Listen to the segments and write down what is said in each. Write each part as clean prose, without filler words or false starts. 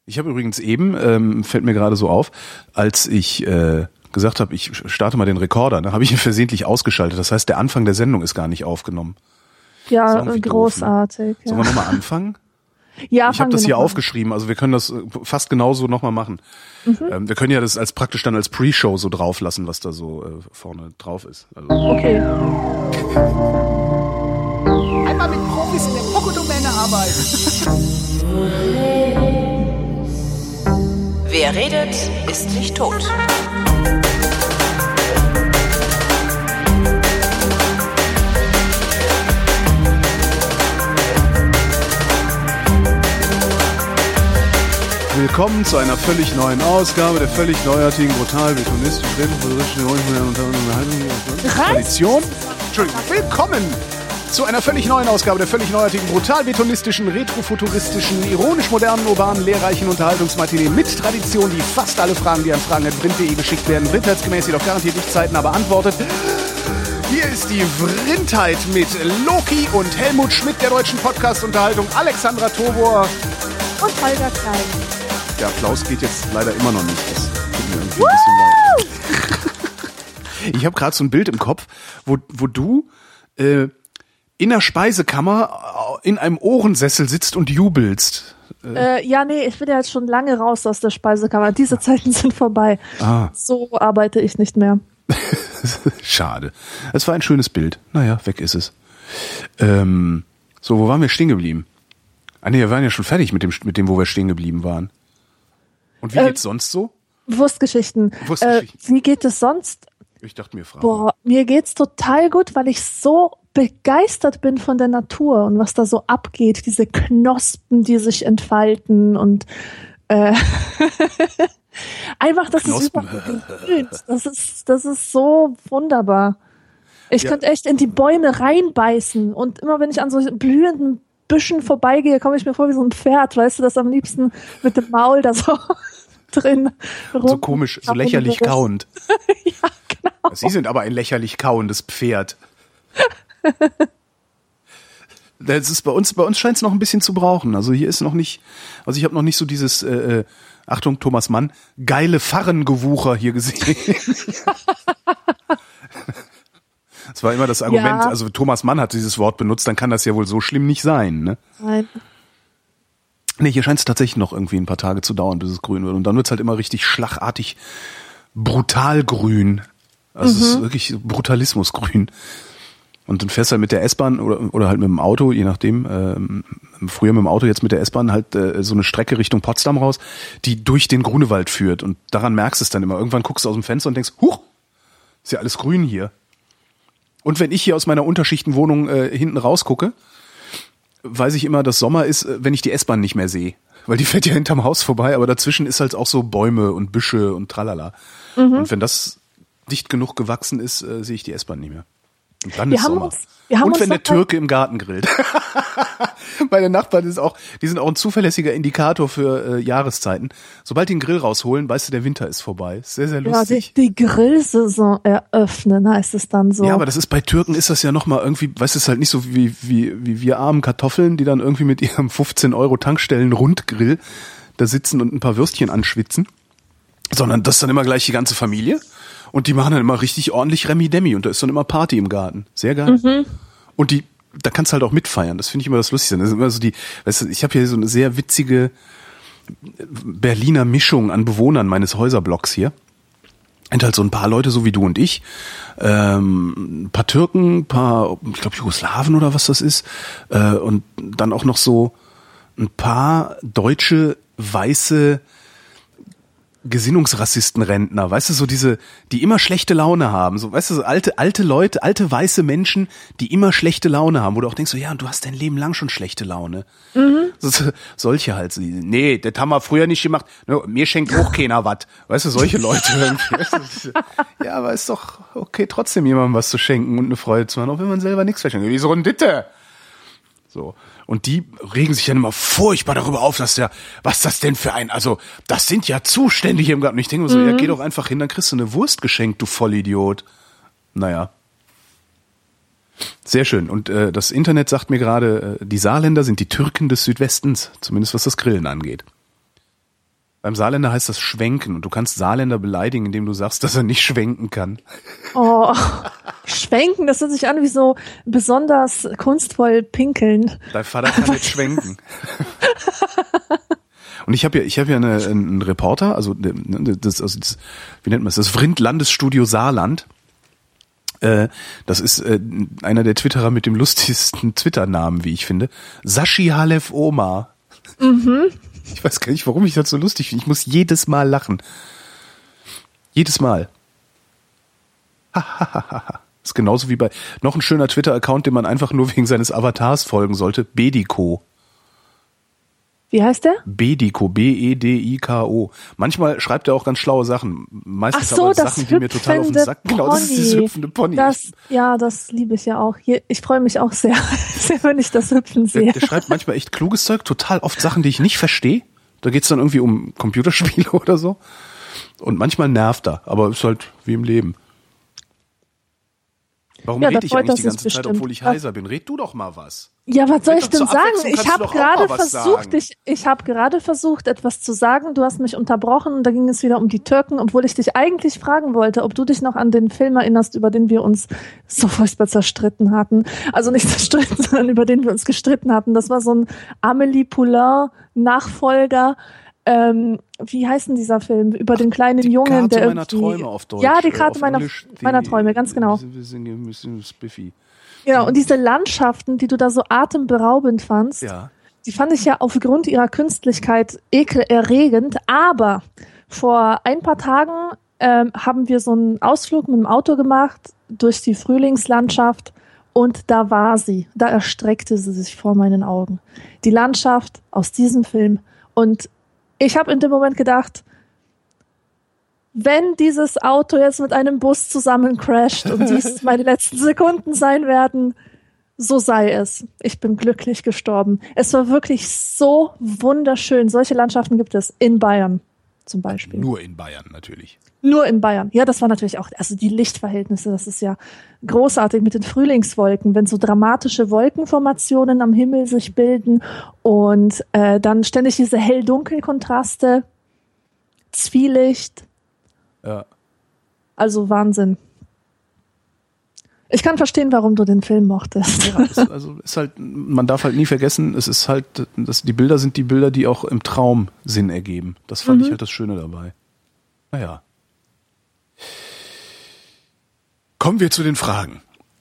Ich habe übrigens eben, fällt mir gerade so auf, als ich gesagt habe, ich starte mal den Rekorder, da habe ich ihn versehentlich ausgeschaltet. Das heißt, der Anfang der Sendung ist gar nicht aufgenommen. Ja, großartig. Doof, ne? Sollen wir nochmal anfangen? Ja, ich habe das hier aufgeschrieben, also wir können das fast genauso nochmal machen. Wir können ja das praktisch dann als Pre-Show so drauf lassen, was da so vorne drauf ist. Also okay. Einmal mit Profis in der Pokodomäne arbeiten. Wer redet, ist nicht tot. Willkommen zu einer völlig neuen Ausgabe der völlig neuartigen, brutal, betonistischen, Tradition. Entschuldigung, willkommen zu einer völlig neuen Ausgabe der völlig neuartigen, brutal, betonistischen, retrofuturistischen, ironisch-modernen, urbanen, lehrreichen Unterhaltungsmatinee mit Tradition, die fast alle Fragen, die an fragen.vrind.de geschickt werden, vrindheitsgemäß jedoch garantiert nicht zeitnah beantwortet. Hier ist die Vrindheit mit Loki und Helmut Schmidt der deutschen Podcast-Unterhaltung, Alexandra Tobor und Holger Klein. Der Applaus geht jetzt leider immer noch nicht. Das tut mir irgendwie ein bisschen leid. Ich habe gerade so ein Bild im Kopf, wo du in der Speisekammer in einem Ohrensessel sitzt und jubelst. Ja, nee, ich bin ja jetzt schon lange raus aus der Speisekammer. Diese Zeiten sind vorbei. So arbeite ich nicht mehr. Schade. Es war ein schönes Bild. Naja, weg ist es. So, wo waren wir stehen geblieben? Nee, wir waren ja schon fertig mit dem, wo wir stehen geblieben waren. Und wie geht's sonst so? Wurstgeschichten. Wie geht es sonst? Ich dachte mir, Fragen. Boah, mir geht's total gut, weil ich so begeistert bin von der Natur und was da so abgeht. Diese Knospen, die sich entfalten und einfach, das ist super grün. Das ist so wunderbar. Ich könnte echt in die Bäume reinbeißen und immer wenn ich an so blühenden Büschen vorbeigehe, komme ich mir vor wie so ein Pferd, weißt du, das am liebsten mit dem Maul da so drin rum. So komisch, so lächerlich kauend. Ja, genau. Sie sind aber ein lächerlich kauendes Pferd. Das ist bei uns scheint es noch ein bisschen zu brauchen. Also hier ist noch nicht, also ich habe noch nicht so dieses, Achtung, Thomas Mann, geile Farrengewucher hier gesehen. Das war immer das Argument, ja. Also Thomas Mann hat dieses Wort benutzt, dann kann das ja wohl so schlimm nicht sein, ne? Nein. Nee, hier scheint es tatsächlich noch irgendwie ein paar Tage zu dauern, bis es grün wird. Und dann wird's halt immer richtig schlagartig brutal grün. Also es ist wirklich Brutalismusgrün. Und dann fährst du halt mit der S-Bahn oder halt mit dem Auto, je nachdem, früher mit dem Auto, jetzt mit der S-Bahn halt so eine Strecke Richtung Potsdam raus, die durch den Grunewald führt. Und daran merkst du es dann immer. Irgendwann guckst du aus dem Fenster und denkst, huch, ist ja alles grün hier. Und wenn ich hier aus meiner Unterschichtenwohnung hinten rausgucke, weiß ich immer, dass Sommer ist, wenn ich die S-Bahn nicht mehr sehe. Weil die fährt ja hinterm Haus vorbei, aber dazwischen ist halt auch so Bäume und Büsche und tralala. Und wenn das dicht genug gewachsen ist, sehe ich die S-Bahn nicht mehr. Und dann ist Sommer. Und wenn der Türke im Garten grillt. Meine Nachbarn die sind auch ein zuverlässiger Indikator für Jahreszeiten. Sobald die den Grill rausholen, weißt du, der Winter ist vorbei. Sehr, sehr lustig. Ja, die Grillsaison eröffnen, heißt es dann so. Ja, aber das ist bei Türken ist das ja nochmal irgendwie, weißt du, es ist halt nicht so wie wir armen Kartoffeln, die dann irgendwie mit ihrem 15 € Tankstellen-Rundgrill da sitzen und ein paar Würstchen anschwitzen. Sondern das ist dann immer gleich die ganze Familie. Und die machen dann immer richtig ordentlich Remi-Demi und da ist dann immer Party im Garten. Sehr geil. Und da kannst du halt auch mitfeiern. Das finde ich immer das Lustigste. Das ist immer so weißt du, ich habe hier so eine sehr witzige Berliner Mischung an Bewohnern meines Häuserblocks hier. Und halt so ein paar Leute, so wie du und ich. Ein paar Türken, ein paar, ich glaube Jugoslawen oder was das ist. Und dann auch noch so ein paar deutsche, weiße Gesinnungsrassisten-Rentner, weißt du, so die immer schlechte Laune haben, so, weißt du, so alte Leute, alte weiße Menschen, die immer schlechte Laune haben, wo du auch denkst, so, ja, und du hast dein Leben lang schon schlechte Laune. Solche halt, so, nee, das haben wir früher nicht gemacht, mir schenkt auch keiner was, weißt du, solche Leute irgendwie. Ja, aber ist doch okay, trotzdem jemandem was zu schenken und eine Freude zu machen, auch wenn man selber nichts verschenkt. Wieso denn Ditte? So. Und die regen sich dann immer furchtbar darüber auf, was das denn für also, das sind ja Zustände hier im Garten. Und ich denke mir so, ja, geh doch einfach hin, dann kriegst du eine Wurst geschenkt, du Vollidiot. Naja. Sehr schön. Und das Internet sagt mir gerade, die Saarländer sind die Türken des Südwestens, zumindest was das Grillen angeht. Beim Saarländer heißt das schwenken und du kannst Saarländer beleidigen, indem du sagst, dass er nicht schwenken kann. Oh, schwenken, das hört sich an wie so besonders kunstvoll pinkeln. Dein Vater kann nicht schwenken. Und ich habe ja einen Reporter, also wie nennt man das? Das Vrind-Landesstudio Saarland. Das ist einer der Twitterer mit dem lustigsten Twitter-Namen, wie ich finde. Sashi Halef Omar. Mhm. Ich weiß gar nicht, warum ich das so lustig finde. Ich muss jedes Mal lachen. Jedes Mal. Ist genauso wie bei noch ein schöner Twitter-Account, dem man einfach nur wegen seines Avatars folgen sollte. Bediko. Wie heißt der? Bediko, B-E-D-I-K-O. Manchmal schreibt er auch ganz schlaue Sachen. Meistens aber Sachen, die mir total auf den Sack gehen. Genau, das ist dieses hüpfende Pony. Das liebe ich ja auch. Ich freue mich auch sehr, wenn ich das Hüpfen sehe. Der schreibt manchmal echt kluges Zeug, total oft Sachen, die ich nicht verstehe. Da geht's dann irgendwie um Computerspiele oder so. Und manchmal nervt er, aber ist halt wie im Leben. Warum rede ich eigentlich die ganze Zeit, obwohl ich heiser bin? Red du doch mal was. Ja, was soll ich denn sagen? Ich habe gerade versucht, etwas zu sagen. Du hast mich unterbrochen und da ging es wieder um die Türken, obwohl ich dich eigentlich fragen wollte, ob du dich noch an den Film erinnerst, über den wir uns so furchtbar zerstritten hatten. Also nicht zerstritten, sondern über den wir uns gestritten hatten. Das war so ein Amélie Poulain-Nachfolger. Wie heißt denn dieser Film? Über den kleinen Jungen, Karte der meiner Träume auf Deutsch. Ja, die Karte meiner Träume, ganz genau. Spiffy. Genau, und diese Landschaften, die du da so atemberaubend fandst, die fand ich ja aufgrund ihrer Künstlichkeit ekelerregend, aber vor ein paar Tagen haben wir so einen Ausflug mit dem Auto gemacht durch die Frühlingslandschaft und da war sie, da erstreckte sie sich vor meinen Augen. Die Landschaft aus diesem Film und ich habe in dem Moment gedacht, wenn dieses Auto jetzt mit einem Bus zusammen crasht und dies meine letzten Sekunden sein werden, so sei es. Ich bin glücklich gestorben. Es war wirklich so wunderschön. Solche Landschaften gibt es in Bayern zum Beispiel. Nur in Bayern natürlich. Nur in Bayern. Ja, das war natürlich auch, also die Lichtverhältnisse, das ist ja großartig mit den Frühlingswolken, wenn so dramatische Wolkenformationen am Himmel sich bilden und dann ständig diese Hell-Dunkel-Kontraste, Zwielicht. Ja. Also Wahnsinn. Ich kann verstehen, warum du den Film mochtest. Ja, ist halt, man darf halt nie vergessen, es ist halt, die Bilder sind die Bilder, die auch im Traum Sinn ergeben. Das fand ich halt das Schöne dabei. Naja. Kommen wir zu den Fragen.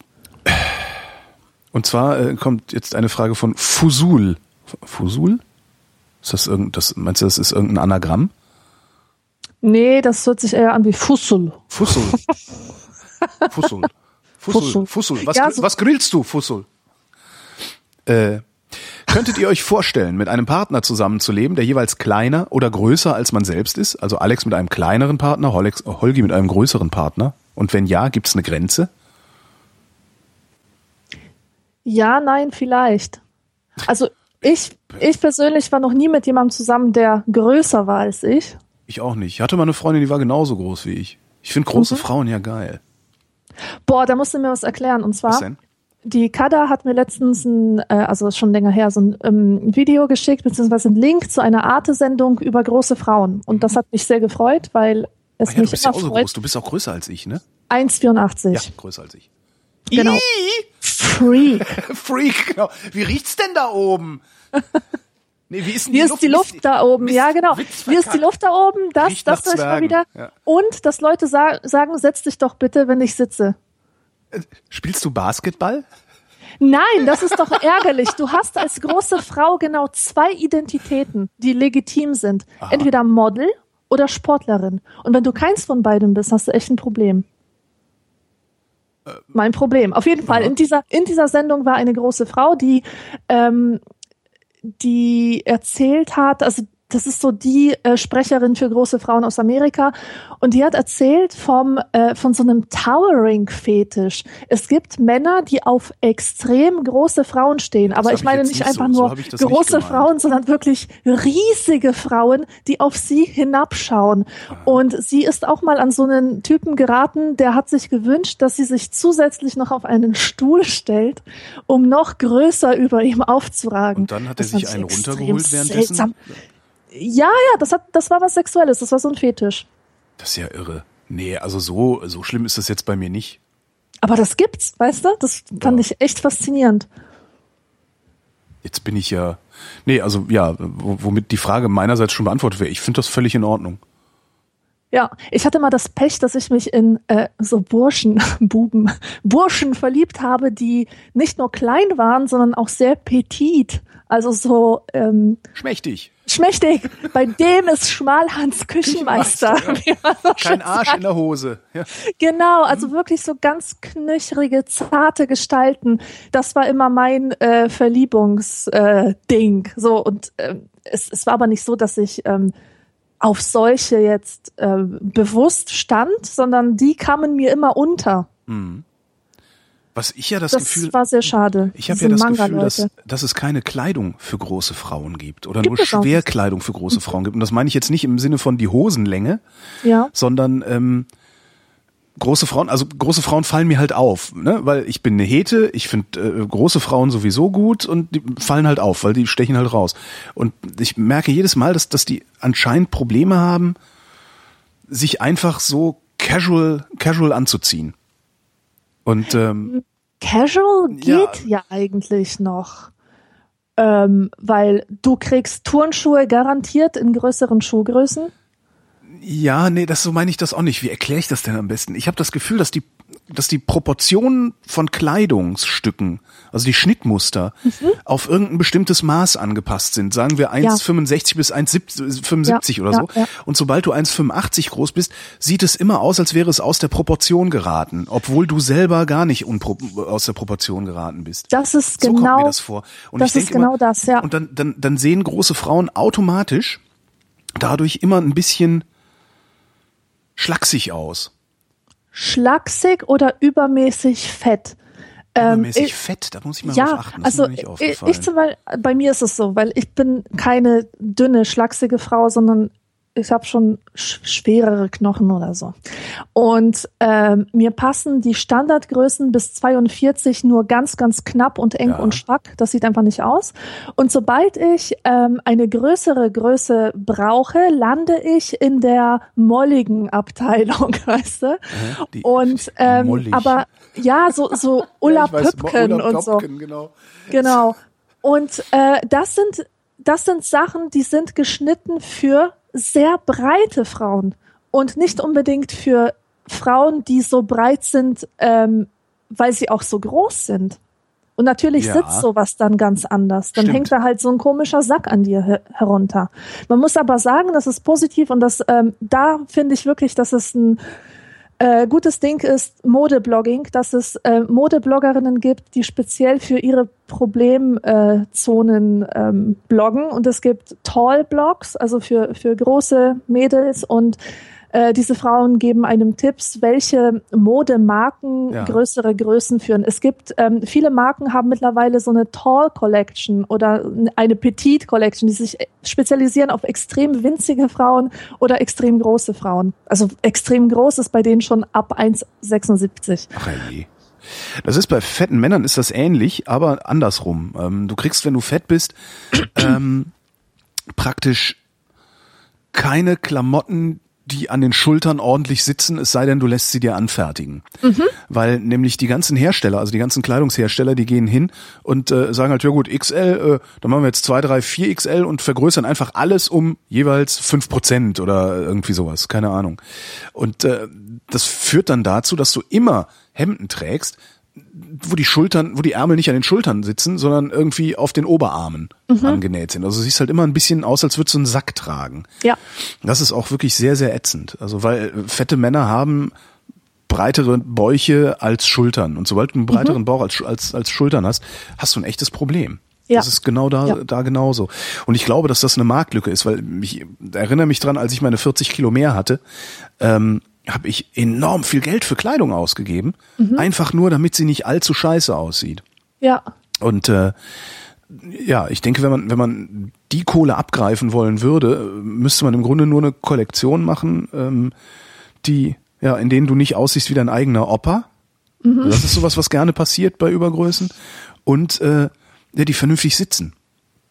Und zwar kommt jetzt eine Frage von Fusul. Fusul? Ist das meinst du, das ist irgendein Anagramm? Nee, das hört sich eher an wie Fussel. Fussel. Fussel. Fussel. Fussel. Was grillst du, Fussel? Könntet ihr euch vorstellen, mit einem Partner zusammenzuleben, der jeweils kleiner oder größer als man selbst ist? Also Alex mit einem kleineren Partner, Holgi mit einem größeren Partner? Und wenn ja, gibt es eine Grenze? Ja, nein, vielleicht. Also ich persönlich war noch nie mit jemandem zusammen, der größer war als ich. Ich auch nicht. Ich hatte mal eine Freundin, die war genauso groß wie ich. Ich finde große Frauen ja geil. Boah, da musst du mir was erklären. Und zwar, was denn? Die Kada hat mir letztens also schon länger her, so ein Video geschickt, beziehungsweise einen Link zu einer Arte-Sendung über große Frauen. Und das hat mich sehr gefreut, weil es mich du bist ja auch so groß. Du bist auch größer als ich, ne? 1,84. Ja, größer als ich. Genau. Freak. Freak, genau. Wie riecht's denn da oben? Nee, wie ist denn wie ist die Luft da oben? Ja, genau. Wie ist die Luft da oben? Das höre ich mal wieder. Ja. Und, dass Leute sagen, setz dich doch bitte, wenn ich sitze. Spielst du Basketball? Nein, das ist doch ärgerlich. Du hast als große Frau genau 2 Identitäten, die legitim sind. Aha. Entweder Model oder Sportlerin. Und wenn du keins von beidem bist, hast du echt ein Problem. Mein Problem. Auf jeden Fall, in dieser Sendung war eine große Frau, die erzählt hat, also das ist so die Sprecherin für große Frauen aus Amerika und die hat erzählt von so einem Towering-Fetisch. Es gibt Männer, die auf extrem große Frauen stehen, aber ich meine nicht einfach nur große Frauen, sondern wirklich riesige Frauen, die auf sie hinabschauen. Und sie ist auch mal an so einen Typen geraten, der hat sich gewünscht, dass sie sich zusätzlich noch auf einen Stuhl stellt, um noch größer über ihm aufzuragen. Und dann hat er sich einen runtergeholt währenddessen? Ja, das war was Sexuelles, das war so ein Fetisch. Das ist ja irre. Nee, also so schlimm ist das jetzt bei mir nicht. Aber das gibt's, weißt du? Das fand ich echt faszinierend. Jetzt bin ich ja, nee, also ja, womit die Frage meinerseits schon beantwortet wäre. Ich finde das völlig in Ordnung. Ja, ich hatte mal das Pech, dass ich mich in so Burschen verliebt habe, die nicht nur klein waren, sondern auch sehr petit. Also so schmächtig. Schmächtig. Bei dem ist Schmalhans Küchenmeister. Kein Arsch in der Hose. Ja. Genau, also wirklich so ganz knöchrige, zarte Gestalten. Das war immer mein Verliebungsding. So, und es war aber nicht so, dass ich auf solche jetzt bewusst stand, sondern die kamen mir immer unter. Mhm. Was ich ja das Gefühl, war sehr schade. Ich habe ja das Gefühl, dass es keine Kleidung für große Frauen gibt oder nur Schwerkleidung für große Frauen gibt. Und das meine ich jetzt nicht im Sinne von die Hosenlänge, sondern große Frauen fallen mir halt auf, ne? Weil ich bin eine Hete, ich finde große Frauen sowieso gut und die fallen halt auf, weil die stechen halt raus. Und ich merke jedes Mal, dass die anscheinend Probleme haben, sich einfach so casual anzuziehen. Und Casual geht ja eigentlich noch, weil du kriegst Turnschuhe garantiert in größeren Schuhgrößen. Ja, nee, so meine ich das auch nicht. Wie erkläre ich das denn am besten? Ich habe das Gefühl, dass die Proportionen von Kleidungsstücken, also die Schnittmuster, auf irgendein bestimmtes Maß angepasst sind. Sagen wir 1,65 bis 1,75 oder so. Ja. Und sobald du 1,85 groß bist, sieht es immer aus, als wäre es aus der Proportion geraten, obwohl du selber gar nicht aus der Proportion geraten bist. Das ist so genau, kommt mir das vor. Und das ist genau das, ja. Und dann sehen große Frauen automatisch dadurch immer ein bisschen schlaksig aus. Schlaksig oder übermäßig fett? Übermäßig fett, da muss ich mal drauf achten. Das ist mir nicht aufgefallen. Bei mir ist es so, weil ich bin keine dünne, schlachsige Frau, sondern ich habe schon schwerere Knochen oder so. Und mir passen die Standardgrößen bis 42 nur ganz, ganz knapp und eng und strack. Das sieht einfach nicht aus. Und sobald ich eine größere Größe brauche, lande ich in der molligen Abteilung, weißt du? Und aber ja, so Ulla Püppken und so. Genau. Und das sind Sachen, die sind geschnitten für sehr breite Frauen und nicht unbedingt für Frauen, die so breit sind, weil sie auch so groß sind. Und natürlich sitzt sowas dann ganz anders. Dann hängt da halt so ein komischer Sack an dir herunter. Man muss aber sagen, das ist positiv und das da finde ich wirklich, dass es ein gutes Ding ist Modeblogging, dass es Modebloggerinnen gibt, die speziell für ihre Problemzonen bloggen, und es gibt Tall-Blogs, also für große Mädels, und diese Frauen geben einem Tipps, welche Modemarken größere Größen führen. Es gibt viele Marken haben mittlerweile so eine Tall Collection oder eine Petite Collection, die sich spezialisieren auf extrem winzige Frauen oder extrem große Frauen. Also extrem groß ist bei denen schon ab 1,76. Ach je. Das ist bei fetten Männern ist das ähnlich, aber andersrum. Du kriegst, wenn du fett bist, praktisch keine Klamotten, die an den Schultern ordentlich sitzen, es sei denn, du lässt sie dir anfertigen. Weil nämlich die ganzen Hersteller, also die ganzen Kleidungshersteller, die gehen hin und sagen halt, ja gut, XL, dann machen wir jetzt 2, 3, 4 XL und vergrößern einfach alles um jeweils 5% oder irgendwie sowas, keine Ahnung. Und das führt dann dazu, dass du immer Hemden trägst, wo die Ärmel nicht an den Schultern sitzen, sondern irgendwie auf den Oberarmen angenäht sind. Also du siehst halt immer ein bisschen aus, als würdest du einen Sack tragen. Ja. Das ist auch wirklich sehr, sehr ätzend. Also weil fette Männer haben breitere Bäuche als Schultern. Und sobald du einen breiteren Bauch als Schultern hast, hast du ein echtes Problem. Ja. Das ist genau da genauso. Und ich glaube, dass das eine Marktlücke ist, weil ich erinnere mich dran, als ich meine 40 Kilo mehr hatte, habe ich enorm viel Geld für Kleidung ausgegeben, einfach nur, damit sie nicht allzu scheiße aussieht. Ja. Und ich denke, wenn man die Kohle abgreifen wollen würde, müsste man im Grunde nur eine Kollektion machen, in denen du nicht aussiehst wie dein eigener Opa. Das ist sowas, was gerne passiert bei Übergrößen. Und die vernünftig sitzen.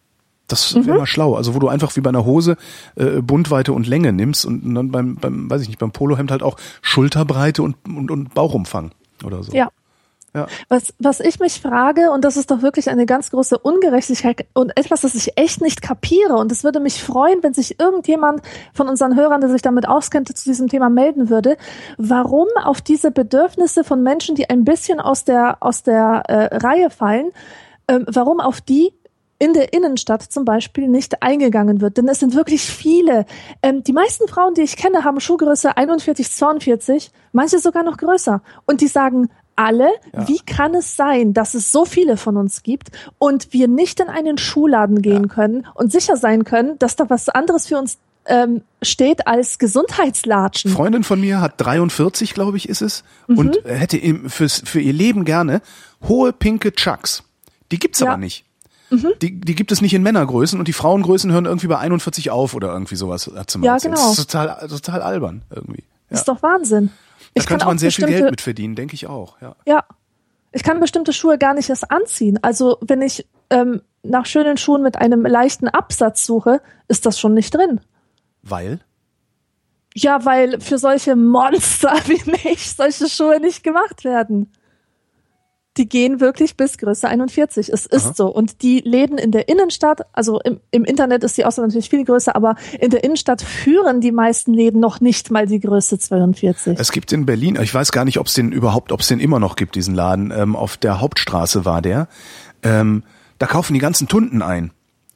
Das wäre mal schlau. Also wo du einfach wie bei einer Hose Bundweite und Länge nimmst und dann beim weiß ich nicht, beim Polohemd halt auch Schulterbreite und Bauchumfang oder so. Ja. Ja. Was ich mich frage, und das ist doch wirklich eine ganz große Ungerechtigkeit und etwas, das ich echt nicht kapiere, und es würde mich freuen, wenn sich irgendjemand von unseren Hörern, der sich damit auskennt, zu diesem Thema melden würde, warum auf diese Bedürfnisse von Menschen, die ein bisschen aus der Reihe fallen, warum auf die in der Innenstadt zum Beispiel nicht eingegangen wird. Denn es sind wirklich viele. Die meisten Frauen, die ich kenne, haben Schuhgröße 41, 42, manche sogar noch größer. Und die sagen alle, wie kann es sein, dass es so viele von uns gibt und wir nicht in einen Schuhladen gehen können und sicher sein können, dass da was anderes für uns steht als Gesundheitslatschen. Freundin von mir hat 43, glaube ich, ist es, und hätte für ihr Leben gerne hohe pinke Chucks. Die gibt's aber nicht. Die gibt es nicht in Männergrößen und die Frauengrößen hören irgendwie bei 41 auf oder irgendwie sowas. Ja, genau. Das ist total albern irgendwie. Ja. Ist doch Wahnsinn. Da könnte man sehr viel Geld mit verdienen, denke ich auch. Ja. Ich kann bestimmte Schuhe gar nicht erst anziehen. Also wenn ich nach schönen Schuhen mit einem leichten Absatz suche, ist das schon nicht drin. Weil? Ja, weil für solche Monster wie mich solche Schuhe nicht gemacht werden. Die gehen wirklich bis Größe 41. Es ist so. Und die Läden in der Innenstadt, also im Internet ist die Auswahl natürlich viel größer, aber in der Innenstadt führen die meisten Läden noch nicht mal die Größe 42. Es gibt in Berlin, ich weiß gar nicht, ob es den immer noch gibt, diesen Laden. Auf der Hauptstraße war der. Da kaufen die ganzen Tunden ein.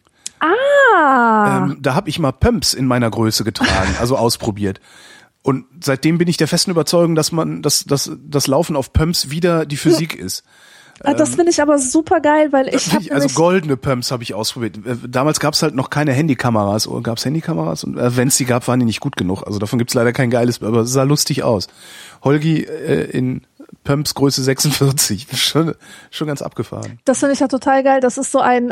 Da habe ich mal Pumps in meiner Größe getragen, also ausprobiert. Und seitdem bin ich der festen Überzeugung, dass das Laufen auf Pumps wieder die Physik ist. Das finde ich aber super geil, weil also goldene Pumps habe ich ausprobiert. Damals gab es halt noch keine Handykameras. Oder gab es Handykameras? Und wenn es die gab, waren die nicht gut genug. Also davon gibt es leider kein geiles, aber es sah lustig aus. Holgi in Pumps Größe 46. Schon ganz abgefahren. Das finde ich ja total geil. Das ist so ein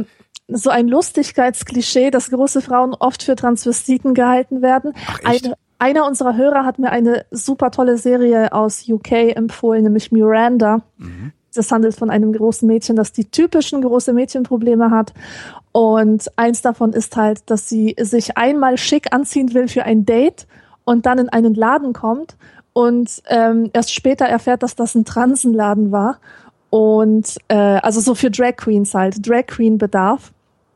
Lustigkeitsklischee, dass große Frauen oft für Transvestiten gehalten werden. Ach, echt? Einer unserer Hörer hat mir eine super tolle Serie aus UK empfohlen, nämlich Miranda. Das handelt von einem großen Mädchen, das die typischen große Mädchenprobleme hat. Und eins davon ist halt, dass sie sich einmal schick anziehen will für ein Date und dann in einen Laden kommt und erst später erfährt, dass das ein Transenladen war. Und also so für Drag Queens halt, Drag Queen Bedarf.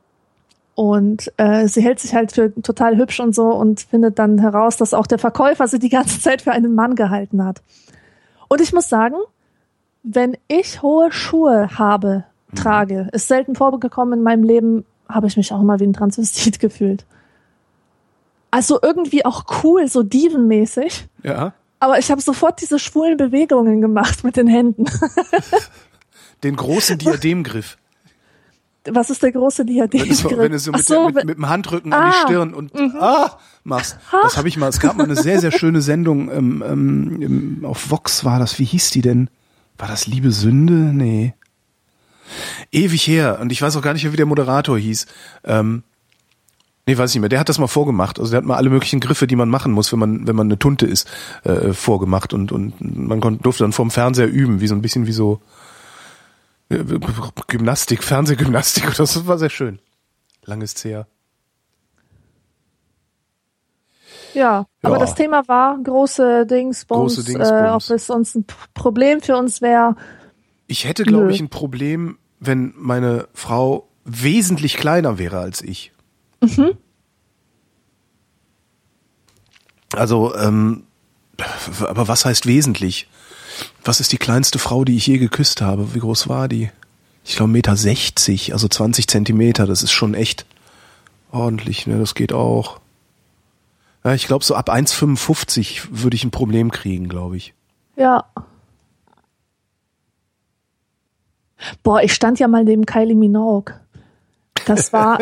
Und sie hält sich halt für total hübsch und so und findet dann heraus, dass auch der Verkäufer sie die ganze Zeit für einen Mann gehalten hat. Und ich muss sagen, wenn ich hohe Schuhe trage, ist selten vorgekommen in meinem Leben, habe ich mich auch immer wie ein Transvestit gefühlt. Also irgendwie auch cool, so dievenmäßig. Ja. Aber ich habe sofort diese schwulen Bewegungen gemacht mit den Händen. Den großen Diademgriff. Was ist der große Diademgriff? Wenn du so mit dem Handrücken an die Stirn und machst. Das habe ich mal. Es gab mal eine sehr, sehr schöne Sendung auf Vox war das. Wie hieß die denn? War das Liebe Sünde? Nee. Ewig her. Und ich weiß auch gar nicht mehr, wie der Moderator hieß. Nee, weiß nicht mehr. Der hat das mal vorgemacht. Also der hat mal alle möglichen Griffe, die man machen muss, wenn man eine Tunte ist, vorgemacht. Und man durfte dann vorm Fernseher üben, wie so ein bisschen wie so Gymnastik, Fernsehgymnastik oder so. Das war sehr schön. Lang ist's her. Ja, aber das Thema war große Dingsbums. Ob es sonst ein Problem für uns wäre. Ich hätte, glaube ich, ein Problem, wenn meine Frau wesentlich kleiner wäre als ich. Also, aber was heißt wesentlich? Was ist die kleinste Frau, die ich je geküsst habe? Wie groß war die? Ich glaube 1,60 Meter, also 20 Zentimeter. Das ist schon echt ordentlich, ne? Das geht auch. Ja, ich glaube, so ab 1,55 würde ich ein Problem kriegen, glaube ich. Ja. Boah, ich stand ja mal neben Kylie Minogue. Das war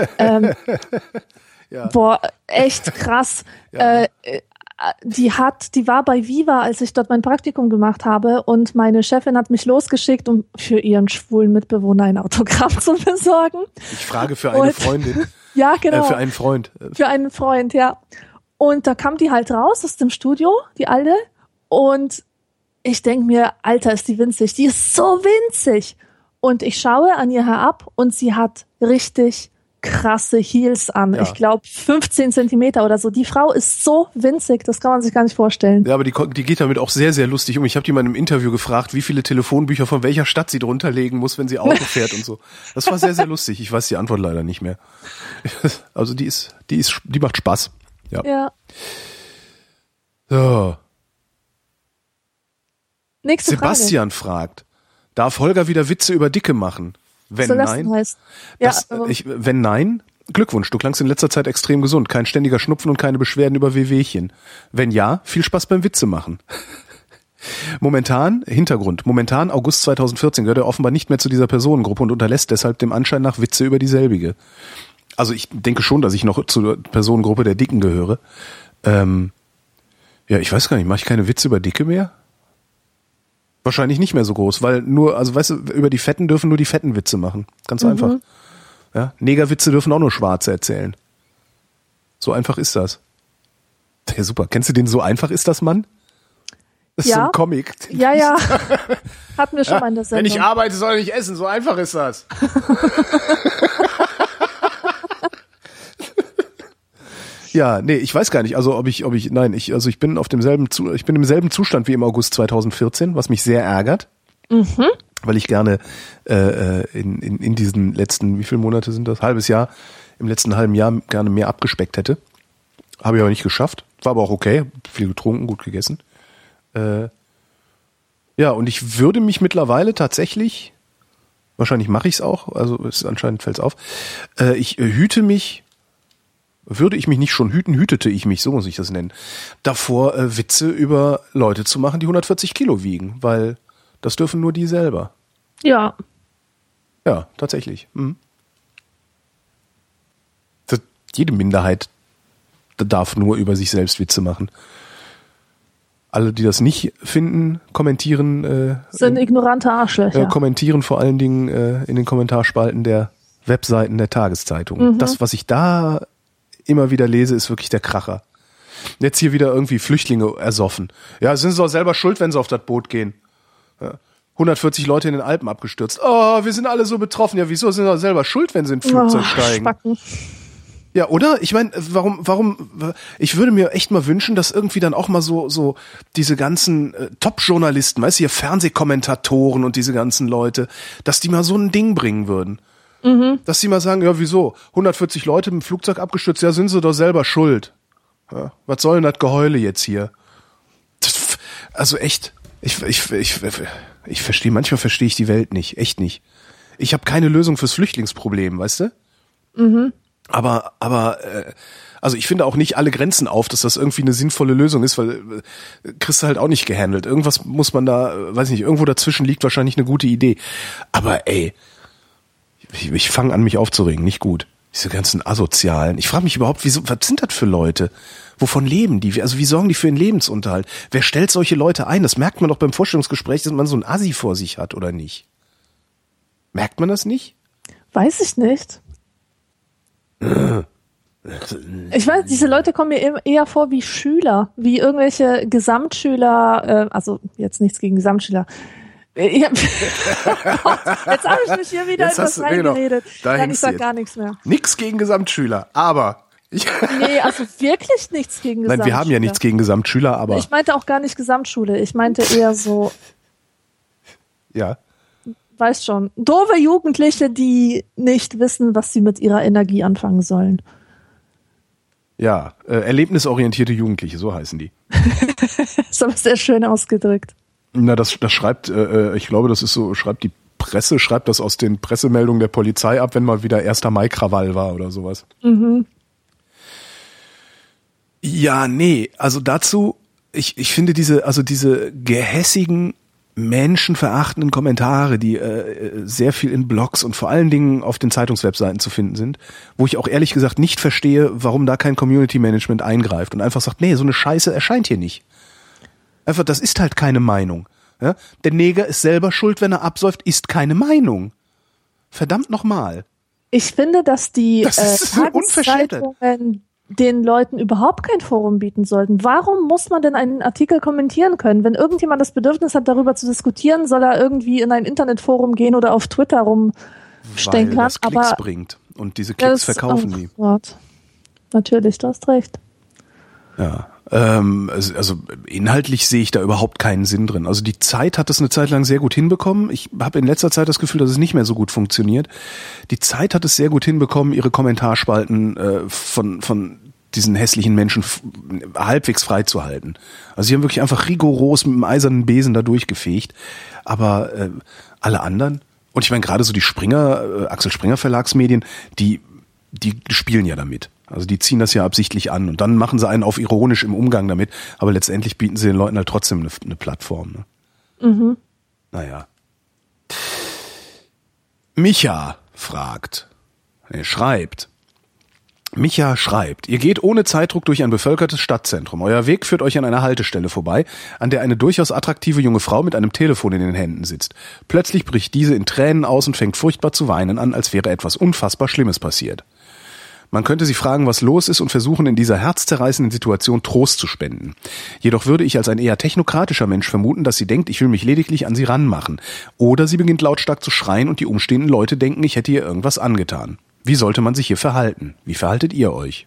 echt krass. Ja. Die war bei Viva, als ich dort mein Praktikum gemacht habe, und meine Chefin hat mich losgeschickt, um für ihren schwulen Mitbewohner ein Autogramm zu besorgen. Ich frage für eine Freundin. Ja, genau. Für einen Freund. Für einen Freund, ja. Und da kam die halt raus aus dem Studio, die Alte, und ich denke mir, Alter, ist die winzig. Die ist so winzig. Und ich schaue an ihr herab und sie hat richtig krasse Heels an. Ja. Ich glaube 15 Zentimeter oder so. Die Frau ist so winzig, das kann man sich gar nicht vorstellen. Ja, aber die geht damit auch sehr, sehr lustig um. Ich habe die mal in einem Interview gefragt, wie viele Telefonbücher von welcher Stadt sie drunter legen muss, wenn sie Auto fährt und so. Das war sehr, sehr lustig. Ich weiß die Antwort leider nicht mehr. Also die macht Spaß. Ja. So. Nächste Sebastian fragt, darf Holger wieder Witze über Dicke machen? Wenn nein, heißt. Ja, wenn nein, Glückwunsch, du klangst in letzter Zeit extrem gesund. Kein ständiger Schnupfen und keine Beschwerden über Wehwehchen. Wenn ja, viel Spaß beim Witze machen. Momentan, August 2014, gehört er offenbar nicht mehr zu dieser Personengruppe und unterlässt deshalb dem Anschein nach Witze über dieselbige. Also ich denke schon, dass ich noch zur Personengruppe der Dicken gehöre. Ja, ich weiß gar nicht, mache ich keine Witze über Dicke mehr? Wahrscheinlich nicht mehr so groß, weil über die Fetten dürfen nur die Fetten Witze machen. Ganz einfach. Ja, Negerwitze dürfen auch nur Schwarze erzählen. So einfach ist das. Ja, super. Kennst du den So einfach ist das, Mann? Das ist so ein Comic. Ja. Hatten wir schon mal in der Sendung. Wenn ich arbeite, soll ich nicht essen. So einfach ist das. Ja, nee, ich weiß gar nicht, also ich bin im selben Zustand wie im August 2014, was mich sehr ärgert, weil ich gerne in diesen letzten, wie viele Monate sind das? Halbes Jahr, im letzten halben Jahr gerne mehr abgespeckt hätte. Habe ich aber nicht geschafft, war aber auch okay, viel getrunken, gut gegessen. Ja, und ich würde mich mittlerweile tatsächlich, wahrscheinlich mache ich es auch, also anscheinend fällt es auf, würde ich mich nicht schon hüten, hütete ich mich, so muss ich das nennen, davor Witze über Leute zu machen, die 140 Kilo wiegen, weil das dürfen nur die selber. Ja. Ja, tatsächlich. Jede Minderheit darf nur über sich selbst Witze machen. Alle, die das nicht finden, kommentieren. Sind ignorante Arschlöcher. Kommentieren vor allen Dingen in den Kommentarspalten der Webseiten der Tageszeitung. Das, was ich da immer wieder lese, ist wirklich der Kracher. Jetzt hier wieder irgendwie Flüchtlinge ersoffen. Ja, sind sie doch selber schuld, wenn sie auf das Boot gehen. Ja. 140 Leute in den Alpen abgestürzt. Oh, wir sind alle so betroffen. Ja, wieso sind sie doch selber schuld, wenn sie in ein Flugzeug steigen? Spacken. Ja, oder? Ich meine, warum, ich würde mir echt mal wünschen, dass irgendwie dann auch mal so diese ganzen Top-Journalisten, weißt du, hier Fernsehkommentatoren und diese ganzen Leute, dass die mal so ein Ding bringen würden. Dass sie mal sagen, ja, wieso? 140 Leute im Flugzeug abgestürzt, ja, sind sie doch selber schuld. Ja, was soll denn das Geheule jetzt hier? Also echt, manchmal verstehe ich die Welt nicht, echt nicht. Ich habe keine Lösung fürs Flüchtlingsproblem, weißt du? Aber also ich finde auch nicht alle Grenzen auf, dass das irgendwie eine sinnvolle Lösung ist, weil kriegst du halt auch nicht gehandelt. Irgendwas muss man da, weiß nicht, irgendwo dazwischen liegt wahrscheinlich eine gute Idee. Aber ey, ich fange an, mich aufzuregen, nicht gut. Diese ganzen Asozialen. Ich frage mich überhaupt, was sind das für Leute? Wovon leben die? Also wie sorgen die für ihren Lebensunterhalt? Wer stellt solche Leute ein? Das merkt man doch beim Vorstellungsgespräch, dass man so einen Assi vor sich hat, oder nicht? Merkt man das nicht? Weiß ich nicht. Ich weiß, diese Leute kommen mir eher vor wie Schüler, wie irgendwelche Gesamtschüler, also jetzt nichts gegen Gesamtschüler. Jetzt habe ich mich hier wieder etwas reingeredet. Nein, ich sag gar nichts mehr. Nix gegen Gesamtschüler, aber... Nee, also wirklich nichts gegen Gesamtschüler. Nein, wir haben ja nichts gegen Gesamtschüler, aber... Ich meinte auch gar nicht Gesamtschule, ich meinte eher so... Ja. Weißt schon, doofe Jugendliche, die nicht wissen, was sie mit ihrer Energie anfangen sollen. Ja, erlebnisorientierte Jugendliche, so heißen die. Das ist aber sehr schön ausgedrückt. Na, das schreibt, ich glaube, das ist so, schreibt die Presse, schreibt das aus den Pressemeldungen der Polizei ab, wenn mal wieder 1. Mai-Krawall war oder sowas. Ja, nee, also dazu, ich finde diese gehässigen, menschenverachtenden Kommentare, die sehr viel in Blogs und vor allen Dingen auf den Zeitungswebseiten zu finden sind, wo ich auch ehrlich gesagt nicht verstehe, warum da kein Community Management eingreift und einfach sagt, nee, so eine Scheiße erscheint hier nicht. Einfach, das ist halt keine Meinung. Ja? Der Neger ist selber schuld, wenn er absäuft, ist keine Meinung. Verdammt nochmal. Ich finde, dass die Unverschämtheit. Tageszeitungen den Leuten überhaupt kein Forum bieten sollten. Warum muss man denn einen Artikel kommentieren können? Wenn irgendjemand das Bedürfnis hat, darüber zu diskutieren, soll er irgendwie in ein Internetforum gehen oder auf Twitter rumstenkern. Weil das Klicks bringt. Und diese Klicks verkaufen die. Wort. Natürlich, du hast recht. Ja, also inhaltlich sehe ich da überhaupt keinen Sinn drin. Also die Zeit hat es eine Zeit lang sehr gut hinbekommen. Ich habe in letzter Zeit das Gefühl, dass es nicht mehr so gut funktioniert. Die Zeit hat es sehr gut hinbekommen, ihre Kommentarspalten von diesen hässlichen Menschen halbwegs freizuhalten. Also sie haben wirklich einfach rigoros mit dem eisernen Besen da durchgefegt. Aber alle anderen, und ich meine gerade so die Axel Springer Verlagsmedien, die spielen ja damit. Also die ziehen das ja absichtlich an und dann machen sie einen auf ironisch im Umgang damit, aber letztendlich bieten sie den Leuten halt trotzdem eine Plattform. Ne? Mhm. Naja. Micha schreibt, ihr geht ohne Zeitdruck durch ein bevölkertes Stadtzentrum. Euer Weg führt euch an einer Haltestelle vorbei, an der eine durchaus attraktive junge Frau mit einem Telefon in den Händen sitzt. Plötzlich bricht diese in Tränen aus und fängt furchtbar zu weinen an, als wäre etwas unfassbar Schlimmes passiert. Man könnte sie fragen, was los ist und versuchen, in dieser herzzerreißenden Situation Trost zu spenden. Jedoch würde ich als ein eher technokratischer Mensch vermuten, dass sie denkt, ich will mich lediglich an sie ranmachen. Oder sie beginnt lautstark zu schreien und die umstehenden Leute denken, ich hätte ihr irgendwas angetan. Wie sollte man sich hier verhalten? Wie verhaltet ihr euch?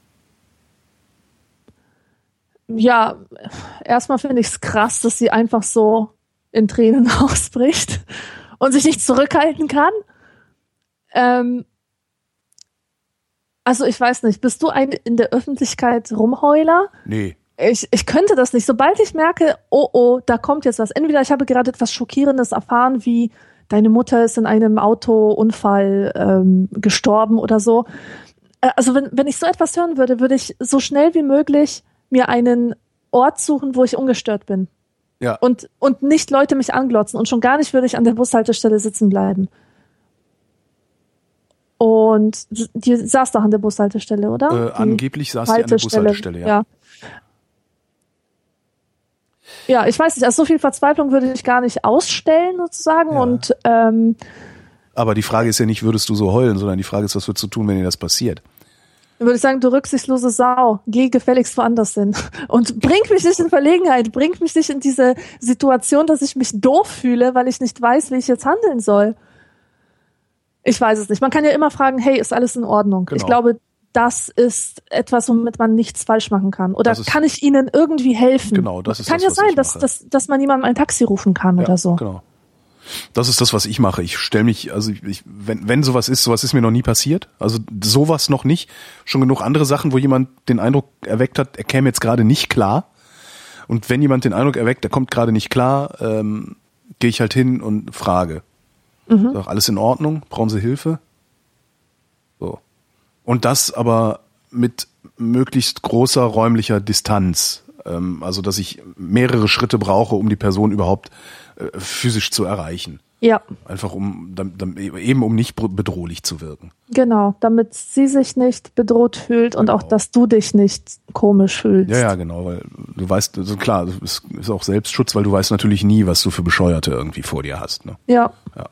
Ja, erstmal finde ich es krass, dass sie einfach so in Tränen ausbricht und sich nicht zurückhalten kann. Also ich weiß nicht, bist du ein in der Öffentlichkeit Rumheuler? Nee. Ich könnte das nicht. Sobald ich merke, oh, da kommt jetzt was. Entweder ich habe gerade etwas Schockierendes erfahren, wie deine Mutter ist in einem Autounfall gestorben oder so. Also wenn ich so etwas hören würde, würde ich so schnell wie möglich mir einen Ort suchen, wo ich ungestört bin. Ja. Und nicht Leute mich anglotzen. Und schon gar nicht würde ich an der Bushaltestelle sitzen bleiben. Und die saß doch an der Bushaltestelle, oder? Angeblich saß sie an der Bushaltestelle, ja. Ja, ich weiß nicht, also so viel Verzweiflung würde ich gar nicht ausstellen, sozusagen. Ja. Und aber die Frage ist ja nicht, würdest du so heulen, sondern die Frage ist, was würdest du tun, wenn dir das passiert? Dann würde ich sagen, du rücksichtslose Sau, geh gefälligst woanders hin. Und bring mich nicht in Verlegenheit, bring mich nicht in diese Situation, dass ich mich doof fühle, weil ich nicht weiß, wie ich jetzt handeln soll. Ich weiß es nicht. Man kann ja immer fragen, hey, ist alles in Ordnung? Genau. Ich glaube, das ist etwas, womit man nichts falsch machen kann. Oder kann ich Ihnen irgendwie helfen? Genau, das ist kann ja sein, dass man jemandem ein Taxi rufen kann oder so. Genau. Das ist das, was ich mache. Ich stelle mich, also wenn sowas ist mir noch nie passiert. Also sowas noch nicht. Schon genug andere Sachen, wo jemand den Eindruck erweckt hat, er käme jetzt gerade nicht klar. Und wenn jemand den Eindruck erweckt, er kommt gerade nicht klar, gehe ich halt hin und frage. Sag, alles in Ordnung? Brauchen Sie Hilfe? So. Und das aber mit möglichst großer räumlicher Distanz. Also, dass ich mehrere Schritte brauche, um die Person überhaupt physisch zu erreichen. Ja. Einfach um nicht bedrohlich zu wirken. Genau, damit sie sich nicht bedroht fühlt und auch, dass du dich nicht komisch fühlst. Ja, genau, weil du weißt, also klar, das ist auch Selbstschutz, weil du weißt natürlich nie, was du für Bescheuerte irgendwie vor dir hast. Ne? Ja.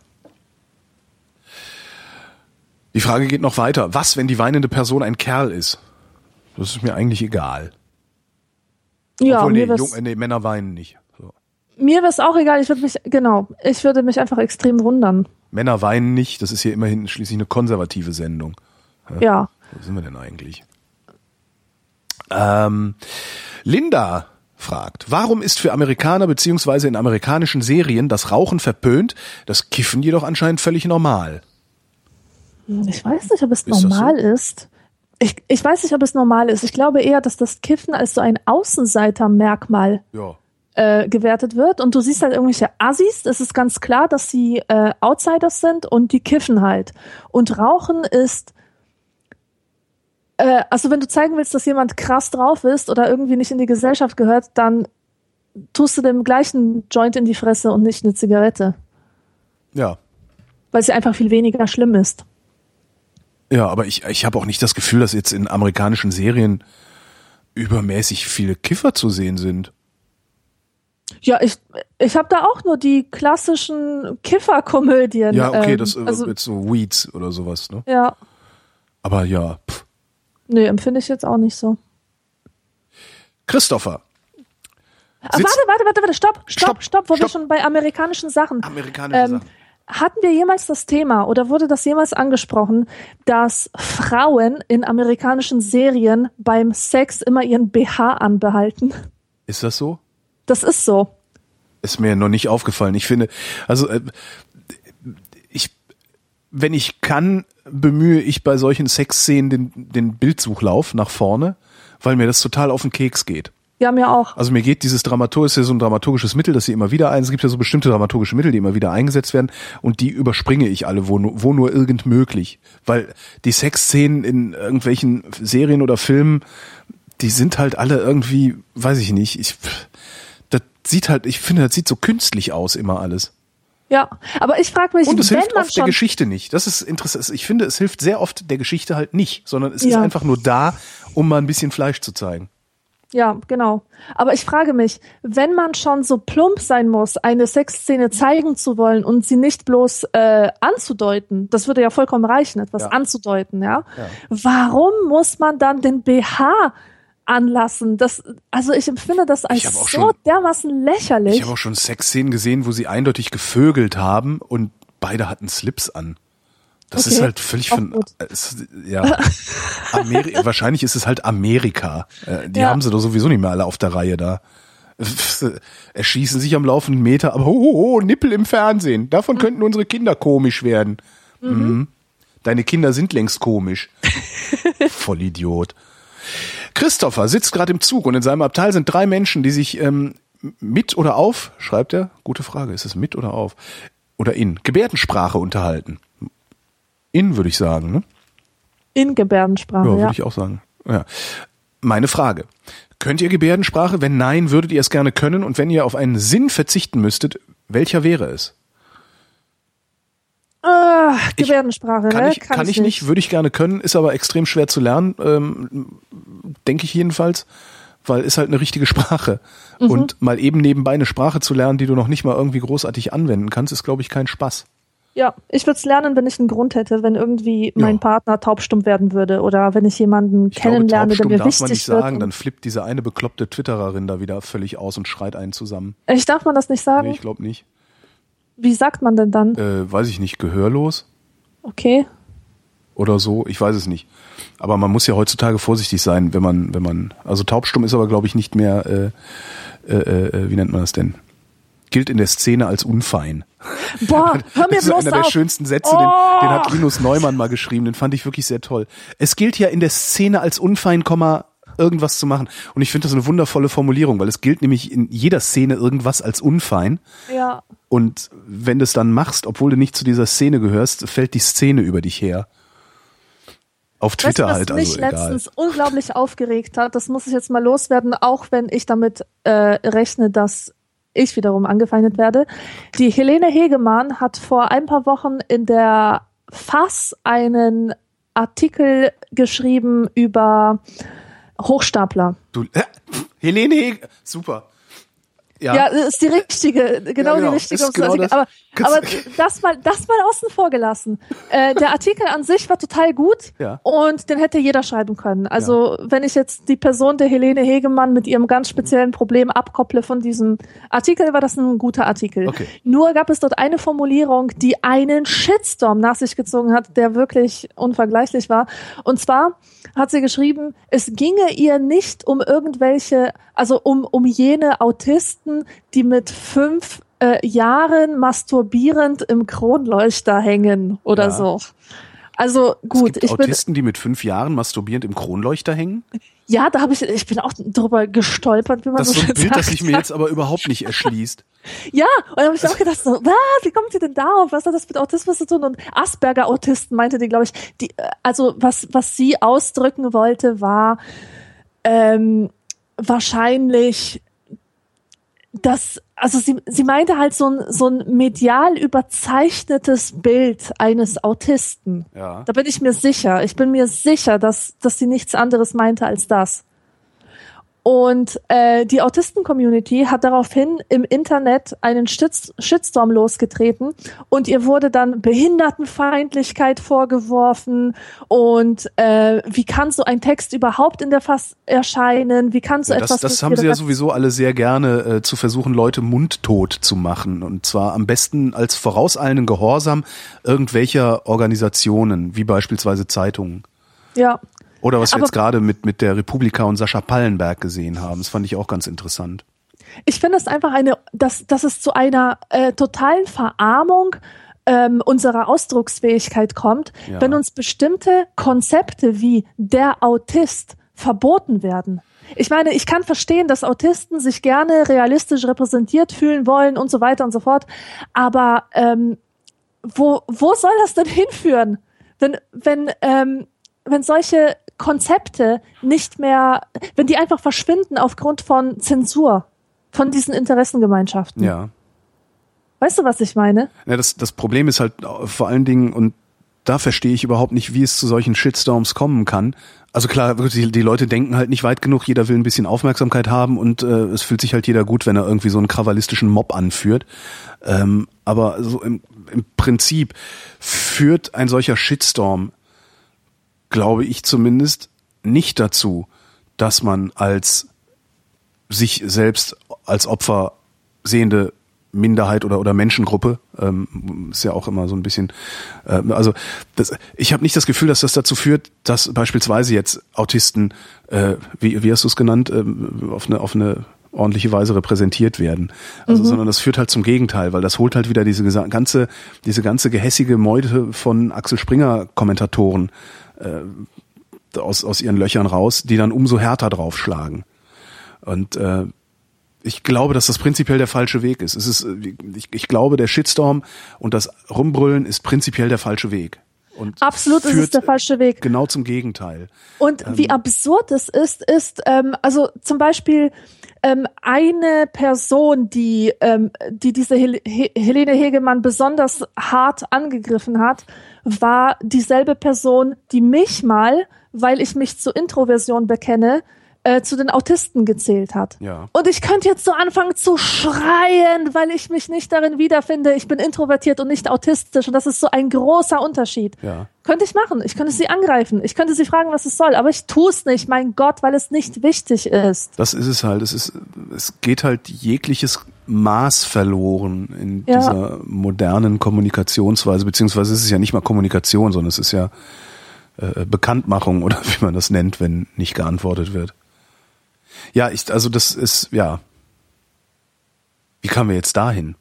Die Frage geht noch weiter. Was, wenn die weinende Person ein Kerl ist? Das ist mir eigentlich egal. Ja, obwohl, Männer weinen nicht. So. Mir wäre es auch egal. Ich würde mich einfach extrem wundern. Männer weinen nicht. Das ist hier immerhin schließlich eine konservative Sendung. Ja. Wo sind wir denn eigentlich? Linda fragt, warum ist für Amerikaner bzw. in amerikanischen Serien das Rauchen verpönt, das Kiffen jedoch anscheinend völlig normal? Ich weiß nicht, ob es normal ist. Ich weiß nicht, ob es normal ist. Ich glaube eher, dass das Kiffen als so ein Außenseitermerkmal gewertet wird. Und du siehst halt irgendwelche Assis. Es ist ganz klar, dass sie Outsiders sind und die kiffen halt. Und Rauchen ist, also wenn du zeigen willst, dass jemand krass drauf ist oder irgendwie nicht in die Gesellschaft gehört, dann tust du dem gleichen Joint in die Fresse und nicht eine Zigarette. Ja. Weil sie einfach viel weniger schlimm ist. Ja, aber ich habe auch nicht das Gefühl, dass jetzt in amerikanischen Serien übermäßig viele Kiffer zu sehen sind. Ja, ich habe da auch nur die klassischen Kifferkomödien. Ja, okay, das jetzt so Weeds oder sowas, ne? Ja. Aber ja. Nee, empfinde ich jetzt auch nicht so. Christopher. Warte, stopp, wo wir schon bei amerikanischen Sachen. Amerikanische Sachen. hatten wir jemals das Thema oder wurde das jemals angesprochen, dass Frauen in amerikanischen Serien beim Sex immer ihren BH anbehalten? Ist das so? Das ist so. Ist mir noch nicht aufgefallen. Ich finde, also wenn ich kann, bemühe ich bei solchen Sexszenen den Bildsuchlauf nach vorne, weil mir das total auf den Keks geht. Ja, mir auch. Also mir geht dieses ist ja so ein dramaturgisches Mittel, das sie immer wieder es gibt ja so bestimmte dramaturgische Mittel, die immer wieder eingesetzt werden und die überspringe ich alle, wo nur irgend möglich. Weil die Sexszenen in irgendwelchen Serien oder Filmen, die sind halt alle irgendwie, weiß ich nicht, ich finde, das sieht so künstlich aus, immer alles. Ja, aber ich frage mich, und es wenn hilft man oft der schon Geschichte nicht. Das ist interessant. Ich finde, es hilft sehr oft der Geschichte halt nicht, sondern es ist einfach nur da, um mal ein bisschen Fleisch zu zeigen. Ja, genau. Aber ich frage mich, wenn man schon so plump sein muss, eine Sexszene zeigen zu wollen und sie nicht bloß anzudeuten, das würde ja vollkommen reichen, etwas anzudeuten, ja? Warum muss man dann den BH anlassen? Also ich empfinde das als so dermaßen lächerlich. Ich habe auch schon Sexszenen gesehen, wo sie eindeutig gevögelt haben und beide hatten Slips an. Das ist halt völlig wahrscheinlich ist es halt Amerika. Die haben sie doch sowieso nicht mehr alle auf der Reihe da. Erschießen sich am laufenden Meter, aber Nippel im Fernsehen. Davon könnten unsere Kinder komisch werden. Mhm. Deine Kinder sind längst komisch. Vollidiot. Christopher sitzt gerade im Zug und in seinem Abteil sind 3 Menschen, die sich mit oder auf, schreibt er, gute Frage, ist es mit oder auf? Oder in Gebärdensprache unterhalten. In, würde ich sagen, ne? In Gebärdensprache, ja. Würde ich auch sagen. Ja. Meine Frage. Könnt ihr Gebärdensprache? Wenn nein, würdet ihr es gerne können? Und wenn ihr auf einen Sinn verzichten müsstet, welcher wäre es? Gebärdensprache, kann ich nicht, würde ich gerne können, ist aber extrem schwer zu lernen, denke ich jedenfalls, weil ist halt eine richtige Sprache. Mhm. Und mal eben nebenbei eine Sprache zu lernen, die du noch nicht mal irgendwie großartig anwenden kannst, ist, glaube ich, kein Spaß. Ja, ich würde es lernen, wenn ich einen Grund hätte, wenn irgendwie mein Partner taubstumm werden würde oder wenn ich jemanden kennenlerne, der mir wichtig wird. Darf man nicht sagen, dann flippt diese eine bekloppte Twittererin da wieder völlig aus und schreit einen zusammen. Darf man das nicht sagen? Nee, ich glaube nicht. Wie sagt man denn dann? Weiß ich nicht, gehörlos? Okay. Oder so, ich weiß es nicht. Aber man muss ja heutzutage vorsichtig sein, wenn man, also taubstumm ist aber, glaube ich, nicht mehr, wie nennt man das denn? Gilt in der Szene als unfein. Boah, hör mir bloß auf. Das ist einer der schönsten Sätze, den hat Linus Neumann mal geschrieben, den fand ich wirklich sehr toll. Es gilt ja in der Szene als unfein, irgendwas zu machen. Und ich finde das eine wundervolle Formulierung, weil es gilt nämlich in jeder Szene irgendwas als unfein. Ja. Und wenn du es dann machst, obwohl du nicht zu dieser Szene gehörst, fällt die Szene über dich her. Auf Twitter halt, also egal. Was mich letztens unglaublich aufgeregt hat, das muss ich jetzt mal loswerden, auch wenn ich damit rechne, dass ich wiederum angefeindet werde. Die Helene Hegemann hat vor ein paar Wochen in der FAZ einen Artikel geschrieben über Hochstapler. Helene Hegemann, super. Ja, das ist die richtige, genau die richtige. Genau aber das mal außen vor gelassen. Der Artikel an sich war total gut und den hätte jeder schreiben können. Also wenn ich jetzt die Person der Helene Hegemann mit ihrem ganz speziellen Problem abkopple von diesem Artikel, war das ein guter Artikel. Okay. Nur gab es dort eine Formulierung, die einen Shitstorm nach sich gezogen hat, der wirklich unvergleichlich war. Und zwar hat sie geschrieben, es ginge ihr nicht um irgendwelche, also um jene Autisten, die mit 5 Jahren masturbierend im Kronleuchter hängen oder so. Also gut, es gibt Autisten, die mit 5 Jahren masturbierend im Kronleuchter hängen? Ja, ich bin auch drüber gestolpert, wie man das so schön sagt. Das ist so ein Bild, das sich mir jetzt aber überhaupt nicht erschließt. Ja, und dann habe ich auch gedacht, so, wie kommt sie denn darauf? Was hat das mit Autismus zu tun? Und Asperger-Autisten meinte die, glaube ich, also was sie ausdrücken wollte, war wahrscheinlich also sie meinte halt so ein medial überzeichnetes Bild eines Autisten. Ja. Da bin ich mir sicher. Ich bin mir sicher, dass sie nichts anderes meinte als das. Und die Autisten-Community hat daraufhin im Internet einen Shitstorm losgetreten und ihr wurde dann Behindertenfeindlichkeit vorgeworfen und wie kann so ein Text überhaupt in der FAS erscheinen? Wie kann so etwas... Das haben sie ja sowieso alle sehr gerne, zu versuchen, Leute mundtot zu machen. Und zwar am besten als vorauseilenden Gehorsam irgendwelcher Organisationen, wie beispielsweise Zeitungen. Ja. Oder was wir jetzt gerade mit der Republika und Sascha Pallenberg gesehen haben. Das fand ich auch ganz interessant. Ich finde es einfach dass es zu einer totalen Verarmung unserer Ausdrucksfähigkeit kommt, wenn uns bestimmte Konzepte wie der Autist verboten werden. Ich meine, ich kann verstehen, dass Autisten sich gerne realistisch repräsentiert fühlen wollen und so weiter und so fort. Aber wo soll das denn hinführen, wenn solche Konzepte nicht mehr, wenn die einfach verschwinden aufgrund von Zensur, von diesen Interessengemeinschaften? Ja. Weißt du, was ich meine? Ja, das Problem ist halt vor allen Dingen, und da verstehe ich überhaupt nicht, wie es zu solchen Shitstorms kommen kann. Also klar, die Leute denken halt nicht weit genug, jeder will ein bisschen Aufmerksamkeit haben und es fühlt sich halt jeder gut, wenn er irgendwie so einen krawallistischen Mob anführt. Aber so im Prinzip führt ein solcher Shitstorm, glaube ich zumindest, nicht dazu, dass man als sich selbst als Opfer sehende Minderheit oder Menschengruppe, ist ja auch immer so ein bisschen, ich habe nicht das Gefühl, dass das dazu führt, dass beispielsweise jetzt Autisten, wie hast du es genannt, auf eine ordentliche Weise repräsentiert werden. Also, sondern das führt halt zum Gegenteil, weil das holt halt wieder diese ganze gehässige Meute von Axel Springer Kommentatoren aus ihren Löchern raus, die dann umso härter draufschlagen. Und ich glaube, dass das prinzipiell der falsche Weg ist. Ich glaube, der Shitstorm und das Rumbrüllen ist prinzipiell der falsche Weg. Und absolut ist es der falsche Weg. Genau zum Gegenteil. Und wie absurd es ist, also zum Beispiel eine Person, die diese Helene Hegemann besonders hart angegriffen hat, war dieselbe Person, die mich mal, weil ich mich zur Introversion bekenne, zu den Autisten gezählt hat. Ja. Und ich könnte jetzt so anfangen zu schreien, weil ich mich nicht darin wiederfinde. Ich bin introvertiert und nicht autistisch und das ist so ein großer Unterschied. Ja. Könnte ich machen. Ich könnte sie angreifen. Ich könnte sie fragen, was es soll. Aber ich tue es nicht, mein Gott, weil es nicht wichtig ist. Das ist es halt. Es geht halt jegliches Maß verloren in dieser modernen Kommunikationsweise, beziehungsweise es ist ja nicht mal Kommunikation, sondern es ist ja Bekanntmachung oder wie man das nennt, wenn nicht geantwortet wird. Ja, das ist, ja. Wie kamen wir jetzt dahin?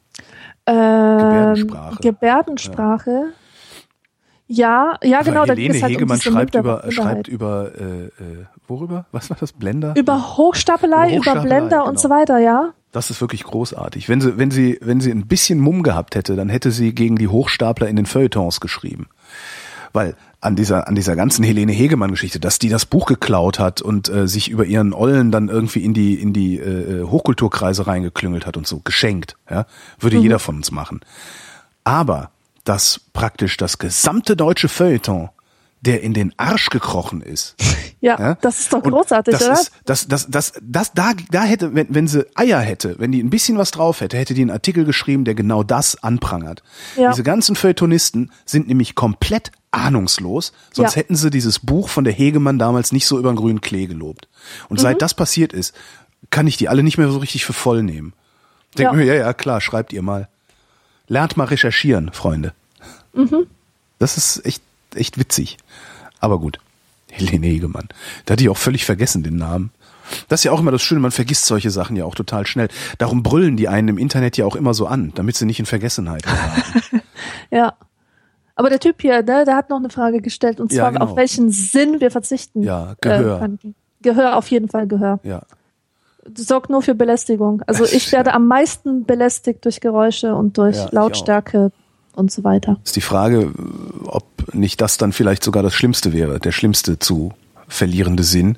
Gebärdensprache. Ja, genau. Helene da Hegemann schreibt über worüber? Was war das? Blender? Über Hochstapelei, über Blender und so weiter, ja. Das ist wirklich großartig. Wenn sie ein bisschen Mumm gehabt hätte, dann hätte sie gegen die Hochstapler in den Feuilletons geschrieben. Weil an dieser ganzen Helene Hegemann-Geschichte, dass die das Buch geklaut hat und sich über ihren Ollen dann irgendwie in die Hochkulturkreise reingeklüngelt hat und so, geschenkt, ja, würde jeder von uns machen. Aber dass praktisch das gesamte deutsche Feuilleton der in den Arsch gekrochen ist. Ja, das ist doch großartig, oder? Da hätte, wenn sie Eier hätte, wenn die ein bisschen was drauf hätte die einen Artikel geschrieben, der genau das anprangert. Ja. Diese ganzen Feuilletonisten sind nämlich komplett ahnungslos, sonst hätten sie dieses Buch von der Hegemann damals nicht so über den grünen Klee gelobt. Und seit das passiert ist, kann ich die alle nicht mehr so richtig für voll nehmen. Denken wir, ja, klar, schreibt ihr mal. Lernt mal recherchieren, Freunde. Das ist echt witzig. Aber gut, Helene Hegemann. Da hatte ich auch völlig vergessen, den Namen. Das ist ja auch immer das Schöne, man vergisst solche Sachen ja auch total schnell. Darum brüllen die einen im Internet ja auch immer so an, damit sie nicht in Vergessenheit geraten. Ja. Aber der Typ hier, der hat noch eine Frage gestellt, und zwar, auf welchen Sinn wir verzichten. Ja, Gehör. Gehör, auf jeden Fall Gehör. Ja. Sorgt nur für Belästigung. Also ich werde am meisten belästigt durch Geräusche und durch Lautstärke und so weiter. Ist die Frage, ob nicht das dann vielleicht sogar das Schlimmste wäre, der schlimmste zu verlierende Sinn,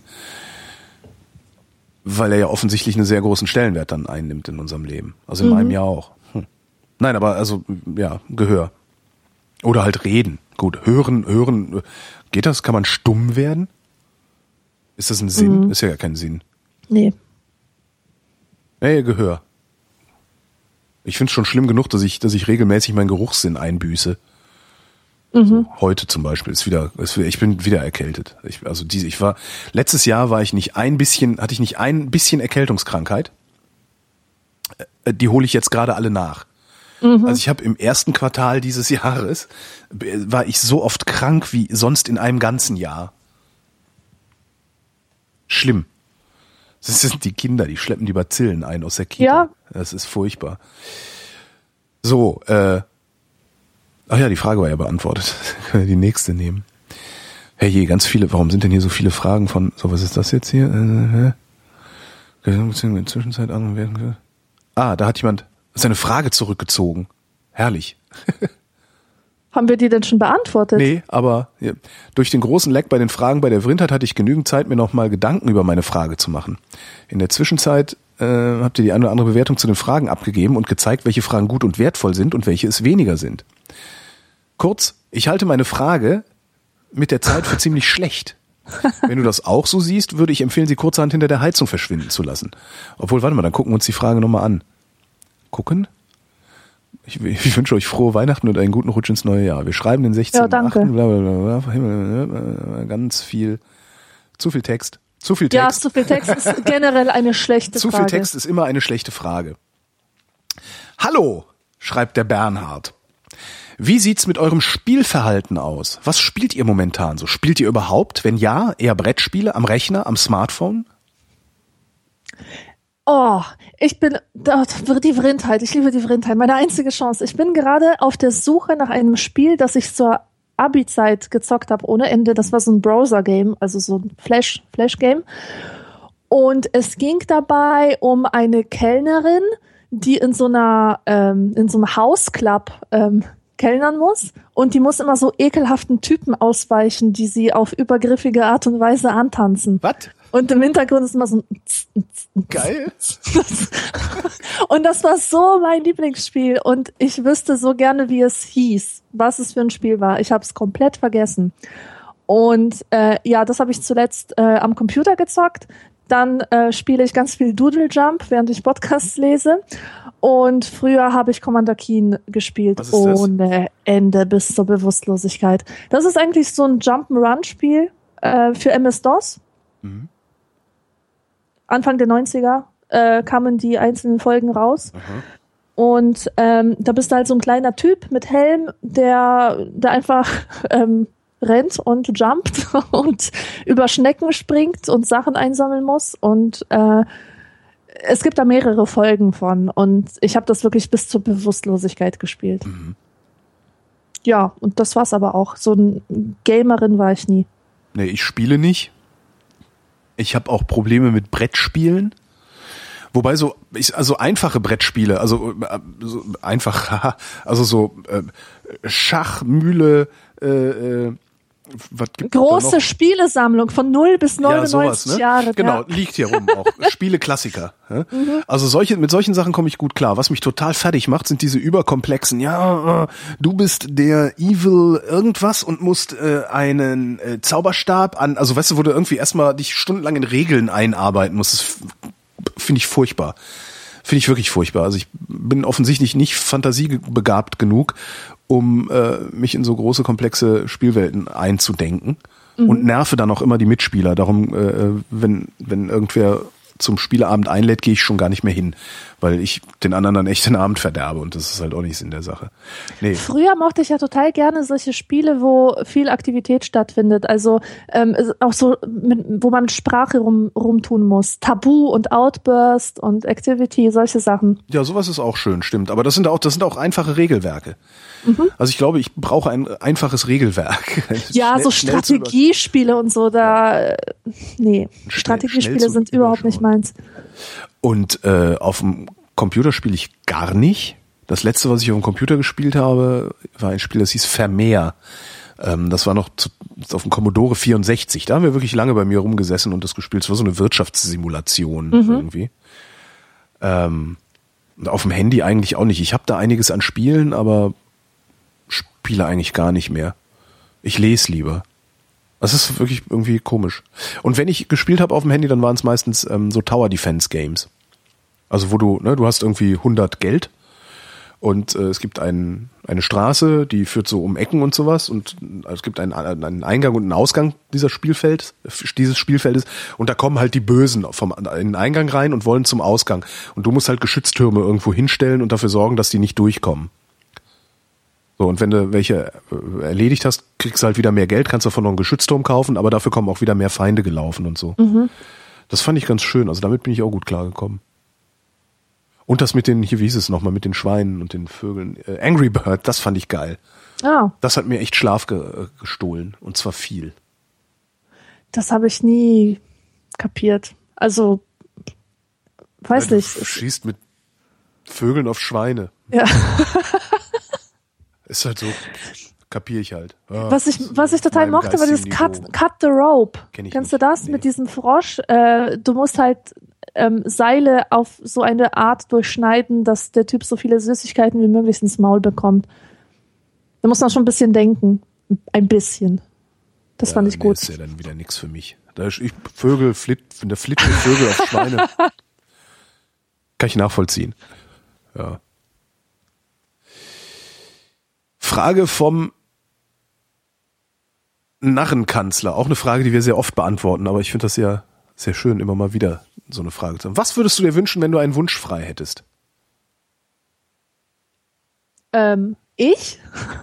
weil er ja offensichtlich einen sehr großen Stellenwert dann einnimmt in unserem Leben. Also in meinem Jahr auch. Nein, aber also, ja, Gehör. Oder halt reden. Gut, hören, geht das? Kann man stumm werden? Ist das ein Sinn? Ist ja gar kein Sinn. Nee. Nee, Gehör. Ich finde es schon schlimm genug, dass ich regelmäßig meinen Geruchssinn einbüße. So, heute zum Beispiel ich bin wieder erkältet. Letztes Jahr hatte ich nicht ein bisschen Erkältungskrankheit. Die hole ich jetzt gerade alle nach. Also ich habe im ersten Quartal dieses Jahres war ich so oft krank wie sonst in einem ganzen Jahr. Schlimm. Das sind die Kinder, die schleppen die Bazillen ein aus der Kita. Ja. Das ist furchtbar. So, ach ja, die Frage war ja beantwortet. Können wir die nächste nehmen. Hey, je, ganz viele, warum sind denn hier so viele Fragen von, so, was ist das jetzt hier? In der Zwischenzeit werden. Da hat jemand seine Frage zurückgezogen. Herrlich. Haben wir die denn schon beantwortet? Nee, aber ja, durch den großen Leck bei den Fragen bei der Vrindheit hatte ich genügend Zeit, mir nochmal Gedanken über meine Frage zu machen. In der Zwischenzeit habt ihr die eine oder andere Bewertung zu den Fragen abgegeben und gezeigt, welche Fragen gut und wertvoll sind und welche es weniger sind. Kurz, ich halte meine Frage mit der Zeit für ziemlich schlecht. Wenn du das auch so siehst, würde ich empfehlen, sie kurzerhand hinter der Heizung verschwinden zu lassen. Obwohl, warte mal, dann gucken wir uns die Frage nochmal an. Gucken? Ich wünsche euch frohe Weihnachten und einen guten Rutsch ins neue Jahr. Wir schreiben den 16.8. Ja, danke. Ganz viel, zu viel Text. Ja, zu viel Text ist generell eine schlechte Frage. Zu viel Text ist immer eine schlechte Frage. Hallo, schreibt der Bernhard. Wie sieht's mit eurem Spielverhalten aus? Was spielt ihr momentan so? Spielt ihr überhaupt? Wenn ja, eher Brettspiele am Rechner, am Smartphone? Oh, die Vrindheit. Ich liebe die Vrindheit. Meine einzige Chance. Ich bin gerade auf der Suche nach einem Spiel, das ich zur Abi-Zeit gezockt habe ohne Ende. Das war so ein Browser-Game, also so ein Flash-Game. Und es ging dabei um eine Kellnerin, die in so einem Hausclub kellnern muss. Und die muss immer so ekelhaften Typen ausweichen, die sie auf übergriffige Art und Weise antanzen. Was? Und im Hintergrund ist immer so ein Geil. Und das war so mein Lieblingsspiel. Und ich wüsste so gerne, wie es hieß, was es für ein Spiel war. Ich habe es komplett vergessen. Und das habe ich zuletzt am Computer gezockt. Dann spiele ich ganz viel Doodle Jump, während ich Podcasts lese. Und früher habe ich Commander Keen gespielt ohne Ende bis zur Bewusstlosigkeit. Das ist eigentlich so ein Jump'n'Run-Spiel für MS-DOS. Mhm. Anfang der 90er kamen die einzelnen Folgen raus. Mhm. Und da bist du halt so ein kleiner Typ mit Helm, der einfach rennt und jumpt und über Schnecken springt und Sachen einsammeln muss. Und es gibt da mehrere Folgen von. Und ich habe das wirklich bis zur Bewusstlosigkeit gespielt. Mhm. Ja, und das war's aber auch. So eine Gamerin war ich nie. Nee, ich spiele nicht. Ich habe auch Probleme mit Brettspielen. Wobei so einfache Brettspiele, so Schach, Mühle, was gibt's große Spielesammlung von 0 bis 99 sowas, ne? Jahre. Genau, liegt hier rum auch. Spiele-Klassiker. Ja? Mhm. Also mit solchen Sachen komme ich gut klar. Was mich total fertig macht, sind diese überkomplexen, du bist der Evil irgendwas und musst einen Zauberstab also weißt du, wo du irgendwie erstmal dich stundenlang in Regeln einarbeiten musst. Das finde ich furchtbar. Finde ich wirklich furchtbar. Also ich bin offensichtlich nicht fantasiebegabt genug, um mich in so große, komplexe Spielwelten einzudenken und nerve dann auch immer die Mitspieler. Darum, wenn irgendwer zum Spieleabend einlädt, gehe ich schon gar nicht mehr hin, weil ich den anderen dann echt den Abend verderbe und das ist halt auch nicht Sinn der Sache. Nee. Früher mochte ich ja total gerne solche Spiele, wo viel Aktivität stattfindet, also auch so, wo man Sprache rumtun muss. Tabu und Outburst und Activity, solche Sachen. Ja, sowas ist auch schön, stimmt. Aber das sind auch einfache Regelwerke. Mhm. Also ich glaube, ich brauche ein einfaches Regelwerk. Ja, so Strategiespiele und so, Strategiespiele sind überhaupt nicht meins. Und auf dem Computer spiele ich gar nicht. Das letzte, was ich auf dem Computer gespielt habe, war ein Spiel, das hieß Vermeer. Das war noch auf dem Commodore 64. Da haben wir wirklich lange bei mir rumgesessen und das gespielt. Es war so eine Wirtschaftssimulation irgendwie. Und auf dem Handy eigentlich auch nicht. Ich habe da einiges an Spielen, aber spiele eigentlich gar nicht mehr. Ich lese lieber. Das ist wirklich irgendwie komisch. Und wenn ich gespielt habe auf dem Handy, dann waren es meistens so Tower Defense Games. Also wo du hast irgendwie 100 Geld und es gibt eine Straße, die führt so um Ecken und sowas und es gibt einen Eingang und einen Ausgang dieses Spielfeldes und da kommen halt die Bösen in den Eingang rein und wollen zum Ausgang. Und du musst halt Geschütztürme irgendwo hinstellen und dafür sorgen, dass die nicht durchkommen. So, und wenn du welche erledigt hast, kriegst du halt wieder mehr Geld, kannst davon noch einen Geschützturm kaufen, aber dafür kommen auch wieder mehr Feinde gelaufen und so. Mhm. Das fand ich ganz schön, also damit bin ich auch gut klargekommen. Und das mit den, hier, wie hieß es nochmal, mit den Schweinen und den Vögeln, Angry Bird, das fand ich geil. Ah. Das hat mir echt Schlaf gestohlen, und zwar viel. Das habe ich nie kapiert. Also, weiß nicht. Du schießt mit Vögeln auf Schweine. Ja. Ist halt so, kapiere ich halt. Was ich total mochte, war dieses Cut the Rope. Kennst du das? Nee. Mit diesem Frosch? Du musst halt Seile auf so eine Art durchschneiden, dass der Typ so viele Süßigkeiten wie möglich ins Maul bekommt. Da muss man schon ein bisschen denken. Ein bisschen. Das fand ich gut. Das ist ja dann wieder nichts für mich. Da ist Vögel, flitte Vögel auf Schweine. Kann ich nachvollziehen. Ja. Frage vom Narrenkanzler. Auch eine Frage, die wir sehr oft beantworten, aber ich finde das ja sehr schön, immer mal wieder so eine Frage zu haben. Was würdest du dir wünschen, wenn du einen Wunsch frei hättest? Ich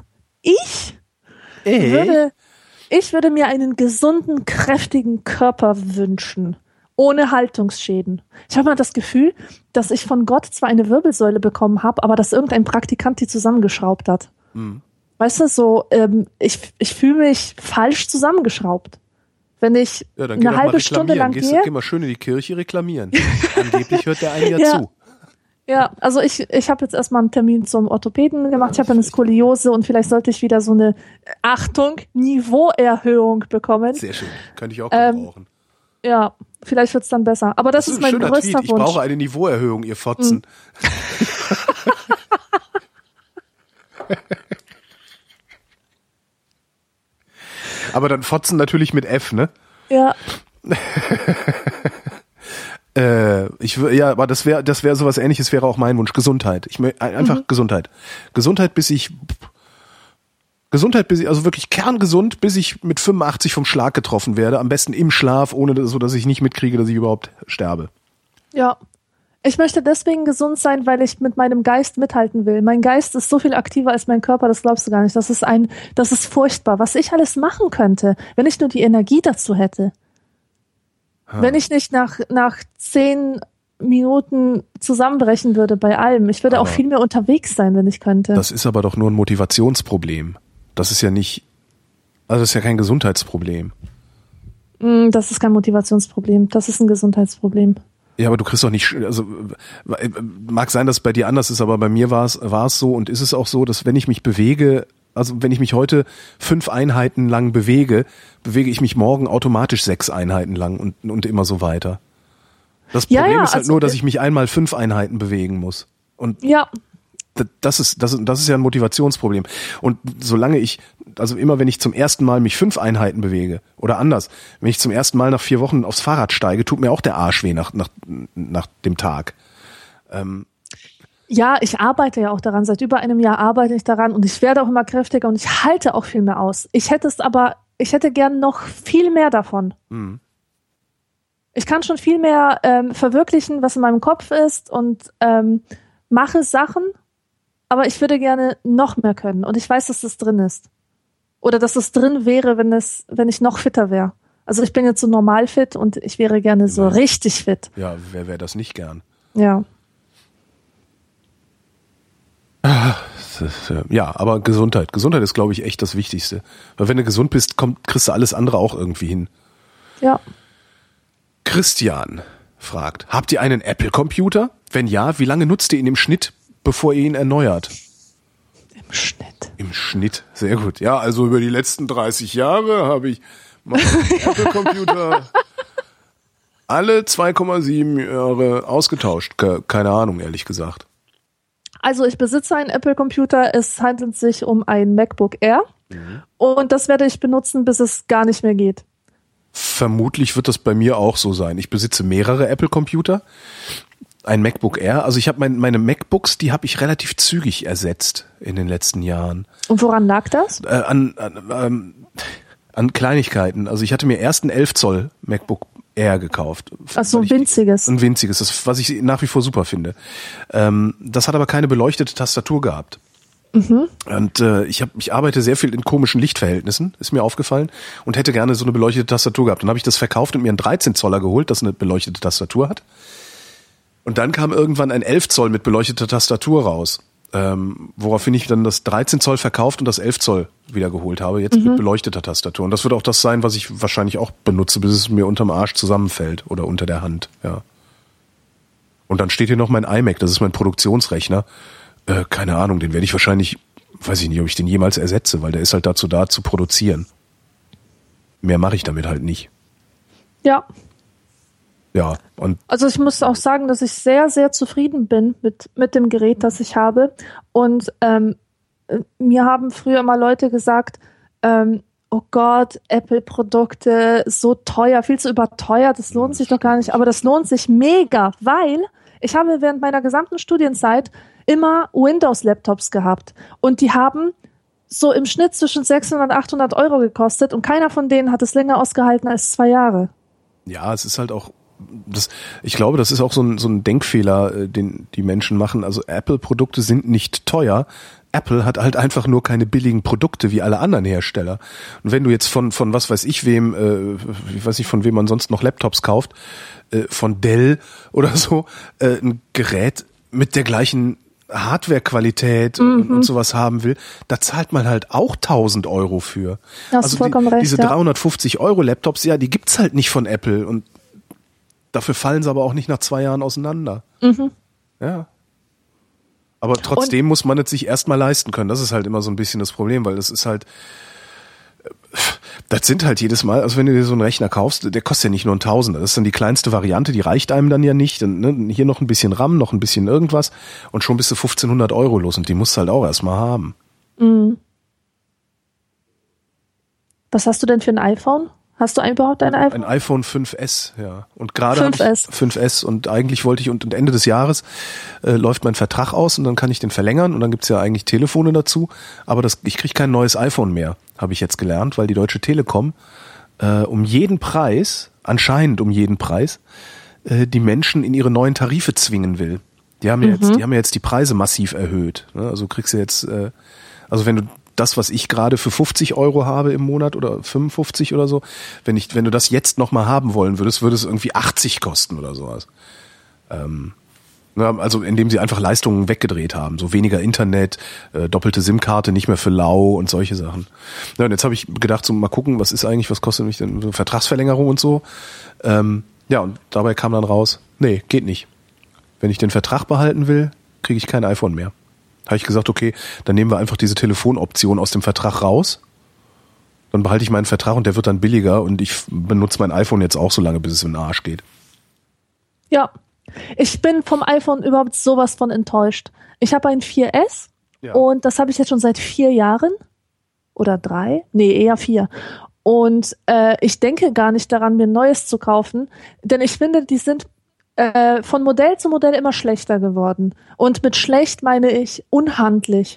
würde mir einen gesunden, kräftigen Körper wünschen. Ohne Haltungsschäden. Ich habe mal das Gefühl, dass ich von Gott zwar eine Wirbelsäule bekommen habe, aber dass irgendein Praktikant die zusammengeschraubt hat. Mhm. Weißt du, so, ich fühle mich falsch zusammengeschraubt. Wenn ich eine halbe Stunde lang gehe. Geh mal schön in die Kirche reklamieren. Angeblich hört der einen ja zu. Ja, also ich habe jetzt erstmal einen Termin zum Orthopäden gemacht. Ich habe eine Skoliose und vielleicht sollte ich wieder so eine, Achtung, Niveauerhöhung bekommen. Sehr schön, könnte ich auch gebrauchen. Ja, vielleicht wird's dann besser. Aber das ist mein größter Wunsch. Ich brauche eine Niveauerhöhung, ihr Fotzen. Aber dann Fotzen natürlich mit F, ne? Ja. Aber das wäre sowas Ähnliches, wäre auch mein Wunsch. Gesundheit. Einfach Gesundheit. Gesundheit, also wirklich kerngesund, bis ich mit 85 vom Schlag getroffen werde. Am besten im Schlaf, so dass ich nicht mitkriege, dass ich überhaupt sterbe. Ja. Ich möchte deswegen gesund sein, weil ich mit meinem Geist mithalten will. Mein Geist ist so viel aktiver als mein Körper, das glaubst du gar nicht. Das ist furchtbar. Was ich alles machen könnte, wenn ich nur die Energie dazu hätte. Wenn ich nicht nach 10 Minuten zusammenbrechen würde bei allem. Ich würde auch viel mehr unterwegs sein, wenn ich könnte. Das ist aber doch nur ein Motivationsproblem. Das ist ja das ist ja kein Gesundheitsproblem. Das ist kein Motivationsproblem. Das ist ein Gesundheitsproblem. Ja, aber du kriegst doch nicht, also mag sein, dass es bei dir anders ist, aber bei mir war es so und ist es auch so, dass wenn ich mich bewege, also wenn ich mich heute 5 Einheiten lang bewege ich mich morgen automatisch 6 Einheiten lang und immer so weiter. Das Problem ist halt nur, dass ich mich einmal 5 Einheiten bewegen muss. Und das ist ja ein Motivationsproblem. Und solange immer wenn ich zum ersten Mal mich 5 Einheiten bewege, oder anders, wenn ich zum ersten Mal nach 4 Wochen aufs Fahrrad steige, tut mir auch der Arsch weh nach dem Tag. Ja, ich arbeite ja auch daran. Seit über einem Jahr arbeite ich daran und ich werde auch immer kräftiger und ich halte auch viel mehr aus. Ich hätte gern noch viel mehr davon. Mhm. Ich kann schon viel mehr verwirklichen, was in meinem Kopf ist und mache Sachen, aber ich würde gerne noch mehr können und ich weiß, dass das drin ist. Oder dass es drin wäre, wenn ich noch fitter wäre. Also ich bin jetzt so normal fit und ich wäre gerne so richtig fit. Ja, wer wäre das nicht gern? Ja. Ja, aber Gesundheit. Gesundheit ist, glaube ich, echt das Wichtigste. Weil wenn du gesund bist, kriegst du alles andere auch irgendwie hin. Ja. Christian fragt, habt ihr einen Apple-Computer? Wenn ja, wie lange nutzt ihr ihn im Schnitt, bevor ihr ihn erneuert? Im Schnitt, sehr gut. Ja, also über die letzten 30 Jahre habe ich meinen Apple-Computer alle 2,7 Jahre ausgetauscht. Keine Ahnung, ehrlich gesagt. Also ich besitze einen Apple-Computer. Es handelt sich um ein MacBook Air. Und das werde ich benutzen, bis es gar nicht mehr geht. Vermutlich wird das bei mir auch so sein. Ich besitze mehrere Apple-Computer, ein MacBook Air. Also ich habe meine MacBooks, die habe ich relativ zügig ersetzt in den letzten Jahren. Und woran lag das? An Kleinigkeiten. Also ich hatte mir erst ein 11 Zoll MacBook Air gekauft. Also ein winziges. Ein winziges, das, was ich nach wie vor super finde. Das hat aber keine beleuchtete Tastatur gehabt. Und ich arbeite sehr viel in komischen Lichtverhältnissen, ist mir aufgefallen, und hätte gerne so eine beleuchtete Tastatur gehabt. Dann habe ich das verkauft und mir einen 13 Zoller geholt, das eine beleuchtete Tastatur hat. Und dann kam irgendwann ein 11 Zoll mit beleuchteter Tastatur raus, woraufhin ich dann das 13 Zoll verkauft und das 11 Zoll wieder geholt habe, jetzt mit beleuchteter Tastatur. Und das wird auch das sein, was ich wahrscheinlich auch benutze, bis es mir unterm Arsch zusammenfällt oder unter der Hand, ja. Und dann steht hier noch mein iMac, das ist mein Produktionsrechner. Keine Ahnung, den werde ich wahrscheinlich, weiß ich nicht, ob ich den jemals ersetze, weil der ist halt dazu da, zu produzieren. Mehr mache ich damit halt nicht. Ja. Ja, und Also ich muss auch sagen, dass ich sehr, sehr zufrieden bin mit dem Gerät, das ich habe. Und mir haben früher immer Leute gesagt, oh Gott, Apple-Produkte, so teuer, viel zu überteuert, das lohnt sich doch gar nicht. Aber das lohnt sich mega, weil ich habe während meiner gesamten Studienzeit immer Windows-Laptops gehabt. Und die haben so im Schnitt zwischen 600 und 800 Euro gekostet. Und keiner von denen hat es länger ausgehalten als 2 Jahre. ja, es ist halt auch, ich glaube, das ist auch so ein Denkfehler, den die Menschen machen. Also Apple-Produkte sind nicht teuer. Apple hat halt einfach nur keine billigen Produkte wie alle anderen Hersteller. Und wenn du jetzt von was weiß ich wem, ich weiß nicht, von wem man sonst noch Laptops kauft, von Dell oder so, ein Gerät mit der gleichen Hardware-Qualität und sowas haben will, da zahlt man halt auch 1.000 Euro für. Da hast du vollkommen recht, diese 350 Euro Laptops, ja, die gibt's halt nicht von Apple und dafür fallen sie aber auch nicht nach 2 Jahren auseinander. Ja. Aber trotzdem muss man es sich erstmal leisten können. Das ist halt immer so ein bisschen das Problem, weil das ist halt, das sind halt jedes Mal, also wenn du dir so einen Rechner kaufst, der kostet ja nicht nur ein Tausender. Das ist dann die kleinste Variante, die reicht einem dann ja nicht. Dann, ne, hier noch ein bisschen RAM, noch ein bisschen irgendwas und schon bist du 1.500 Euro los und die musst du halt auch erstmal haben. Was hast du denn für ein iPhone? Hast du überhaupt ein iPhone? Ein iPhone 5S, ja. Und gerade 5S. 5S und eigentlich wollte ich, und Ende des Jahres läuft mein Vertrag aus und dann kann ich den verlängern und dann gibt's ja eigentlich Telefone dazu, aber ich kriege kein neues iPhone mehr, habe ich jetzt gelernt, weil die Deutsche Telekom anscheinend um jeden Preis, die Menschen in ihre neuen Tarife zwingen will. Die haben ja jetzt die Preise massiv erhöht. Ne? Also kriegst du jetzt, also wenn du das, was ich gerade für 50 Euro habe im Monat oder 55 oder so, wenn du das jetzt nochmal haben wollen würdest, würde es irgendwie 80 kosten oder sowas. Also indem sie einfach Leistungen weggedreht haben, so weniger Internet, doppelte SIM-Karte, nicht mehr für lau und solche Sachen. Ja, und jetzt habe ich gedacht, so mal gucken, was kostet mich denn so Vertragsverlängerung und so. Ja, und dabei kam dann raus, nee, geht nicht. Wenn ich den Vertrag behalten will, kriege ich kein iPhone mehr. Habe ich gesagt, okay, dann nehmen wir einfach diese Telefonoption aus dem Vertrag raus. Dann behalte ich meinen Vertrag und der wird dann billiger und ich benutze mein iPhone jetzt auch so lange, bis es in den Arsch geht. Ja, ich bin vom iPhone überhaupt sowas von enttäuscht. Ich habe ein 4S und das habe ich jetzt schon seit 4 Jahren oder 3, nee, eher 4. Und ich denke gar nicht daran, mir ein neues zu kaufen, denn ich finde, die sind von Modell zu Modell immer schlechter geworden. Und mit schlecht meine ich unhandlich.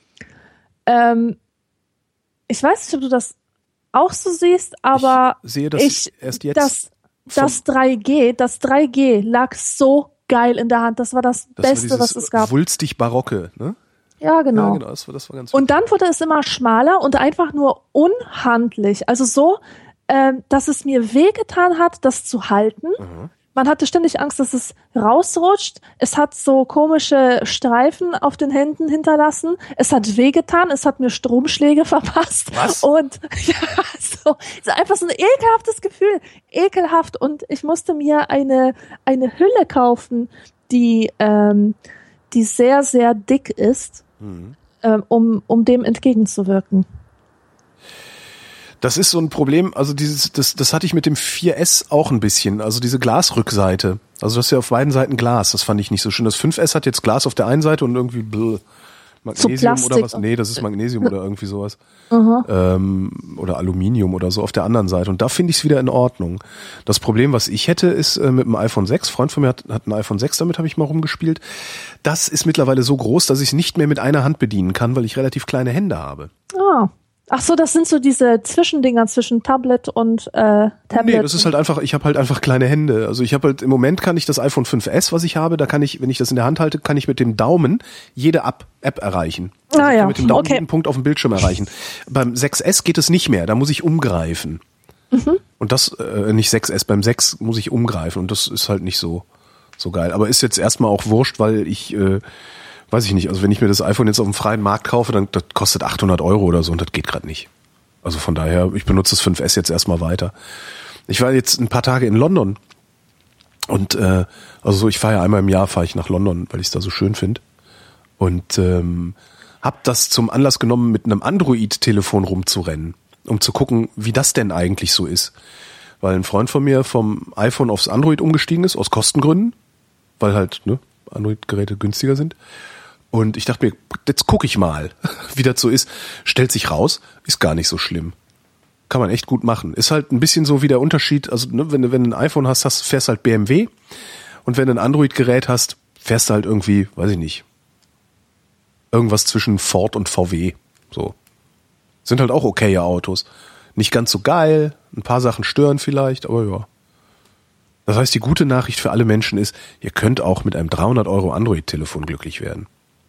Ich weiß nicht, ob du das auch so siehst, aber ich sehe das erst jetzt. Das 3G lag so geil in der Hand. Das war das Beste, was es gab. Wulstig Barocke, ne? Ja, genau. Ja, genau, das war ganz und dann wurde es immer schmaler und einfach nur unhandlich. Also so, dass es mir wehgetan hat, das zu halten. Man hatte ständig Angst, dass es rausrutscht. Es hat so komische Streifen auf den Händen hinterlassen. Es hat wehgetan. Es hat mir Stromschläge verpasst. Was? Und ja, so einfach so ein ekelhaftes Gefühl. Ekelhaft. Und ich musste mir eine Hülle kaufen, die sehr, sehr dick ist, um dem entgegenzuwirken. Das ist so ein Problem, also das hatte ich mit dem 4S auch ein bisschen, also diese Glasrückseite. Also das ist ja auf beiden Seiten Glas, das fand ich nicht so schön. Das 5S hat jetzt Glas auf der einen Seite und irgendwie Magnesium Plastik. oder was? Nee, das ist Magnesium oder irgendwie sowas. Oder Aluminium oder so auf der anderen Seite. Und da finde ich es wieder in Ordnung. Das Problem, was ich hätte, ist mit dem iPhone 6. Ein Freund von mir hat ein iPhone 6, damit habe ich mal rumgespielt. Das ist mittlerweile so groß, dass ich es nicht mehr mit einer Hand bedienen kann, weil ich relativ kleine Hände habe. Ah. Ach so, das sind so diese Zwischendinger zwischen Tablet und Tablet. Nee, das ist halt einfach, ich habe halt einfach kleine Hände. Also ich habe halt, im Moment kann ich das iPhone 5S, was ich habe, da kann ich, wenn ich das in der Hand halte, kann ich mit dem Daumen jede App erreichen. Also ich kann mit dem Daumen jeden Punkt auf dem Bildschirm erreichen. Beim 6S geht es nicht mehr, da muss ich umgreifen. Und das, nicht 6S, beim 6 muss ich umgreifen und das ist halt nicht so geil. Aber ist jetzt erstmal auch wurscht, weil ich, weiß ich nicht, also wenn ich mir das iPhone jetzt auf dem freien Markt kaufe, dann das kostet 800 € oder so und das geht gerade nicht. Also von daher, ich benutze das 5S jetzt erstmal weiter. Ich war jetzt ein paar Tage in London und also so, ich fahre ja einmal im Jahr, fahre ich nach London, weil ich es da so schön finde und habe das zum Anlass genommen, mit einem Android-Telefon rumzurennen, um zu gucken, wie das denn eigentlich so ist. Weil ein Freund von mir vom iPhone aufs Android umgestiegen ist, aus Kostengründen, weil halt Android-Geräte günstiger sind. Und ich dachte mir, jetzt gucke ich mal, wie das so ist. Stellt sich raus, ist gar nicht so schlimm. Kann man echt gut machen. Ist halt ein bisschen so wie der Unterschied, also wenn du ein iPhone hast, fährst halt BMW. Und wenn du ein Android-Gerät hast, fährst du halt irgendwie, weiß ich nicht, irgendwas zwischen Ford und VW. So. Sind halt auch okaye Autos. Nicht ganz so geil, ein paar Sachen stören vielleicht, aber ja. Das heißt, die gute Nachricht für alle Menschen ist, ihr könnt auch mit einem 300 € Android-Telefon glücklich werden.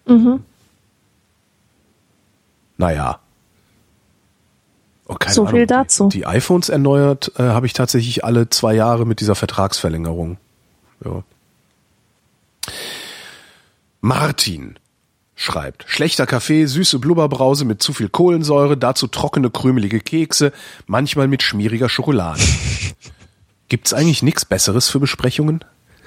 Naja. Oh, keine So viel Ahnung. dazu. Die iPhones erneuert habe ich tatsächlich alle 2 Jahre mit dieser Vertragsverlängerung. Ja. Martin schreibt, schlechter Kaffee, süße Blubberbrause mit zu viel Kohlensäure, dazu trockene, krümelige Kekse, manchmal mit schmieriger Schokolade. Gibt's eigentlich nichts Besseres für Besprechungen?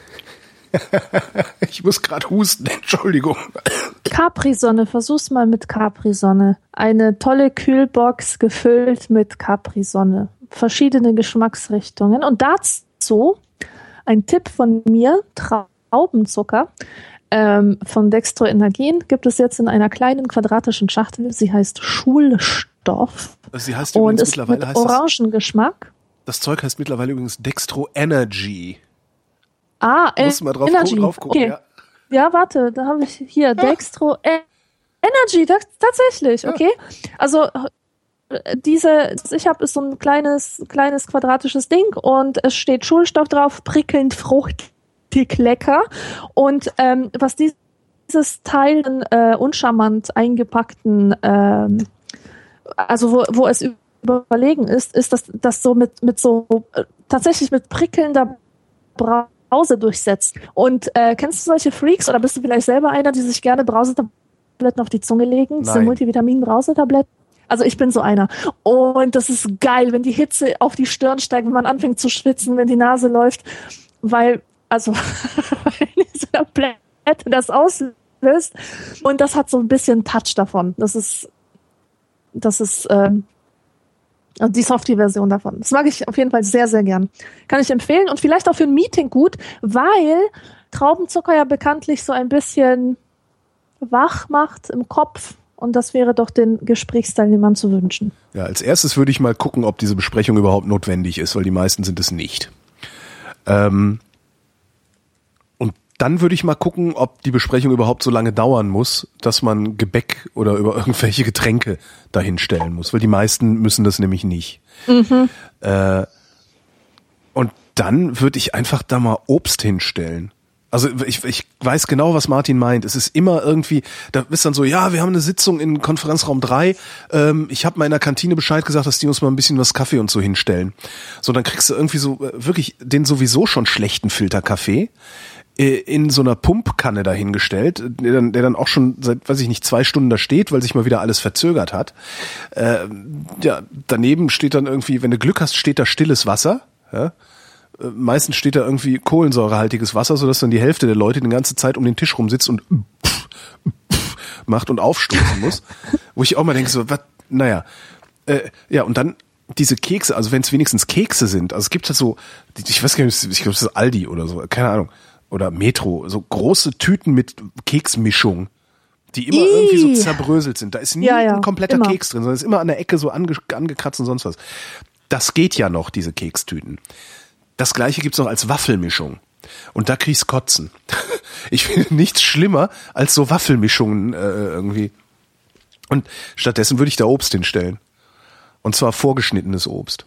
Ich muss gerade husten, Entschuldigung. Capri-Sonne, versuch's mal mit Capri-Sonne. Eine tolle Kühlbox gefüllt mit Capri-Sonne. Verschiedene Geschmacksrichtungen. Und dazu ein Tipp von mir, Traubenzucker von Dextro Energien gibt es jetzt in einer kleinen quadratischen Schachtel. Sie heißt Schulstoff. Sie heißt und übrigens ist mittlerweile mit Orangengeschmack. Das Zeug heißt mittlerweile übrigens Dextro Energy. Ah, Muss mal drauf gucken. Okay. Ja, warte, da habe ich hier Dextro Energy, tatsächlich, okay. Also das ich habe, ist so ein kleines quadratisches Ding und es steht Schulstoff drauf, prickelnd, fruchtig, lecker. Und was dieses Teil uncharmant eingepackten, also wo es überlegen ist, das so mit so tatsächlich mit prickelnder Brause durchsetzt. Und kennst du solche Freaks oder bist du vielleicht selber einer, die sich gerne Brausetabletten auf die Zunge legen? Diese Multivitamin-Brausetabletten? Also ich bin so einer. Und das ist geil, wenn die Hitze auf die Stirn steigt, wenn man anfängt zu schwitzen, wenn die Nase läuft, weil diese Tablette das auslöst. Und das hat so ein bisschen Touch davon. Das ist die Softie-Version davon. Das mag ich auf jeden Fall sehr, sehr gern. Kann ich empfehlen und vielleicht auch für ein Meeting gut, weil Traubenzucker ja bekanntlich so ein bisschen wach macht im Kopf und das wäre doch den Gesprächsteilnehmern zu wünschen. Ja, als erstes würde ich mal gucken, ob diese Besprechung überhaupt notwendig ist, weil die meisten sind es nicht. Und dann würde ich mal gucken, ob die Besprechung überhaupt so lange dauern muss, dass man Gebäck oder über irgendwelche Getränke dahin stellen muss, weil die meisten müssen das nämlich nicht. Und dann würde ich einfach da mal Obst hinstellen. Also ich weiß genau, was Martin meint. Es ist immer irgendwie, da ist dann so, ja, wir haben eine Sitzung in Konferenzraum 3. Ich habe meiner Kantine Bescheid gesagt, dass die uns mal ein bisschen was Kaffee und so hinstellen. So, dann kriegst du irgendwie so wirklich den sowieso schon schlechten Filterkaffee in so einer Pumpkanne dahingestellt, der dann auch schon seit, weiß ich nicht, 2 Stunden da steht, weil sich mal wieder alles verzögert hat. Ja, daneben steht dann irgendwie, wenn du Glück hast, steht da stilles Wasser. Ja? Meistens steht da irgendwie kohlensäurehaltiges Wasser, sodass dann die Hälfte der Leute die ganze Zeit um den Tisch rumsitzt und macht und aufstoßen muss. Wo ich auch mal denke, so, was, naja. Ja, und dann diese Kekse, also wenn es wenigstens Kekse sind, also es gibt halt so, ich weiß gar nicht, ich glaube, das ist Aldi oder so, keine Ahnung, oder Metro, so große Tüten mit Keksmischung. Die immer irgendwie so zerbröselt sind. Da ist nie ein kompletter immer. Keks drin, sondern ist immer an der Ecke so angekratzt und sonst was. Das geht ja noch, diese Kekstüten. Das Gleiche gibt's noch als Waffelmischung. Und da kriegst Kotzen. Ich finde nichts schlimmer als so Waffelmischungen irgendwie. Und stattdessen würde ich da Obst hinstellen. Und zwar vorgeschnittenes Obst.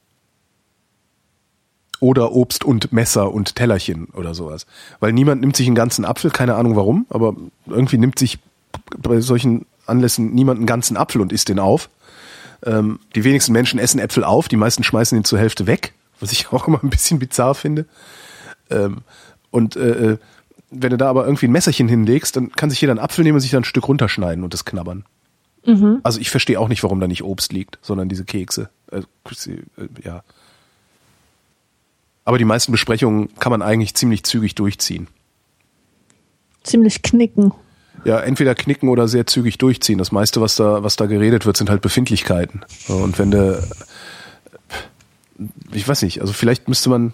Oder Obst und Messer und Tellerchen oder sowas. Weil niemand nimmt sich einen ganzen Apfel, keine Ahnung warum, aber irgendwie nimmt sich bei solchen Anlässen niemand einen ganzen Apfel und isst den auf. Die wenigsten Menschen essen Äpfel auf, die meisten schmeißen ihn zur Hälfte weg, was ich auch immer ein bisschen bizarr finde. Wenn du da aber irgendwie ein Messerchen hinlegst, dann kann sich jeder einen Apfel nehmen und sich dann ein Stück runterschneiden und das knabbern. Mhm. Also ich verstehe auch nicht, warum da nicht Obst liegt, sondern diese Kekse. Ja. Aber die meisten Besprechungen kann man eigentlich ziemlich zügig durchziehen. Ziemlich knicken. Ja, entweder knicken oder sehr zügig durchziehen. Das meiste, was da geredet wird, sind halt Befindlichkeiten. Und wenn du, ich weiß nicht, also vielleicht müsste man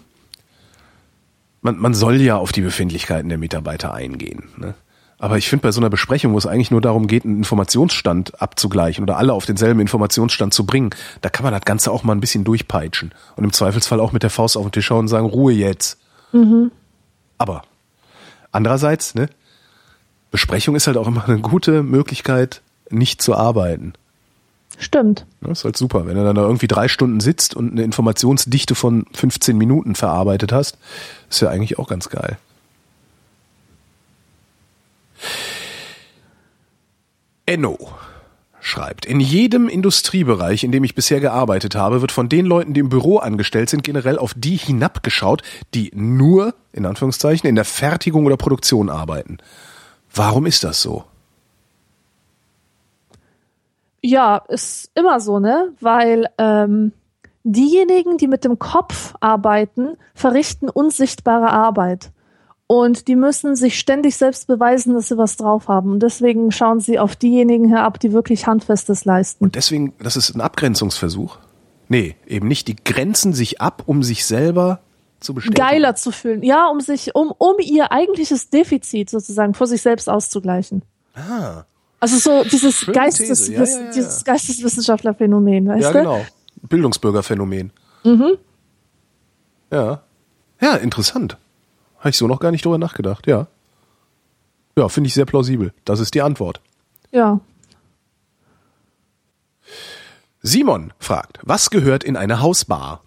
soll ja auf die Befindlichkeiten der Mitarbeiter eingehen, ne? Aber ich finde, bei so einer Besprechung, wo es eigentlich nur darum geht, einen Informationsstand abzugleichen oder alle auf denselben Informationsstand zu bringen, da kann man das Ganze auch mal ein bisschen durchpeitschen und im Zweifelsfall auch mit der Faust auf den Tisch hauen und sagen, Ruhe jetzt. Mhm. Aber andererseits, ne, Besprechung ist halt auch immer eine gute Möglichkeit, nicht zu arbeiten. Stimmt. Das ist halt super, wenn du dann da irgendwie 3 Stunden sitzt und eine Informationsdichte von 15 Minuten verarbeitet hast, ist ja eigentlich auch ganz geil. Enno schreibt, in jedem Industriebereich, in dem ich bisher gearbeitet habe, wird von den Leuten, die im Büro angestellt sind, generell auf die hinabgeschaut, die nur, in Anführungszeichen, in der Fertigung oder Produktion arbeiten. Warum ist das so? Ja, ist immer so, ne? Weil diejenigen, die mit dem Kopf arbeiten, verrichten unsichtbare Arbeit. Und die müssen sich ständig selbst beweisen, dass sie was drauf haben. Und deswegen schauen sie auf diejenigen herab, die wirklich Handfestes leisten. Und deswegen, das ist ein Abgrenzungsversuch? Nee, eben nicht. Die grenzen sich ab, um sich selber zu bestätigen. Geiler zu fühlen. Ja, um ihr eigentliches Defizit sozusagen vor sich selbst auszugleichen. Ah. Also so dieses These. Dieses Geisteswissenschaftlerphänomen, weißt du? Ja, genau. Bildungsbürgerphänomen. Mhm. Ja. Ja, interessant. Habe ich so noch gar nicht drüber nachgedacht, ja. Ja, finde ich sehr plausibel. Das ist die Antwort. Ja. Simon fragt, was gehört in eine Hausbar?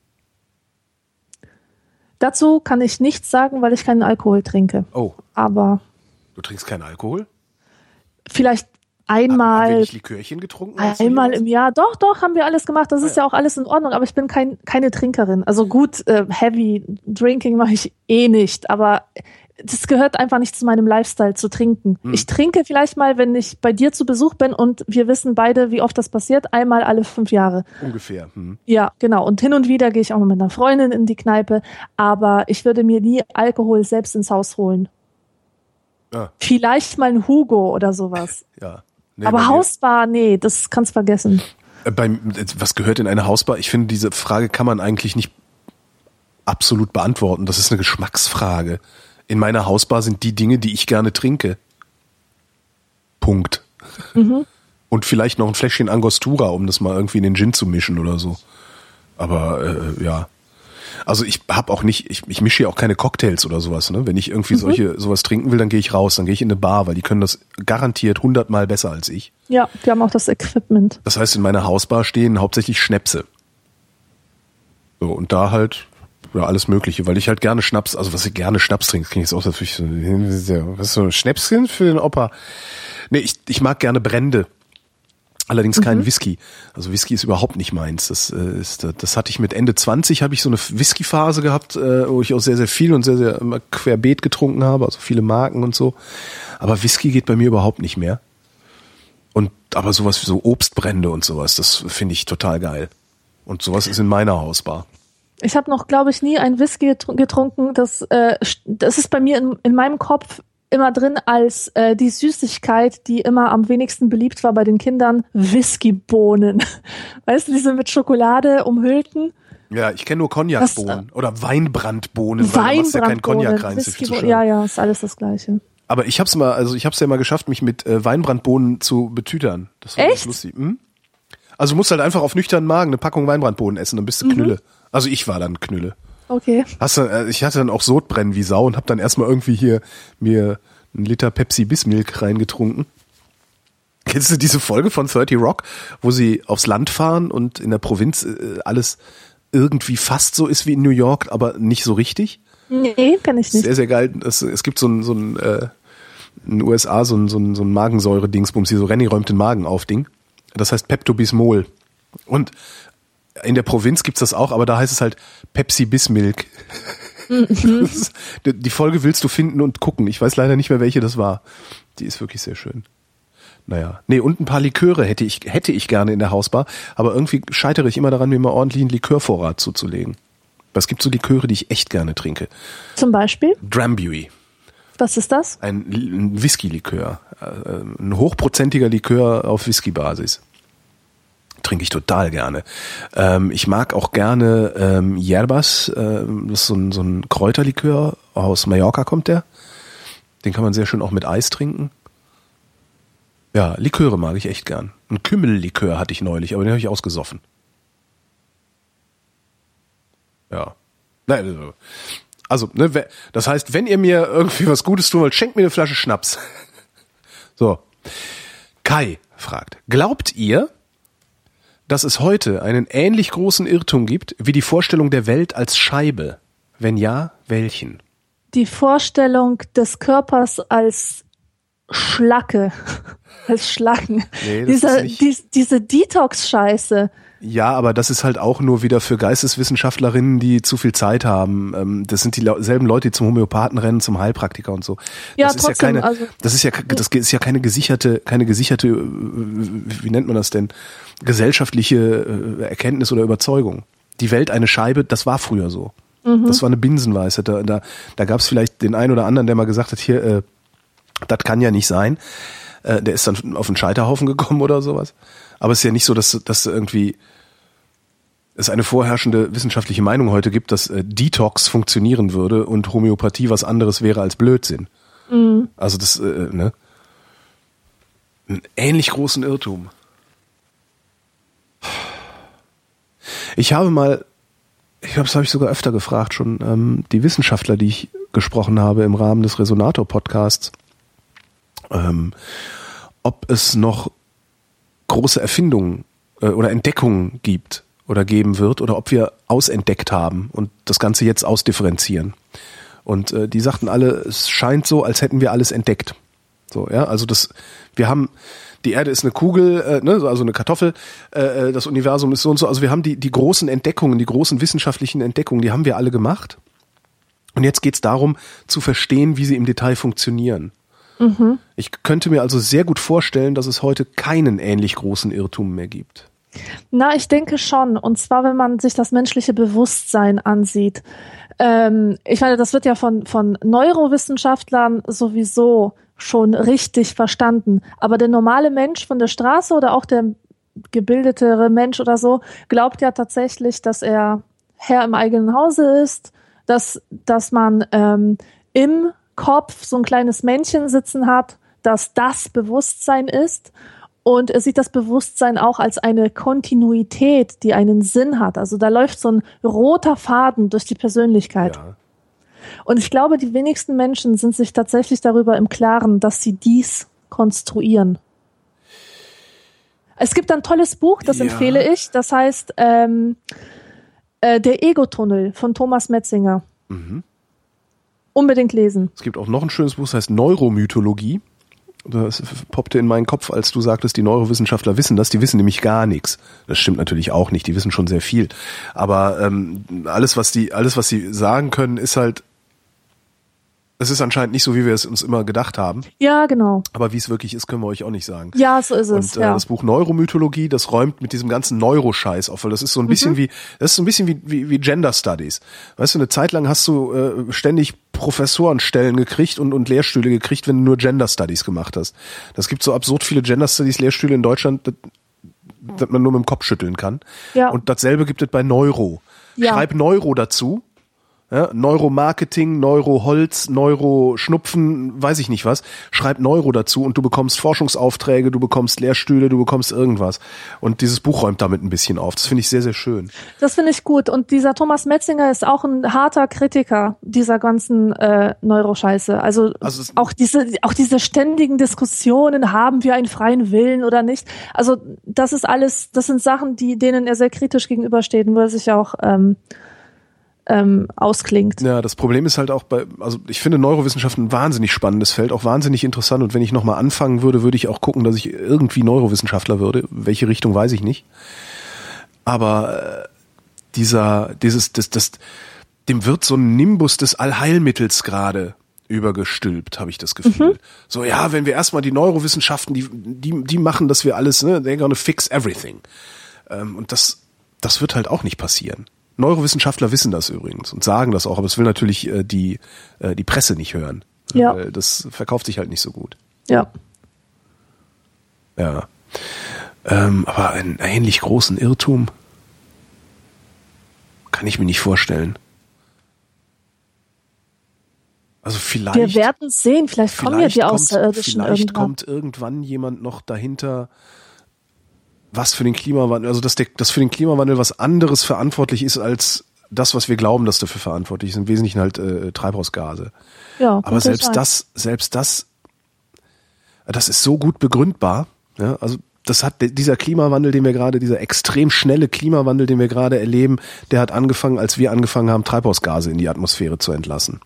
Dazu kann ich nichts sagen, weil ich keinen Alkohol trinke. Oh. Aber. Du trinkst keinen Alkohol? Vielleicht einmal. Haben wir nicht Likörchen getrunken? Einmal im Jahr. Doch, haben wir alles gemacht. Das ist ja auch alles in Ordnung. Aber ich bin keine Trinkerin. Also gut, Heavy Drinking mache ich eh nicht. Aber das gehört einfach nicht zu meinem Lifestyle zu trinken. Ich trinke vielleicht mal, wenn ich bei dir zu Besuch bin und wir wissen beide, wie oft das passiert, einmal alle 5 Jahre. Ungefähr. Ja, genau. Und hin und wieder gehe ich auch mal mit einer Freundin in die Kneipe. Aber ich würde mir nie Alkohol selbst ins Haus holen. Ah. Vielleicht mal ein Hugo oder sowas. Ja. Nee, aber Hausbar, nee, das kannst vergessen. Was gehört in eine Hausbar? Ich finde, diese Frage kann man eigentlich nicht absolut beantworten. Das ist eine Geschmacksfrage. In meiner Hausbar sind die Dinge, die ich gerne trinke. Punkt. Mhm. Und vielleicht noch ein Fläschchen Angostura, um das mal irgendwie in den Gin zu mischen oder so. Aber ja. Also ich habe auch nicht, ich mische hier auch keine Cocktails oder sowas, ne? Wenn ich irgendwie sowas trinken will, dann gehe ich raus, dann gehe ich in eine Bar, weil die können das garantiert 100-mal besser als ich. Ja, die haben auch das Equipment. Das heißt, in meiner Hausbar stehen hauptsächlich Schnäpse. So, und da halt ja alles Mögliche, weil ich halt gerne Schnaps, also was ich gerne Schnaps trinke, klingt jetzt auch natürlich so, was ist so ein Schnäpschen für den Opa? Nee, ich mag gerne Brände. Allerdings keinen Whisky. Also Whisky ist überhaupt nicht meins. Das hatte ich mit Ende 20, habe ich so eine Whisky-Phase gehabt, wo ich auch sehr, sehr viel und sehr, sehr immer querbeet getrunken habe, also viele Marken und so. Aber Whisky geht bei mir überhaupt nicht mehr. Aber sowas wie so Obstbrände und sowas, das finde ich total geil. Und sowas ist in meiner Hausbar. Ich habe noch, glaube ich, nie einen Whisky getrunken. Das ist bei mir in meinem Kopf immer drin als die Süßigkeit, die immer am wenigsten beliebt war bei den Kindern, Whiskybohnen. Weißt du, diese mit Schokolade umhüllten? Ja, ich kenne nur Cognac-Bohnen oder Weinbrandbohnen, weil du machst ja keinen Cognac rein. Ja, ist alles das Gleiche. Aber ich hab's ja mal geschafft, mich mit Weinbrandbohnen zu betütern. Das war Echt? ganz lustig. Also du musst halt einfach auf nüchternen Magen eine Packung Weinbrandbohnen essen, dann bist du Knülle. Also ich war dann Knülle. Okay. Ich hatte dann auch Sodbrennen wie Sau und hab dann erstmal irgendwie hier mir einen Liter Pepsi Bismilk reingetrunken. Kennst du diese Folge von 30 Rock, wo sie aufs Land fahren und in der Provinz alles irgendwie fast so ist wie in New York, aber nicht so richtig? Nee, kann ich nicht. Sehr, sehr geil. Es gibt so ein in den USA so ein Magensäure-Dingsbums, hier so Renny räumt den Magen auf Ding. Das heißt Pepto-Bismol. Und in der Provinz gibt's das auch, aber da heißt es halt Pepsi Bismilk. Die Folge willst du finden und gucken. Ich weiß leider nicht mehr, welche das war. Die ist wirklich sehr schön. Naja. Nee, und ein paar Liköre hätte ich gerne in der Hausbar, aber irgendwie scheitere ich immer daran, mir mal ordentlich einen Likörvorrat zuzulegen. Es gibt so Liköre, die ich echt gerne trinke. Zum Beispiel? Drambuie. Was ist das? Ein Whisky-Likör. Ein hochprozentiger Likör auf Whisky-Basis. Trinke ich total gerne. Ich mag auch gerne Yerbas. Das ist so ein Kräuterlikör. Aus Mallorca kommt der. Den kann man sehr schön auch mit Eis trinken. Ja, Liköre mag ich echt gern. Ein Kümmellikör hatte ich neulich, aber den habe ich ausgesoffen. Ja. Nein, also, ne, das heißt, wenn ihr mir irgendwie was Gutes tun wollt, schenkt mir eine Flasche Schnaps. So. Kai fragt, glaubt ihr, dass es heute einen ähnlich großen Irrtum gibt wie die Vorstellung der Welt als Scheibe? Wenn ja, welchen? Die Vorstellung des Körpers als Schlacke. Als Schlacken. Nee, diese Detox-Scheiße. Ja, aber das ist halt auch nur wieder für Geisteswissenschaftlerinnen, die zu viel Zeit haben. Das sind dieselben Leute, die zum Homöopathen rennen, zum Heilpraktiker und so. Ja, das trotzdem. Das ist ja keine gesicherte, wie nennt man das denn? Gesellschaftliche Erkenntnis oder Überzeugung. Die Welt eine Scheibe, das war früher so. Das war eine Binsenweisheit. Da gab es vielleicht den einen oder anderen, der mal gesagt hat, hier, das kann ja nicht sein. Der ist dann auf den Scheiterhaufen gekommen oder sowas. Aber es ist ja nicht so, dass irgendwie es eine vorherrschende wissenschaftliche Meinung heute gibt, dass Detox funktionieren würde und Homöopathie was anderes wäre als Blödsinn. Also das, ne? Einen ähnlich großen Irrtum. Ich habe das habe ich sogar öfter gefragt schon, die Wissenschaftler, die ich gesprochen habe im Rahmen des Resonator-Podcasts, ob es noch große Erfindungen oder Entdeckungen gibt oder geben wird oder ob wir ausentdeckt haben und das Ganze jetzt ausdifferenzieren. Und die sagten alle, es scheint so, als hätten wir alles entdeckt. So, ja, also die Erde ist eine Kugel, also eine Kartoffel, das Universum ist so und so. Also wir haben die großen Entdeckungen, die großen wissenschaftlichen Entdeckungen, die haben wir alle gemacht. Und jetzt geht's darum, zu verstehen, wie sie im Detail funktionieren. Ich könnte mir also sehr gut vorstellen, dass es heute keinen ähnlich großen Irrtum mehr gibt. Na, ich denke schon. Und zwar, wenn man sich das menschliche Bewusstsein ansieht. Ich meine, das wird ja von Neurowissenschaftlern sowieso schon richtig verstanden. Aber der normale Mensch von der Straße oder auch der gebildetere Mensch oder so glaubt ja tatsächlich, dass er Herr im eigenen Hause ist, dass man im Kopf so ein kleines Männchen sitzen hat, dass das Bewusstsein ist. Und er sieht das Bewusstsein auch als eine Kontinuität, die einen Sinn hat. Also da läuft so ein roter Faden durch die Persönlichkeit. Ja. Und ich glaube, die wenigsten Menschen sind sich tatsächlich darüber im Klaren, dass sie dies konstruieren. Es gibt ein tolles Buch, das empfehle ich. Das heißt Der Ego-Tunnel von Thomas Metzinger. Unbedingt lesen. Es gibt auch noch ein schönes Buch, das heißt Neuromythologie. Das poppte in meinen Kopf, als du sagtest, die Neurowissenschaftler wissen das. Die wissen nämlich gar nichts. Das stimmt natürlich auch nicht. Die wissen schon sehr viel. Aber alles, was sie sagen können, ist halt, es ist anscheinend nicht so, wie wir es uns immer gedacht haben. Ja, genau. Aber wie es wirklich ist, können wir euch auch nicht sagen. Ja, so ist es. Und das Buch Neuromythologie, das räumt mit diesem ganzen Neuroscheiß auf, weil das ist so ein bisschen wie Gender Studies. Weißt du, eine Zeit lang hast du ständig Professorenstellen gekriegt und Lehrstühle gekriegt, wenn du nur Gender Studies gemacht hast. Das gibt so absurd viele Gender Studies Lehrstühle in Deutschland, dass man nur mit dem Kopf schütteln kann. Ja. Und dasselbe gibt es bei Neuro. Ja. Schreib Neuro dazu. Ja, Neuromarketing, Neuroholz, Neuroschnupfen, weiß ich nicht was. Schreib Neuro dazu und du bekommst Forschungsaufträge, du bekommst Lehrstühle, du bekommst irgendwas. Und dieses Buch räumt damit ein bisschen auf. Das finde ich sehr, sehr schön. Das finde ich gut. Und dieser Thomas Metzinger ist auch ein harter Kritiker dieser ganzen Neuroscheiße. Also auch diese ständigen Diskussionen, haben wir einen freien Willen oder nicht. Also das ist alles, das sind Sachen, denen er sehr kritisch gegenübersteht und wo er sich auch ausklingt. Ja, das Problem ist halt auch also ich finde Neurowissenschaften ein wahnsinnig spannendes Feld, auch wahnsinnig interessant, und wenn ich nochmal anfangen würde, würde ich auch gucken, dass ich irgendwie Neurowissenschaftler würde. Welche Richtung, weiß ich nicht. Aber dem wird so ein Nimbus des Allheilmittels gerade übergestülpt, habe ich das Gefühl. So, ja, wenn wir erstmal die Neurowissenschaften, die machen, dass wir alles, ne, they're gonna fix everything. Und das wird halt auch nicht passieren. Neurowissenschaftler wissen das übrigens und sagen das auch, aber es will natürlich die Presse nicht hören. Ja. Weil das verkauft sich halt nicht so gut. Ja. Ja. Aber einen ähnlich großen Irrtum kann ich mir nicht vorstellen. Also vielleicht. Wir werden sehen, vielleicht kommen ja die Außerirdischen Vielleicht irgendwann. kommt irgendwann jemand noch dahinter, was für den Klimawandel, also dass für den Klimawandel was anderes verantwortlich ist als das, was wir glauben, dass dafür verantwortlich ist. Im Wesentlichen halt Treibhausgase. Ja, aber selbst das ist so gut begründbar. Ja, also das hat dieser Klimawandel, dieser extrem schnelle Klimawandel, den wir gerade erleben, der hat angefangen, als wir angefangen haben, Treibhausgase in die Atmosphäre zu entlassen.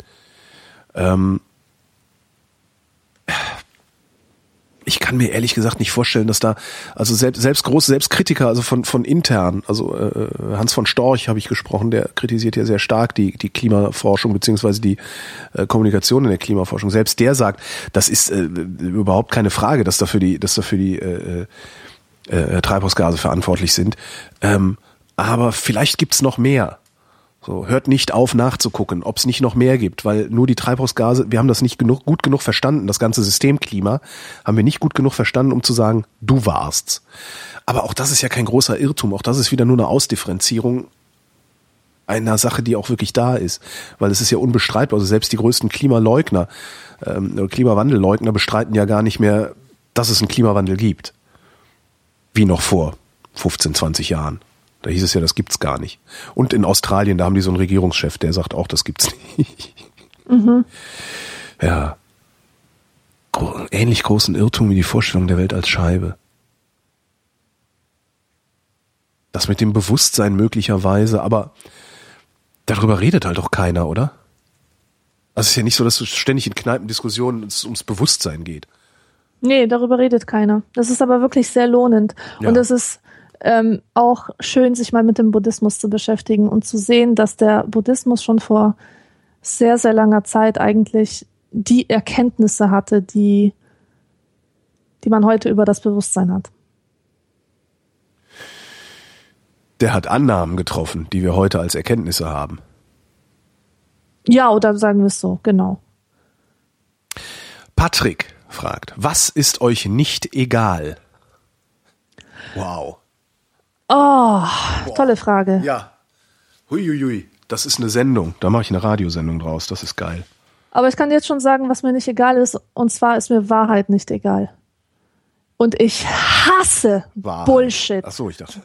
Ich kann mir ehrlich gesagt nicht vorstellen, dass da, also selbst Kritiker, also von intern, also Hans von Storch habe ich gesprochen, der kritisiert ja sehr stark die Klimaforschung beziehungsweise die Kommunikation in der Klimaforschung. Selbst der sagt, das ist überhaupt keine Frage, dass dafür die Treibhausgase verantwortlich sind. Aber vielleicht gibt's noch mehr. So, hört nicht auf nachzugucken, ob es nicht noch mehr gibt, weil nur die Treibhausgase, wir haben das nicht gut genug verstanden, das ganze Systemklima haben wir nicht gut genug verstanden, um zu sagen, du warst's. Aber auch das ist ja kein großer Irrtum, auch das ist wieder nur eine Ausdifferenzierung einer Sache, die auch wirklich da ist, weil es ist ja unbestreitbar, also selbst die größten Klimaleugner, Klimawandelleugner bestreiten ja gar nicht mehr, dass es einen Klimawandel gibt, wie noch vor 15, 20 Jahren. Da hieß es ja, das gibt's gar nicht. Und in Australien, da haben die so einen Regierungschef, der sagt auch, das gibt's nicht. Ja. Ähnlich großen Irrtum wie die Vorstellung der Welt als Scheibe. Das mit dem Bewusstsein möglicherweise, aber darüber redet halt auch keiner, oder? Also es ist ja nicht so, dass es ständig in Kneipendiskussionen ums Bewusstsein geht. Nee, darüber redet keiner. Das ist aber wirklich sehr lohnend. Ja. Und es ist auch schön, sich mal mit dem Buddhismus zu beschäftigen und zu sehen, dass der Buddhismus schon vor sehr, sehr langer Zeit eigentlich die Erkenntnisse hatte, die man heute über das Bewusstsein hat. Der hat Annahmen getroffen, die wir heute als Erkenntnisse haben. Ja, oder sagen wir es so, genau. Patrick fragt, was ist euch nicht egal? Wow. Oh, tolle Frage. Ja. Huiuiui. Das ist eine Sendung. Da mache ich eine Radiosendung draus. Das ist geil. Aber ich kann jetzt schon sagen, was mir nicht egal ist. Und zwar ist mir Wahrheit nicht egal. Und ich hasse Wahrheit. Bullshit. Ach so, ich dachte.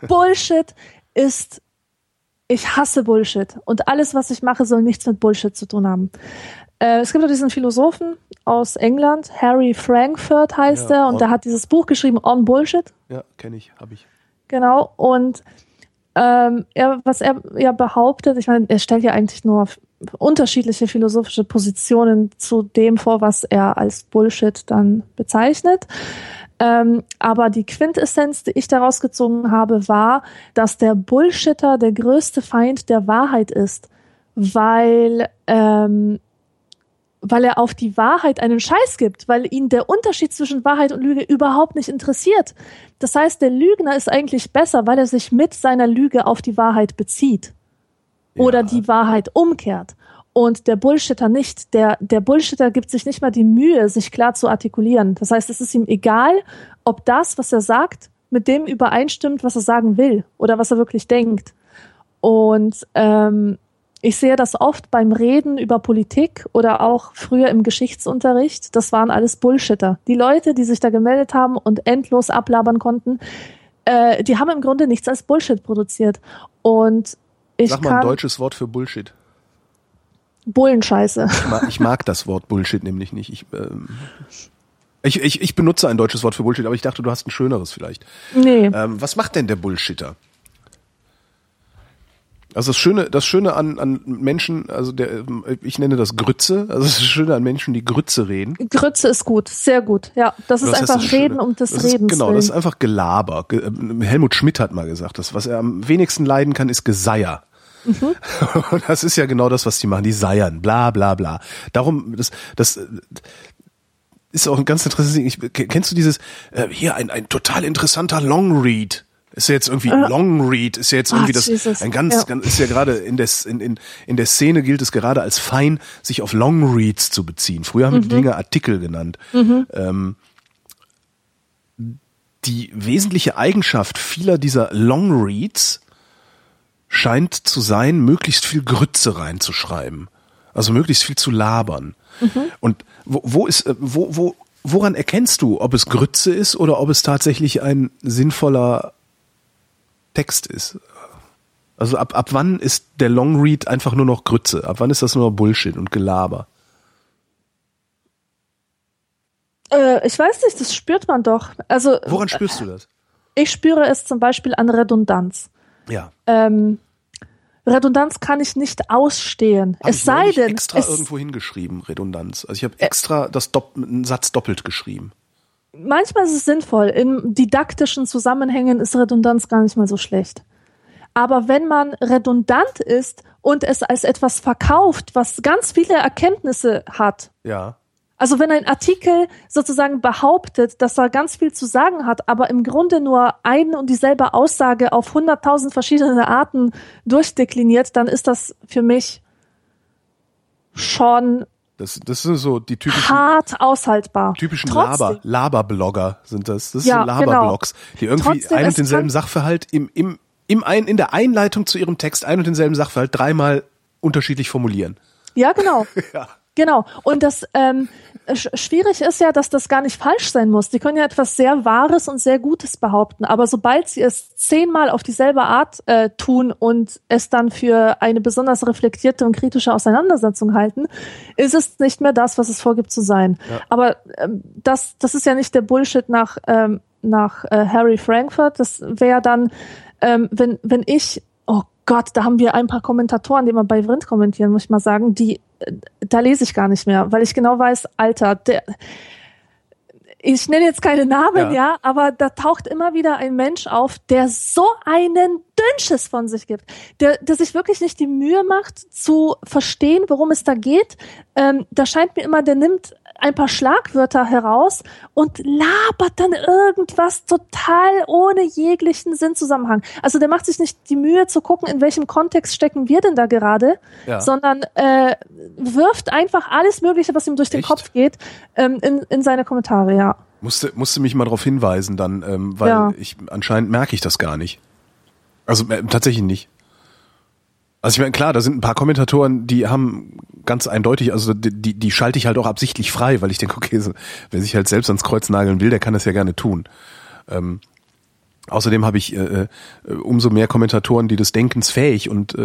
Ich hasse Bullshit. Und alles, was ich mache, soll nichts mit Bullshit zu tun haben. Es gibt doch diesen Philosophen aus England, Harry Frankfurt heißt er. Und der hat dieses Buch geschrieben, On Bullshit. Ja, kenne ich, habe ich. Genau, und was er ja behauptet, ich meine, er stellt ja eigentlich nur unterschiedliche philosophische Positionen zu dem vor, was er als Bullshit dann bezeichnet. Aber die Quintessenz, die ich daraus gezogen habe, war, dass der Bullshitter der größte Feind der Wahrheit ist, weil er auf die Wahrheit einen Scheiß gibt, weil ihn der Unterschied zwischen Wahrheit und Lüge überhaupt nicht interessiert. Das heißt, der Lügner ist eigentlich besser, weil er sich mit seiner Lüge auf die Wahrheit bezieht oder die Wahrheit umkehrt. Und der Bullshitter nicht. Der Bullshitter gibt sich nicht mal die Mühe, sich klar zu artikulieren. Das heißt, es ist ihm egal, ob das, was er sagt, mit dem übereinstimmt, was er sagen will oder was er wirklich denkt. Und Ich sehe das oft beim Reden über Politik oder auch früher im Geschichtsunterricht. Das waren alles Bullshitter. Die Leute, die sich da gemeldet haben und endlos ablabern konnten, die haben im Grunde nichts als Bullshit produziert. Und Sag mal ein deutsches Wort für Bullshit. Bullenscheiße. Ich mag das Wort Bullshit nämlich nicht. Ich benutze ein deutsches Wort für Bullshit, aber ich dachte, du hast ein schöneres vielleicht. Nee. Was macht denn der Bullshitter? Also das Schöne an Menschen, also ich nenne das Grütze, also das Schöne an Menschen, die Grütze reden. Grütze ist gut, sehr gut, ja. Das ist einfach Reden um des Redens. Genau, das ist einfach Gelaber. Helmut Schmidt hat mal gesagt, was er am wenigsten leiden kann, ist Geseier. Mhm. Und das ist ja genau das, was die machen, die seiern, bla bla bla. Darum, das ist auch ein ganz interessantes Ding. Kennst du dieses, hier ein total interessanter Longread? Ist ja jetzt irgendwie Longread, ist ja jetzt irgendwie ist ja gerade in der Szene gilt es gerade als fein, sich auf Longreads zu beziehen. Früher haben wir die Dinge Artikel genannt. Die wesentliche Eigenschaft vieler dieser Longreads scheint zu sein, möglichst viel Grütze reinzuschreiben. Also möglichst viel zu labern. Und woran erkennst du, ob es Grütze ist oder ob es tatsächlich ein sinnvoller Text ist? Also ab wann ist der Longread einfach nur noch Grütze? Ab wann ist das nur noch Bullshit und Gelaber? Ich weiß nicht, das spürt man doch. Also woran spürst du das? Ich spüre es zum Beispiel an Redundanz. Ja. Redundanz kann ich nicht ausstehen. Es sei denn, extra irgendwo hingeschrieben, Redundanz. Also ich habe extra einen Satz doppelt geschrieben. Manchmal ist es sinnvoll. In didaktischen Zusammenhängen ist Redundanz gar nicht mal so schlecht. Aber wenn man redundant ist und es als etwas verkauft, was ganz viele Erkenntnisse hat. Ja. Also wenn ein Artikel sozusagen behauptet, dass er ganz viel zu sagen hat, aber im Grunde nur eine und dieselbe Aussage auf 100.000 verschiedene Arten durchdekliniert, dann ist das für mich schon das sind so die typischen hart aushaltbar. Typischen Laberblogger sind das. Das sind Laberblogs, die irgendwie ein und denselben Sachverhalt in der Einleitung zu ihrem Text ein und denselben Sachverhalt dreimal unterschiedlich formulieren. Ja, genau. Ja. Genau. Und das schwierig ist ja, dass das gar nicht falsch sein muss. Die können ja etwas sehr Wahres und sehr Gutes behaupten. Aber sobald sie es 10-mal auf dieselbe Art tun und es dann für eine besonders reflektierte und kritische Auseinandersetzung halten, ist es nicht mehr das, was es vorgibt zu sein. Ja. Aber das ist ja nicht der Bullshit nach Harry Frankfurt. Das wäre dann, wenn ich, oh Gott, da haben wir ein paar Kommentatoren, die mal bei Vrind kommentieren, muss ich mal sagen, da lese ich gar nicht mehr, weil ich genau weiß, Alter, ich nenne jetzt keine Namen, ja, aber da taucht immer wieder ein Mensch auf, der so einen Dünnschiss von sich gibt, der sich wirklich nicht die Mühe macht, zu verstehen, worum es da geht. Da scheint mir immer, der nimmt ein paar Schlagwörter heraus und labert dann irgendwas total ohne jeglichen Sinnzusammenhang. Also der macht sich nicht die Mühe zu gucken, in welchem Kontext stecken wir denn da gerade, sondern wirft einfach alles Mögliche, was ihm durch den Kopf geht, in seine Kommentare, ja. Musste mich mal darauf hinweisen dann, weil anscheinend merke ich das gar nicht. Also tatsächlich nicht. Also ich meine, klar, da sind ein paar Kommentatoren, die haben ganz eindeutig, also die schalte ich halt auch absichtlich frei, weil ich denke, okay, wer sich halt selbst ans Kreuz nageln will, der kann das ja gerne tun. Außerdem habe ich umso mehr Kommentatoren, die des Denkens fähig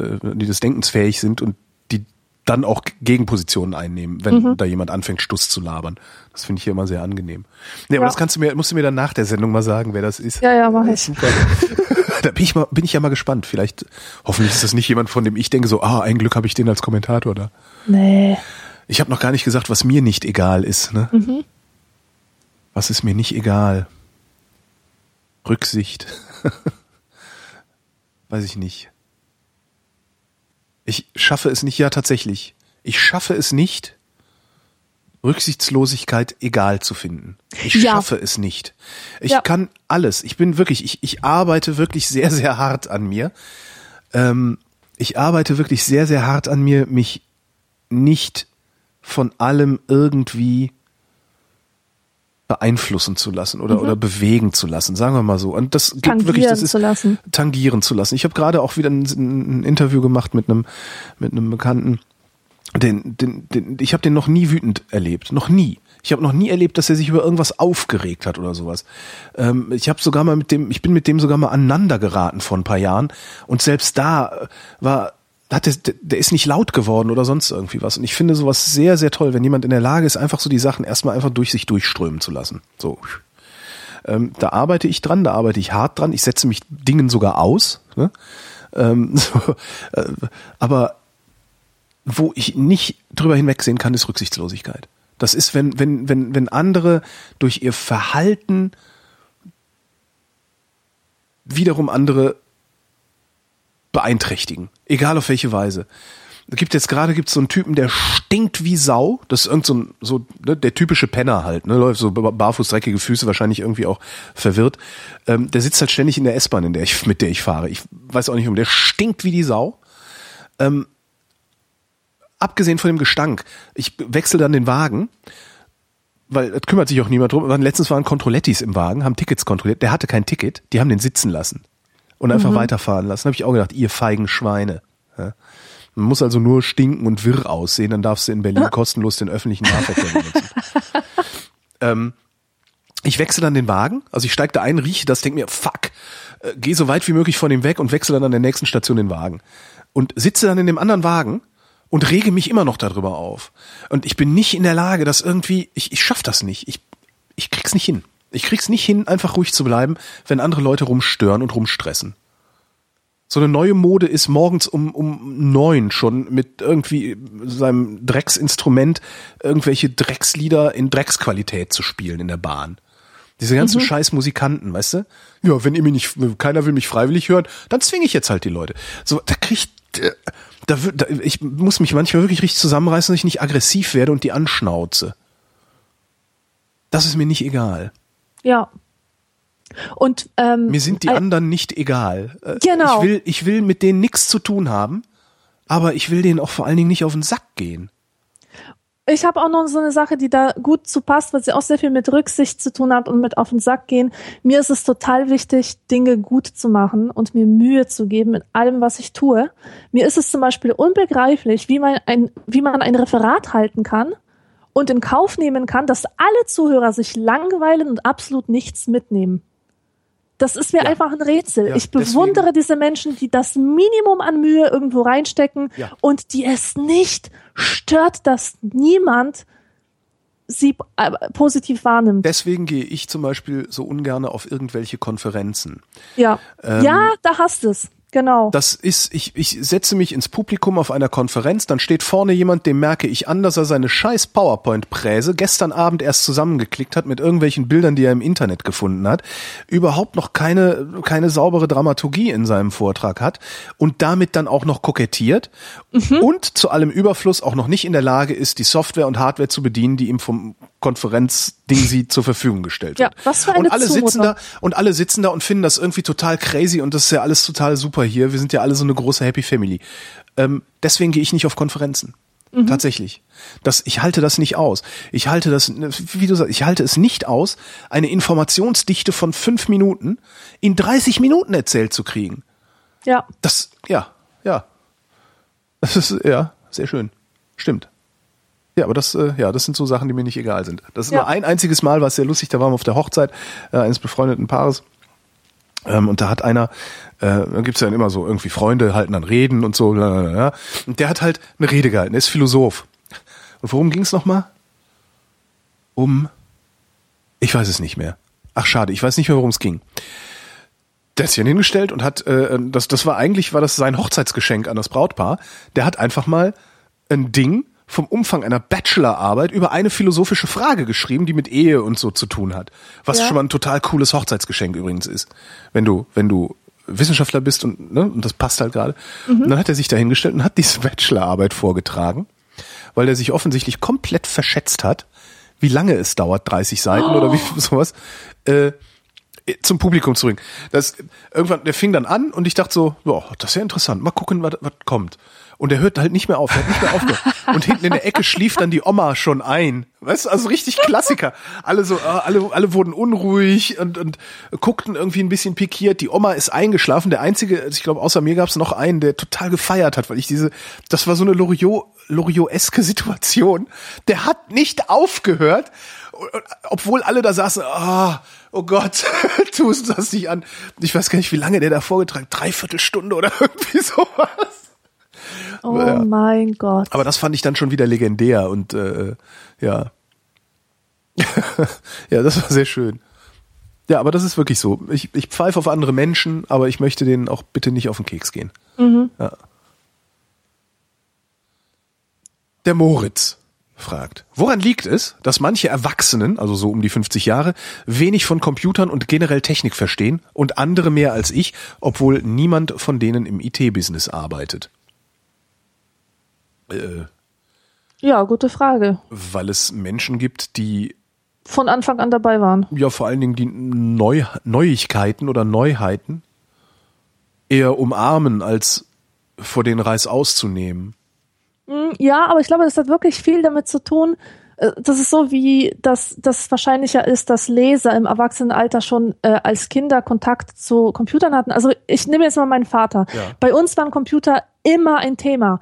sind und die dann auch Gegenpositionen einnehmen, wenn da jemand anfängt, Stuss zu labern. Das finde ich hier immer sehr angenehm. Nee, aber das musst du mir dann nach der Sendung mal sagen, wer das ist. Ja, mach ich. Super. Da bin ich ja mal gespannt. Hoffentlich ist das nicht jemand, von dem ich denke, so, ein Glück habe ich den als Kommentator da. Nee. Ich habe noch gar nicht gesagt, was mir nicht egal ist, ne? Was ist mir nicht egal? Rücksicht. Weiß ich nicht. Ich schaffe es nicht, ja tatsächlich. Ich schaffe es nicht, Rücksichtslosigkeit egal zu finden. Ich schaffe es nicht. Ich kann alles. Ich arbeite wirklich sehr, sehr hart an mir. Mich nicht von allem irgendwie beeinflussen zu lassen oder bewegen zu lassen, sagen wir mal so. Und das gibt wirklich, das ist tangieren zu lassen. Ich habe gerade auch wieder ein Interview gemacht mit einem Bekannten, ich habe den noch nie wütend erlebt, noch nie. Ich habe noch nie erlebt, dass er sich über irgendwas aufgeregt hat oder sowas. Ich bin mit dem sogar mal aneinander geraten vor ein paar Jahren und selbst da der ist nicht laut geworden oder sonst irgendwie was. Und ich finde sowas sehr, sehr toll, wenn jemand in der Lage ist, einfach so die Sachen erstmal einfach durch sich durchströmen zu lassen. So. Da arbeite ich dran, da arbeite ich hart dran. Ich setze mich Dingen sogar aus. Ne? Aber wo ich nicht drüber hinwegsehen kann, ist Rücksichtslosigkeit. Das ist, wenn andere durch ihr Verhalten wiederum andere beeinträchtigen. Egal auf welche Weise. Gibt's so einen Typen, der stinkt wie Sau. Das ist ne, der typische Penner halt, ne, läuft so barfuß, dreckige Füße, wahrscheinlich irgendwie auch verwirrt. Der sitzt halt ständig in der S-Bahn, mit der ich fahre. Ich weiß auch nicht der stinkt wie die Sau. Abgesehen von dem Gestank, ich wechsle dann den Wagen, weil es kümmert sich auch niemand drum. Letztens waren Kontrollettis im Wagen, haben Tickets kontrolliert. Der hatte kein Ticket, die haben den sitzen lassen und einfach weiterfahren lassen. Da habe ich auch gedacht, ihr feigen Schweine. Ja. Man muss also nur stinken und wirr aussehen, dann darfst du in Berlin kostenlos den öffentlichen Nahverkehr benutzen. Ich wechsle dann den Wagen, also ich steige da ein, rieche das, denke mir, fuck, gehe so weit wie möglich von ihm weg und wechsle dann an der nächsten Station den Wagen. Und sitze dann in dem anderen Wagen und rege mich immer noch darüber auf. Und ich bin nicht in der Lage, das irgendwie, ich schaff das nicht. Ich krieg's nicht hin. Ich krieg's nicht hin, einfach ruhig zu bleiben, wenn andere Leute rumstören und rumstressen. So eine neue Mode ist morgens um 9 schon mit irgendwie seinem Drecksinstrument irgendwelche Dreckslieder in Drecksqualität zu spielen in der Bahn. Diese ganzen scheiß Musikanten, weißt du? Ja, keiner will mich freiwillig hören, dann zwinge ich jetzt halt die Leute. So, ich muss mich manchmal wirklich richtig zusammenreißen, dass ich nicht aggressiv werde und die anschnauze. Das ist mir nicht egal. Ja. Und mir sind die anderen nicht egal. Genau. Ich will mit denen nichts zu tun haben, aber ich will denen auch vor allen Dingen nicht auf den Sack gehen. Ich habe auch noch so eine Sache, die da gut zu passt, weil sie auch sehr viel mit Rücksicht zu tun hat und mit auf den Sack gehen. Mir ist es total wichtig, Dinge gut zu machen und mir Mühe zu geben in allem, was ich tue. Mir ist es zum Beispiel unbegreiflich, wie man ein Referat halten kann und in Kauf nehmen kann, dass alle Zuhörer sich langweilen und absolut nichts mitnehmen. Das ist mir einfach ein Rätsel. Ja, ich bewundere diese Menschen, die das Minimum an Mühe irgendwo reinstecken und die es nicht stört, dass niemand sie positiv wahrnimmt. Deswegen gehe ich zum Beispiel so ungern auf irgendwelche Konferenzen. Ja, da hast du es. Genau. Das ist, ich setze mich ins Publikum auf einer Konferenz, dann steht vorne jemand, dem merke ich an, dass er seine scheiß PowerPoint-Präse gestern Abend erst zusammengeklickt hat mit irgendwelchen Bildern, die er im Internet gefunden hat, überhaupt noch keine saubere Dramaturgie in seinem Vortrag hat und damit dann auch noch kokettiert und zu allem Überfluss auch noch nicht in der Lage ist, die Software und Hardware zu bedienen, die ihm vom Konferenzding sie zur Verfügung gestellt wird. Was für eine Zumutung. Alle sitzen da und finden das irgendwie total crazy und das ist ja alles total super hier. Wir sind ja alle so eine große Happy Family. Deswegen gehe ich nicht auf Konferenzen. Tatsächlich. Ich halte das nicht aus. Ich halte das, wie du sagst, ich halte es nicht aus, eine Informationsdichte von 5 Minuten in 30 Minuten erzählt zu kriegen. Ja. Das ist, sehr schön. Stimmt. Ja, aber das sind so Sachen, die mir nicht egal sind. Das ist nur ein einziges Mal, war es sehr lustig, da waren wir auf der Hochzeit eines befreundeten Paares. Und da hat einer, da gibt's ja immer so irgendwie Freunde halten dann Reden und so, und der hat halt eine Rede gehalten, der ist Philosoph. Und worum ging's nochmal? Ich weiß es nicht mehr. Ach schade, ich weiß nicht mehr, worum es ging. Der hat sich dann hingestellt und hat, das war sein Hochzeitsgeschenk an das Brautpaar, der hat einfach mal ein Ding vom Umfang einer Bachelorarbeit über eine philosophische Frage geschrieben, die mit Ehe und so zu tun hat. Was schon mal ein total cooles Hochzeitsgeschenk übrigens ist. Wenn du Wissenschaftler bist und das passt halt gerade. Und dann hat er sich da hingestellt und hat diese Bachelorarbeit vorgetragen, weil er sich offensichtlich komplett verschätzt hat, wie lange es dauert, 30 Seiten oder wie sowas, zum Publikum zu bringen. Der fing dann an und ich dachte so, das ist ja interessant, mal gucken, was kommt. Und der hört halt nicht mehr auf, der hat nicht mehr aufgehört. Und hinten in der Ecke schlief dann die Oma schon ein. Weißt du, also richtig Klassiker. Alle wurden unruhig und guckten irgendwie ein bisschen pikiert. Die Oma ist eingeschlafen. Der einzige, ich glaube, außer mir gab es noch einen, der total gefeiert hat, weil das war so eine Loriot-eske Situation. Der hat nicht aufgehört, obwohl alle da saßen, oh Gott, tu uns das nicht an. Ich weiß gar nicht, wie lange der da vorgetragen hat. 3/4 Stunde oder irgendwie sowas. Oh ja. Mein Gott. Aber das fand ich dann schon wieder legendär und ja. Ja, das war sehr schön. Ja, aber das ist wirklich so. Ich pfeife auf andere Menschen, aber ich möchte denen auch bitte nicht auf den Keks gehen. Mhm. Ja. Der Moritz fragt, woran liegt es, dass manche Erwachsenen, also so um die 50 Jahre, wenig von Computern und generell Technik verstehen und andere mehr als ich, obwohl niemand von denen im IT-Business arbeitet? Ja, gute Frage. Weil es Menschen gibt, die von Anfang an dabei waren. Ja, vor allen Dingen die Neuigkeiten oder Neuheiten eher umarmen, als vor den Reißaus zu nehmen. Ja, aber ich glaube, das hat wirklich viel damit zu tun. Das ist so, wie das wahrscheinlicher ist, dass Leser im Erwachsenenalter schon als Kinder Kontakt zu Computern hatten. Also ich nehme jetzt mal meinen Vater. Ja. Bei uns waren Computer immer ein Thema.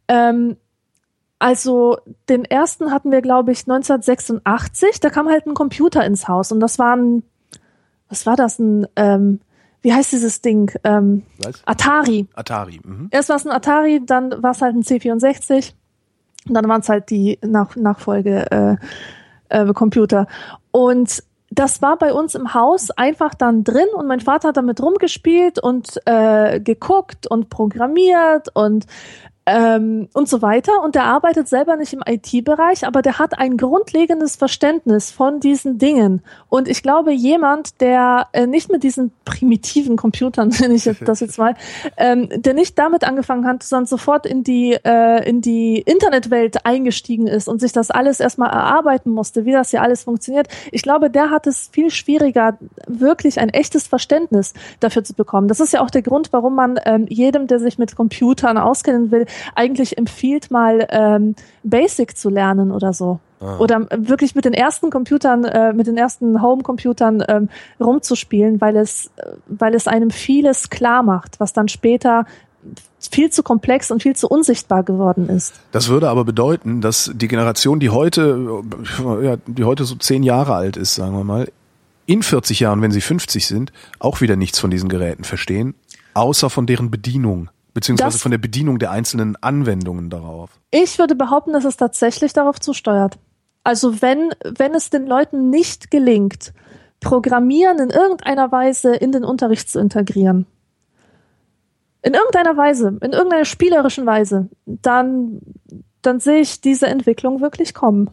Also den ersten hatten wir, glaube ich, 1986. Da kam halt ein Computer ins Haus und das war was war das? Wie heißt dieses Ding? Atari. Atari. Mhm. Erst war es ein Atari, dann war es halt ein C64 und dann waren es halt die Nachfolge Computer. Und das war bei uns im Haus einfach dann drin und mein Vater hat damit rumgespielt und geguckt und programmiert und so weiter. Und der arbeitet selber nicht im IT-Bereich, aber der hat ein grundlegendes Verständnis von diesen Dingen. Und ich glaube, jemand, der nicht mit diesen primitiven Computern, nenne ich das jetzt mal, der nicht damit angefangen hat, sondern sofort in die Internetwelt eingestiegen ist und sich das alles erstmal erarbeiten musste, wie das hier alles funktioniert. Ich glaube, der hat es viel schwieriger, wirklich ein echtes Verständnis dafür zu bekommen. Das ist ja auch der Grund, warum man jedem, der sich mit Computern auskennen will, eigentlich empfiehlt, mal Basic zu lernen oder so. Oder wirklich mit den ersten Computern, mit den ersten Home-Computern rumzuspielen, weil es einem vieles klar macht, was dann später viel zu komplex und viel zu unsichtbar geworden ist. Das würde aber bedeuten, dass die Generation, die heute so 10 Jahre alt ist, sagen wir mal, in 40 Jahren, wenn sie 50 sind, auch wieder nichts von diesen Geräten verstehen, außer von deren Bedienung. Beziehungsweise von der Bedienung der einzelnen Anwendungen darauf. Ich würde behaupten, dass es tatsächlich darauf zusteuert. Also wenn es den Leuten nicht gelingt, Programmieren in irgendeiner Weise in den Unterricht zu integrieren, in irgendeiner Weise, in irgendeiner spielerischen Weise, dann sehe ich diese Entwicklung wirklich kommen.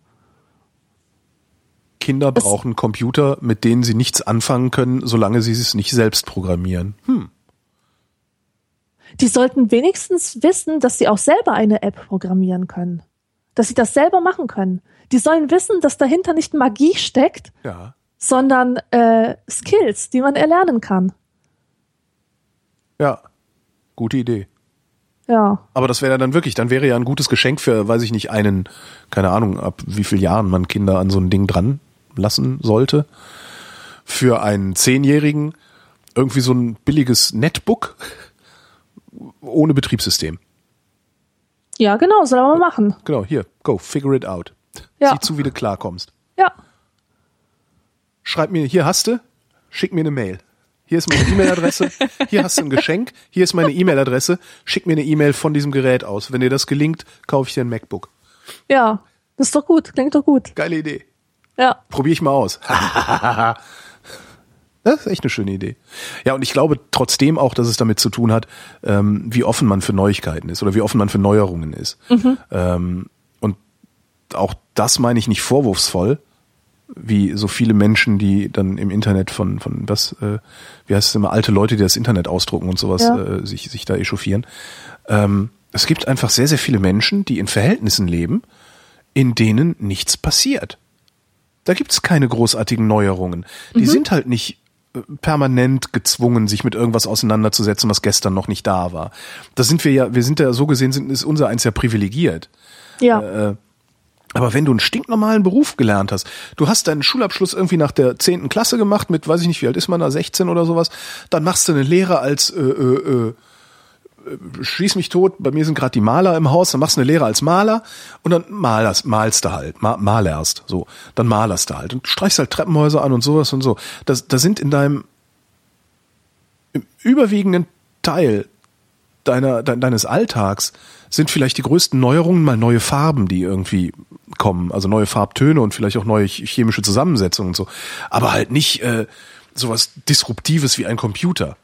Kinder brauchen Computer, mit denen sie nichts anfangen können, solange sie es nicht selbst programmieren. Die sollten wenigstens wissen, dass sie auch selber eine App programmieren können. Dass sie das selber machen können. Die sollen wissen, dass dahinter nicht Magie steckt, sondern Skills, die man erlernen kann. Ja, gute Idee. Ja. Aber das wäre dann wirklich, dann wäre ja ein gutes Geschenk für, weiß ich nicht, keine Ahnung, ab wie vielen Jahren man Kinder an so ein Ding dran lassen sollte. Für einen 10-Jährigen irgendwie so ein billiges Netbook ohne Betriebssystem. Ja, genau, soll man machen. Genau, hier, go, figure it out. Ja. Sieh zu, wie du klarkommst. Ja. Schreib mir, hier hast du, schick mir eine Mail. Hier ist meine E-Mail-Adresse, hier hast du ein Geschenk, hier ist meine E-Mail-Adresse, schick mir eine E-Mail von diesem Gerät aus. Wenn dir das gelingt, kaufe ich dir ein MacBook. Ja, das ist doch gut, klingt doch gut. Geile Idee. Ja. Probier ich mal aus. Das ist echt eine schöne Idee. Ja, und ich glaube trotzdem auch, dass es damit zu tun hat, wie offen man für Neuigkeiten ist oder wie offen man für Neuerungen ist. Und auch das meine ich nicht vorwurfsvoll, wie so viele Menschen, die dann im Internet von was, wie heißt es immer, alte Leute, die das Internet ausdrucken und sowas, sich da echauffieren. Es gibt einfach sehr, sehr viele Menschen, die in Verhältnissen leben, in denen nichts passiert. Da gibt's keine großartigen Neuerungen. Die sind halt nicht permanent gezwungen, sich mit irgendwas auseinanderzusetzen, was gestern noch nicht da war. Das sind wir sind ja so gesehen, ist unser eins ja privilegiert. Ja. Aber wenn du einen stinknormalen Beruf gelernt hast, du hast deinen Schulabschluss irgendwie nach der 10. Klasse gemacht mit, weiß ich nicht, wie alt ist man da, 16 oder sowas, dann machst du eine Lehre als schieß mich tot, bei mir sind gerade die Maler im Haus, dann machst du eine Lehre als Maler und dann malst du halt, malerst, so, dann malerst du halt und streichst halt Treppenhäuser an und sowas und so. Da sind im überwiegenden Teil deines Alltags sind vielleicht die größten Neuerungen mal neue Farben, die irgendwie kommen, also neue Farbtöne und vielleicht auch neue chemische Zusammensetzungen und so, aber halt nicht sowas Disruptives wie ein Computer.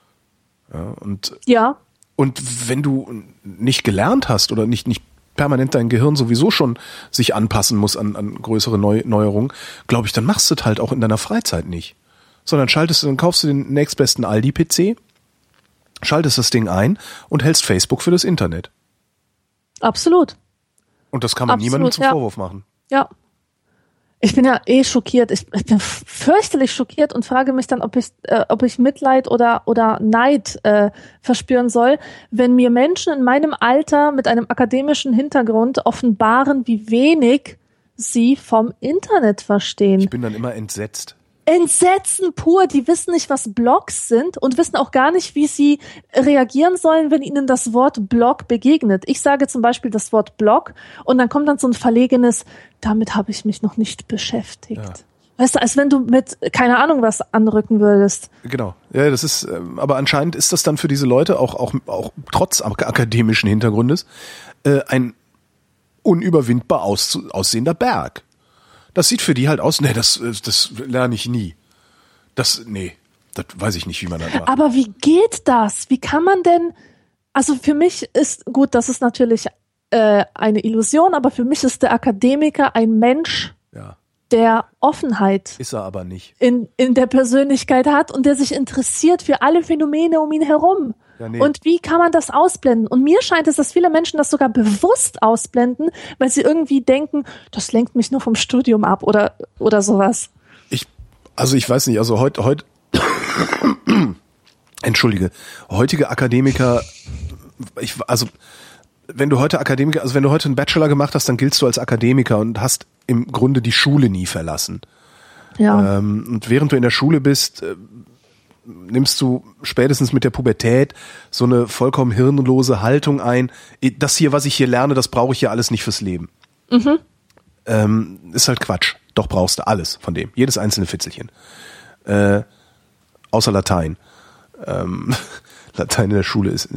Und wenn du nicht gelernt hast oder nicht permanent dein Gehirn sowieso schon sich anpassen muss an größere Neuerungen, glaube ich, dann machst du es halt auch in deiner Freizeit nicht. Sondern kaufst du den nächstbesten Aldi-PC, schaltest das Ding ein und hältst Facebook für das Internet. Absolut. Und das kann man niemandem zum Vorwurf machen. Ja. Ich bin ja schockiert. Ich bin fürchterlich schockiert und frage mich dann, ob ich Mitleid oder Neid verspüren soll, wenn mir Menschen in meinem Alter mit einem akademischen Hintergrund offenbaren, wie wenig sie vom Internet verstehen. Ich bin dann immer entsetzt. Entsetzen pur, die wissen nicht, was Blogs sind und wissen auch gar nicht, wie sie reagieren sollen, wenn ihnen das Wort Blog begegnet. Ich sage zum Beispiel das Wort Blog und dann kommt dann so ein verlegenes, damit habe ich mich noch nicht beschäftigt. Ja. Weißt du, als wenn du mit, keine Ahnung, was anrücken würdest. Genau. Ja, das ist, aber anscheinend ist das dann für diese Leute auch trotz akademischen Hintergrundes ein unüberwindbar aussehender Berg. Das sieht für die halt aus, das lerne ich nie. Das weiß ich nicht, wie man das macht. Aber wie geht das? Wie kann man denn, also für mich ist, gut, das ist natürlich eine Illusion, aber für mich ist der Akademiker ein Mensch, der Offenheit ist er aber nicht. In der Persönlichkeit hat und der sich interessiert für alle Phänomene um ihn herum. Ja, nee. Und wie kann man das ausblenden? Und mir scheint es, dass viele Menschen das sogar bewusst ausblenden, weil sie irgendwie denken, das lenkt mich nur vom Studium ab oder sowas. Ich weiß nicht, also heute entschuldige, heutige Akademiker, wenn du heute einen Bachelor gemacht hast, dann giltst du als Akademiker und hast im Grunde die Schule nie verlassen. Ja. Und während du in der Schule bist, nimmst du spätestens mit der Pubertät so eine vollkommen hirnlose Haltung ein. Das hier, was ich hier lerne, das brauche ich ja alles nicht fürs Leben. Ist halt Quatsch. Doch brauchst du alles von dem. Jedes einzelne Fitzelchen. Außer Latein. Latein in der Schule ist,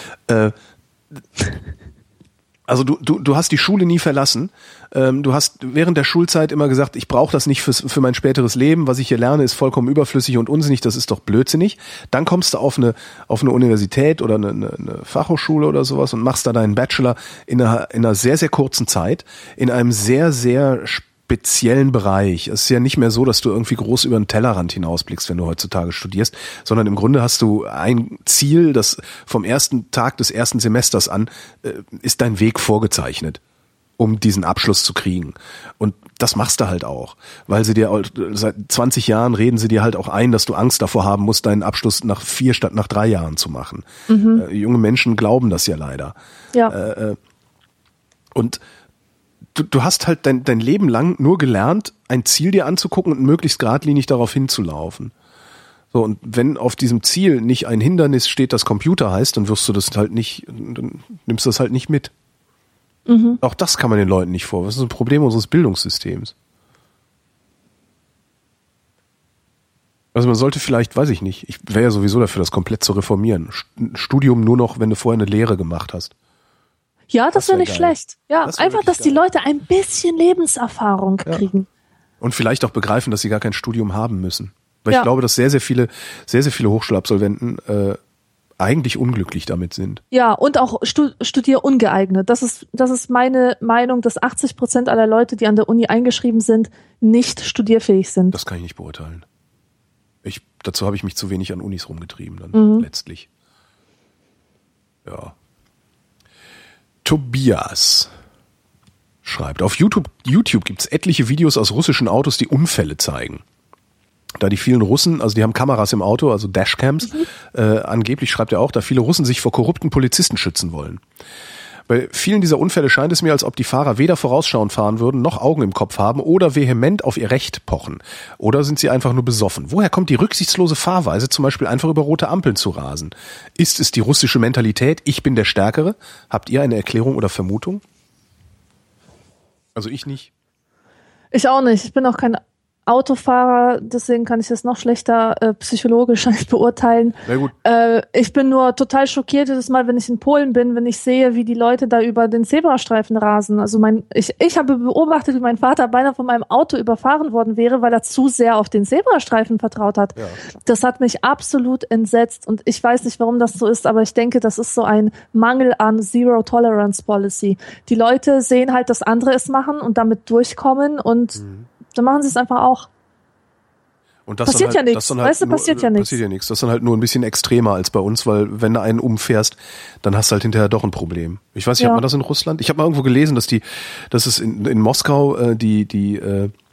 also du hast die Schule nie verlassen. Du hast während der Schulzeit immer gesagt, ich brauche das nicht für mein späteres Leben. Was ich hier lerne, ist vollkommen überflüssig und unsinnig. Das ist doch blödsinnig. Dann kommst du auf eine Universität oder eine Fachhochschule oder sowas und machst da deinen Bachelor in einer sehr, sehr kurzen Zeit, in einem sehr, sehr speziellen Bereich. Es ist ja nicht mehr so, dass du irgendwie groß über den Tellerrand hinausblickst, wenn du heutzutage studierst, sondern im Grunde hast du ein Ziel, das vom ersten Tag des ersten Semesters an ist dein Weg vorgezeichnet, um diesen Abschluss zu kriegen. Und das machst du halt auch, weil sie dir seit 20 Jahren reden sie dir halt auch ein, dass du Angst davor haben musst, deinen Abschluss nach 4 statt nach 3 Jahren zu machen. Junge Menschen glauben das ja leider. Ja. Und du hast halt dein Leben lang nur gelernt, ein Ziel dir anzugucken und möglichst geradlinig darauf hinzulaufen. So, und wenn auf diesem Ziel nicht ein Hindernis steht, das Computer heißt, dann nimmst du das halt nicht mit. Auch das kann man den Leuten nicht vorwerfen. Das ist ein Problem unseres Bildungssystems. Also man sollte vielleicht, weiß ich nicht, ich wäre ja sowieso dafür, das komplett zu reformieren. Studium nur noch, wenn du vorher eine Lehre gemacht hast. Ja, das wäre nicht schlecht. Ja, einfach, dass die Leute ein bisschen Lebenserfahrung kriegen. Und vielleicht auch begreifen, dass sie gar kein Studium haben müssen. Weil ich glaube, dass sehr, sehr viele Hochschulabsolventen eigentlich unglücklich damit sind. Ja, und auch studierungeeignet. Das ist meine Meinung, dass 80% aller Leute, die an der Uni eingeschrieben sind, nicht studierfähig sind. Das kann ich nicht beurteilen. Dazu habe ich mich zu wenig an Unis rumgetrieben dann letztlich. Ja. Tobias schreibt, auf YouTube gibt's etliche Videos aus russischen Autos, die Unfälle zeigen. da die vielen Russen, also die haben Kameras im Auto, also Dashcams, angeblich schreibt er auch, da viele Russen sich vor korrupten Polizisten schützen wollen. Bei vielen dieser Unfälle scheint es mir, als ob die Fahrer weder vorausschauend fahren würden, noch Augen im Kopf haben oder vehement auf ihr Recht pochen. Oder sind sie einfach nur besoffen? Woher kommt die rücksichtslose Fahrweise, zum Beispiel einfach über rote Ampeln zu rasen? Ist es die russische Mentalität, ich bin der Stärkere? Habt ihr eine Erklärung oder Vermutung? Also ich nicht. Ich auch nicht. Ich bin auch kein Autofahrer, deswegen kann ich das noch schlechter psychologisch beurteilen. Na gut. Ich bin nur total schockiert jedes Mal, wenn ich in Polen bin, wenn ich sehe, wie die Leute da über den Zebrastreifen rasen. Also ich habe beobachtet, wie mein Vater beinahe von meinem Auto überfahren worden wäre, weil er zu sehr auf den Zebrastreifen vertraut hat. Ja. Das hat mich absolut entsetzt und ich weiß nicht, warum das so ist, aber ich denke, das ist so ein Mangel an Zero Tolerance Policy. Die Leute sehen halt, dass andere es machen und damit durchkommen und dann machen sie es einfach auch. Und das passiert ja nichts. Weißt du, passiert ja nichts. Passiert ja nichts. Das ist dann halt nur ein bisschen extremer als bei uns, weil wenn du einen umfährst, dann hast du halt hinterher doch ein Problem. Ich weiß nicht, hat man das in Russland? Ich habe mal irgendwo gelesen, dass es in Moskau die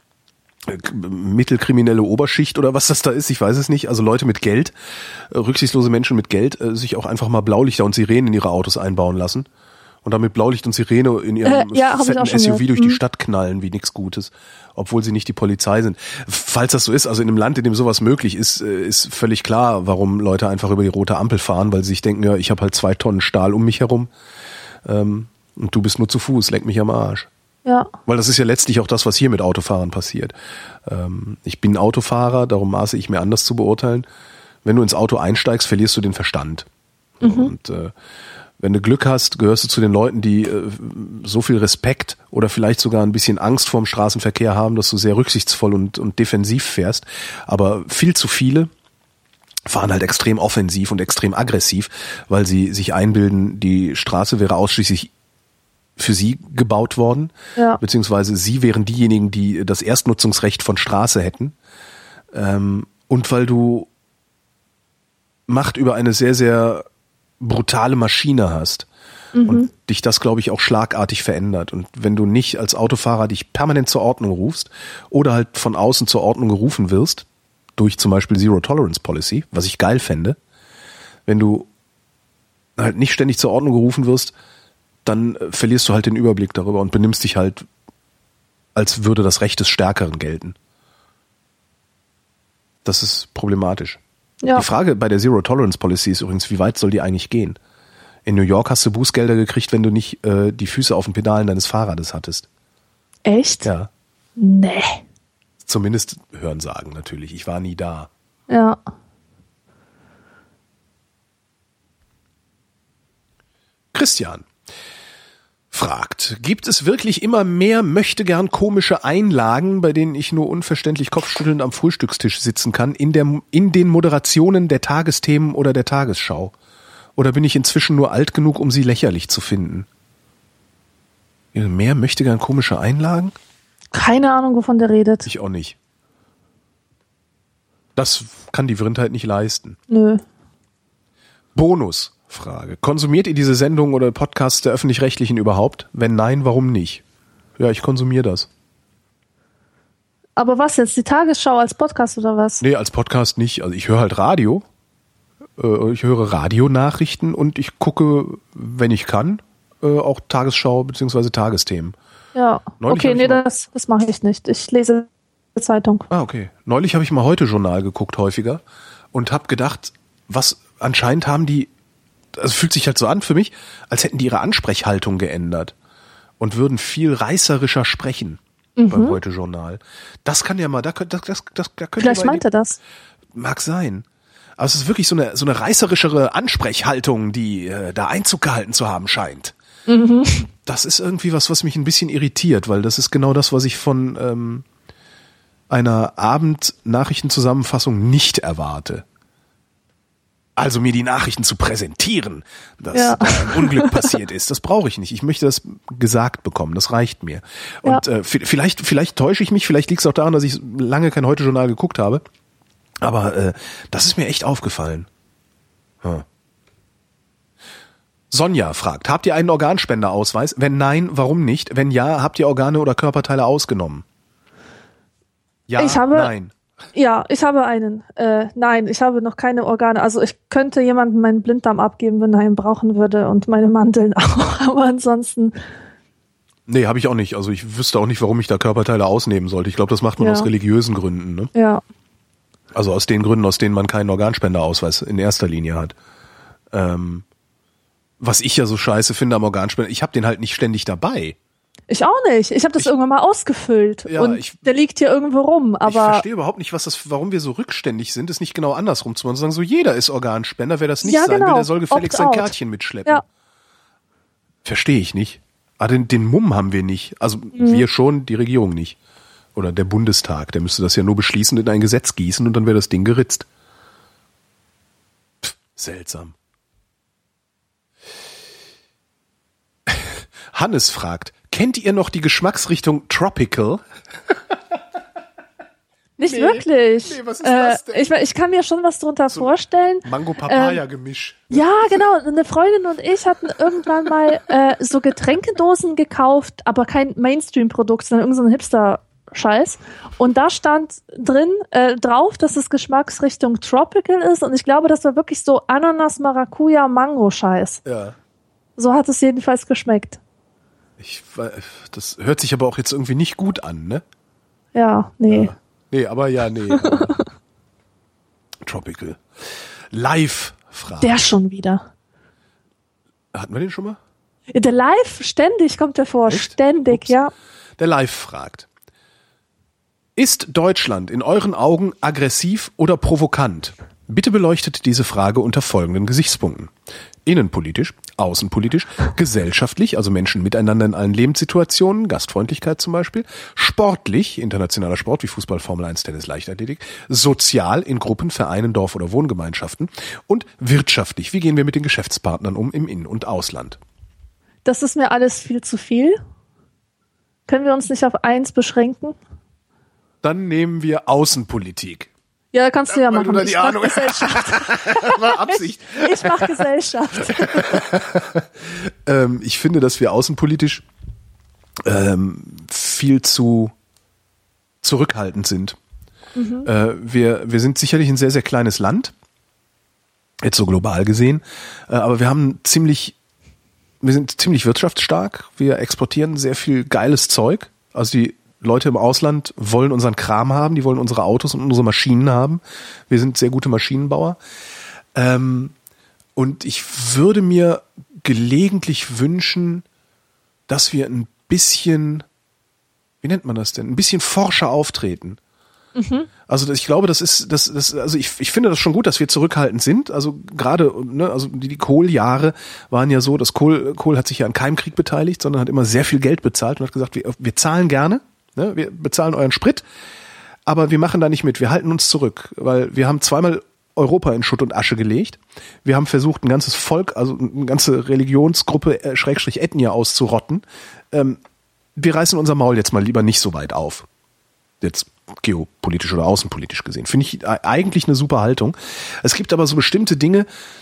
mittelkriminelle Oberschicht oder was das da ist, ich weiß es nicht, also Leute mit Geld, rücksichtslose Menschen mit Geld, sich auch einfach mal Blaulichter und Sirenen in ihre Autos einbauen lassen. Und damit Blaulicht und Sirene in ihrem fetten SUV durch die Stadt knallen wie nichts Gutes, obwohl sie nicht die Polizei sind. Falls das so ist, also in einem Land, in dem sowas möglich ist, ist völlig klar, warum Leute einfach über die rote Ampel fahren, weil sie sich denken, ja, ich habe halt 2 Tonnen Stahl um mich herum und du bist nur zu Fuß, leck mich am Arsch. Ja. Weil das ist ja letztlich auch das, was hier mit Autofahrern passiert. Ich bin Autofahrer, darum maße ich mir anders zu beurteilen. Wenn du ins Auto einsteigst, verlierst du den Verstand. Und wenn du Glück hast, gehörst du zu den Leuten, die so viel Respekt oder vielleicht sogar ein bisschen Angst vorm Straßenverkehr haben, dass du sehr rücksichtsvoll und defensiv fährst. Aber viel zu viele fahren halt extrem offensiv und extrem aggressiv, weil sie sich einbilden, die Straße wäre ausschließlich für sie gebaut worden, beziehungsweise sie wären diejenigen, die das Erstnutzungsrecht von Straße hätten. Und weil du Macht über eine sehr, sehr brutale Maschine hast und dich das, glaube ich, auch schlagartig verändert. Und wenn du nicht als Autofahrer dich permanent zur Ordnung rufst oder halt von außen zur Ordnung gerufen wirst, durch zum Beispiel Zero Tolerance Policy, was ich geil fände, wenn du halt nicht ständig zur Ordnung gerufen wirst, dann verlierst du halt den Überblick darüber und benimmst dich halt, als würde das Recht des Stärkeren gelten. Das ist problematisch. Ja. Die Frage bei der Zero Tolerance Policy ist übrigens, wie weit soll die eigentlich gehen? In New York hast du Bußgelder gekriegt, wenn du nicht die Füße auf den Pedalen deines Fahrrades hattest. Echt? Ja. Nee. Zumindest Hörensagen natürlich. Ich war nie da. Ja. Christian fragt, gibt es wirklich immer mehr möchtegern komische Einlagen, bei denen ich nur unverständlich kopfschüttelnd am Frühstückstisch sitzen kann, in den Moderationen der Tagesthemen oder der Tagesschau? Oder bin ich inzwischen nur alt genug, um sie lächerlich zu finden? Mehr möchtegern komische Einlagen? Keine Ahnung, wovon der redet. Ich auch nicht. Das kann die Vrindheit nicht leisten. Nö. Bonusfrage. Konsumiert ihr diese Sendungen oder Podcasts der Öffentlich-Rechtlichen überhaupt? Wenn nein, warum nicht? Ja, ich konsumiere das. Aber was jetzt? Die Tagesschau als Podcast oder was? Nee, als Podcast nicht. Also ich höre halt Radio. Ich höre Radionachrichten und ich gucke, wenn ich kann, auch Tagesschau bzw. Tagesthemen. Ja, neulich okay, nee, das mache ich nicht. Ich lese die Zeitung. Ah, okay. Neulich habe ich mal Heute-Journal geguckt, häufiger, und habe gedacht, was anscheinend haben die, also fühlt sich halt so an für mich, als hätten die ihre Ansprechhaltung geändert und würden viel reißerischer sprechen beim Heute-Journal. Das kann ja mal, da könnte vielleicht meint er das. Mag sein. Aber es ist wirklich so eine reißerischere Ansprechhaltung, die da Einzug gehalten zu haben scheint. Mhm. Das ist irgendwie was mich ein bisschen irritiert, weil das ist genau das, was ich von einer Abendnachrichtenzusammenfassung nicht erwarte. Also mir die Nachrichten zu präsentieren, dass da ein Unglück passiert ist, das brauche ich nicht. Ich möchte das gesagt bekommen, das reicht mir. Und vielleicht täusche ich mich, vielleicht liegt es auch daran, dass ich lange kein Heute-Journal geguckt habe. Aber das ist mir echt aufgefallen. Sonja fragt, habt ihr einen Organspenderausweis? Wenn nein, warum nicht? Wenn ja, habt ihr Organe oder Körperteile ausgenommen? Ja, nein. Ja, ich habe einen. Nein, ich habe noch keine Organe. Also ich könnte jemandem meinen Blinddarm abgeben, wenn er ihn brauchen würde und meine Mandeln auch. Aber ansonsten... Nee, habe ich auch nicht. Also ich wüsste auch nicht, warum ich da Körperteile ausnehmen sollte. Ich glaube, das macht man aus religiösen Gründen. Ne? Ja. Also aus den Gründen, aus denen man keinen Organspenderausweis in erster Linie hat. Was ich ja so scheiße finde am Organspender, ich habe den halt nicht ständig dabei. Ich auch nicht. Ich habe das irgendwann mal ausgefüllt und der liegt hier irgendwo rum. Aber ich verstehe überhaupt nicht, warum wir so rückständig sind, ist nicht genau andersrum zu machen. Sagen so, jeder ist Organspender, wer das nicht sein will, der soll gefälligst sein Kärtchen mitschleppen. Ja. Verstehe ich nicht. Ah, den Mumm haben wir nicht. Also wir schon, die Regierung nicht. Oder der Bundestag, der müsste das ja nur beschließen und in ein Gesetz gießen und dann wäre das Ding geritzt. Seltsam. Hannes fragt, kennt ihr noch die Geschmacksrichtung Tropical? Nicht wirklich. Nee, was ist das denn? Ich kann mir schon was drunter vorstellen. Mango-Papaya-Gemisch. Ja, genau. Eine Freundin und ich hatten irgendwann mal so Getränkedosen gekauft, aber kein Mainstream-Produkt, sondern irgendein so Hipster-Scheiß. Und da stand drin drauf, dass es Geschmacksrichtung Tropical ist. Und ich glaube, das war wirklich so Ananas, Maracuja, Mango-Scheiß. Ja. So hat es jedenfalls geschmeckt. Das hört sich aber auch jetzt irgendwie nicht gut an, ne? Ja, nee. Ja. Nee. Tropical. Live-Frage. Der schon wieder. Hatten wir den schon mal? Der Live, ständig kommt der vor. Echt? Ständig, Ups. ja. Der Live fragt. Ist Deutschland in euren Augen aggressiv oder provokant? Bitte beleuchtet diese Frage unter folgenden Gesichtspunkten. Innenpolitisch, außenpolitisch, gesellschaftlich, also Menschen miteinander in allen Lebenssituationen, Gastfreundlichkeit zum Beispiel, sportlich, internationaler Sport wie Fußball, Formel 1, Tennis, Leichtathletik, sozial in Gruppen, Vereinen, Dorf- oder Wohngemeinschaften und wirtschaftlich, wie gehen wir mit den Geschäftspartnern um im In- und Ausland? Das ist mir alles viel zu viel. Können wir uns nicht auf eins beschränken? Dann nehmen wir Außenpolitik. Ja, kannst du ja machen. Ich mach Gesellschaft. War Absicht. Ich mach Gesellschaft. Ich finde, dass wir außenpolitisch viel zu zurückhaltend sind. Wir sind sicherlich ein sehr, sehr kleines Land, jetzt so global gesehen, aber wir sind ziemlich wirtschaftsstark. Wir exportieren sehr viel geiles Zeug. Also die Leute im Ausland wollen unseren Kram haben, die wollen unsere Autos und unsere Maschinen haben. Wir sind sehr gute Maschinenbauer. Und ich würde mir gelegentlich wünschen, dass wir ein bisschen, wie nennt man das denn, ein bisschen forscher auftreten. Also ich glaube, also ich finde das schon gut, dass wir zurückhaltend sind. Also gerade, ne, also die Kohljahre waren ja so, dass Kohl hat sich ja an keinem Krieg beteiligt, sondern hat immer sehr viel Geld bezahlt und hat gesagt, wir zahlen gerne. Ne, wir bezahlen euren Sprit, aber wir machen da nicht mit. Wir halten uns zurück, weil wir haben zweimal Europa in Schutt und Asche gelegt. Wir haben versucht, ein ganzes Volk, also eine ganze Religionsgruppe, Schrägstrich Ethnie auszurotten. Wir reißen unser Maul jetzt mal lieber nicht so weit auf. Jetzt geopolitisch oder außenpolitisch gesehen. Finde ich eigentlich eine super Haltung. Es gibt aber so bestimmte Dinge,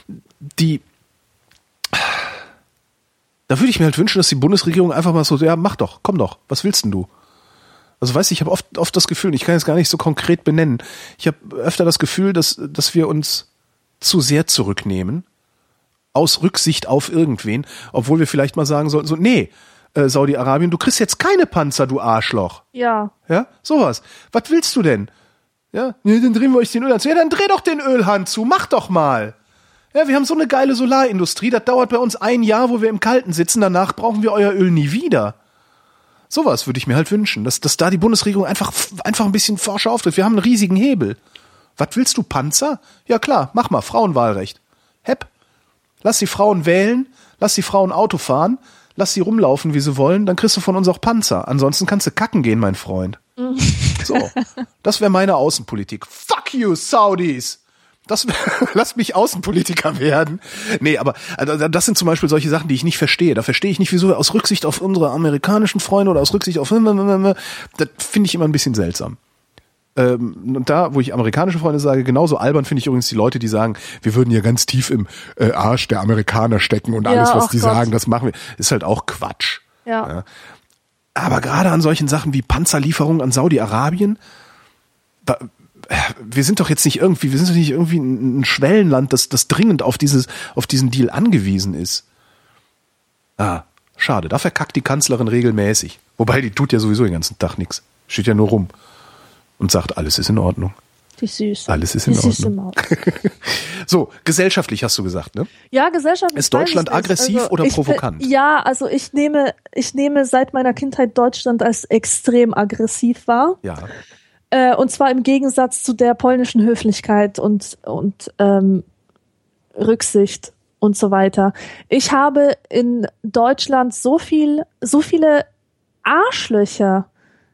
da würde ich mir halt wünschen, dass die Bundesregierung einfach mal so, ja, mach doch, komm doch, was willst denn du? Also weißt du, ich habe oft das Gefühl, ich kann es gar nicht so konkret benennen, ich habe öfter das Gefühl, dass wir uns zu sehr zurücknehmen, aus Rücksicht auf irgendwen, obwohl wir vielleicht mal sagen sollten, so, nee, Saudi-Arabien, du kriegst jetzt keine Panzer, du Arschloch. Ja. Ja, sowas. Was willst du denn? Ja, nee, dann drehen wir euch den Ölhahn zu. Ja, dann dreh doch den Ölhahn zu, mach doch mal. Ja, wir haben so eine geile Solarindustrie, das dauert bei uns 1 Jahr, wo wir im Kalten sitzen, danach brauchen wir euer Öl nie wieder. Sowas würde ich mir halt wünschen, dass da die Bundesregierung einfach ein bisschen forscher auftritt. Wir haben einen riesigen Hebel. Was willst du, Panzer? Ja klar, mach mal, Frauenwahlrecht. Hepp. Lass die Frauen wählen, lass die Frauen Auto fahren, lass sie rumlaufen, wie sie wollen, dann kriegst du von uns auch Panzer. Ansonsten kannst du kacken gehen, mein Freund. So, das wäre meine Außenpolitik. Fuck you, Saudis! Lass mich Außenpolitiker werden. Nee, aber also, das sind zum Beispiel solche Sachen, die ich nicht verstehe. Da verstehe ich nicht, wieso aus Rücksicht auf unsere amerikanischen Freunde oder aus Rücksicht auf... Das finde ich immer ein bisschen seltsam. Und da, wo ich amerikanische Freunde sage, genauso albern finde ich übrigens die Leute, die sagen, wir würden ja ganz tief im Arsch der Amerikaner stecken und alles, was die sagen, das machen wir. Ist halt auch Quatsch. Ja. Aber gerade an solchen Sachen wie Panzerlieferungen an Saudi-Arabien, wir sind doch nicht irgendwie ein Schwellenland, das dringend auf diesen Deal angewiesen ist. Schade, da verkackt die Kanzlerin regelmäßig. Wobei, die tut ja sowieso den ganzen Tag nichts. Steht ja nur rum und sagt, alles ist in Ordnung. Die Süße. Alles ist in Ordnung. So, gesellschaftlich hast du gesagt, ne? Ja, gesellschaftlich. Ist Deutschland aggressiv oder provokant? Ja, also ich nehme seit meiner Kindheit Deutschland als extrem aggressiv wahr. Ja. Und zwar im Gegensatz zu der polnischen Höflichkeit und Rücksicht und so weiter. Ich habe in Deutschland so viele Arschlöcher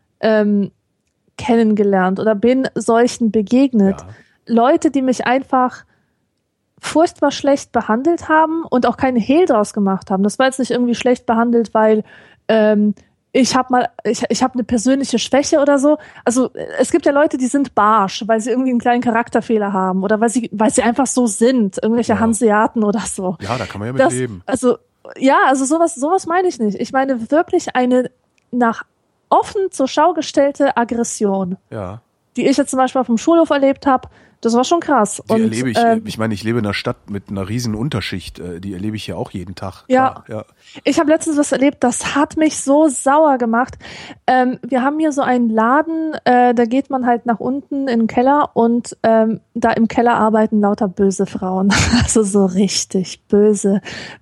kennengelernt oder bin solchen begegnet. Ja. Leute, die mich einfach furchtbar schlecht behandelt haben und auch keinen Hehl draus gemacht haben. Das war jetzt nicht irgendwie schlecht behandelt, weil ich habe eine persönliche Schwäche oder so. Also es gibt ja Leute, die sind barsch, weil sie irgendwie einen kleinen Charakterfehler haben oder weil sie einfach so sind, irgendwelche Hanseaten oder so. Ja, da kann man ja mit leben. Also sowas meine ich nicht. Ich meine wirklich eine nach offen zur Schau gestellte Aggression, die ich jetzt zum Beispiel auf dem Schulhof erlebt habe. Das war schon krass. Die erlebe ich. Ich meine, ich lebe in einer Stadt mit einer riesen Unterschicht. Die erlebe ich ja auch jeden Tag. Ja. Ich habe letztens was erlebt, das hat mich so sauer gemacht. Wir haben hier so einen Laden, da geht man halt nach unten in den Keller und da im Keller arbeiten lauter böse Frauen. Also so richtig böse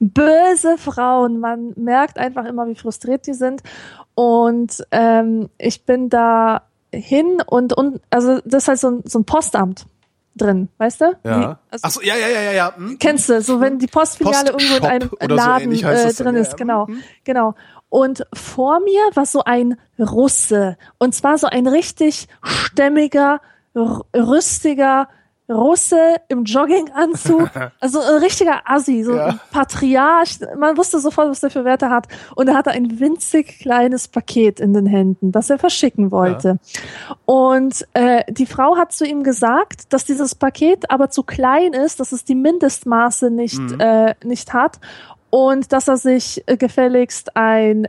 Frauen. Man merkt einfach immer, wie frustriert die sind. Und ich bin da hin und also das ist halt so ein Postamt drin, weißt du? Ja. Ach so, ja. Kennst du, so wenn die Postfiliale irgendwo in einem Laden so drin ist, genau. Und vor mir war so ein Russe. Und zwar so ein richtig stämmiger, rüstiger Russe im Jogginganzug, also ein richtiger Assi, so ein Patriarch. Man wusste sofort, was der für Werte hat. Und er hatte ein winzig kleines Paket in den Händen, das er verschicken wollte. Ja. Und die Frau hat zu ihm gesagt, dass dieses Paket aber zu klein ist, dass es die Mindestmaße nicht hat und dass er sich gefälligst ein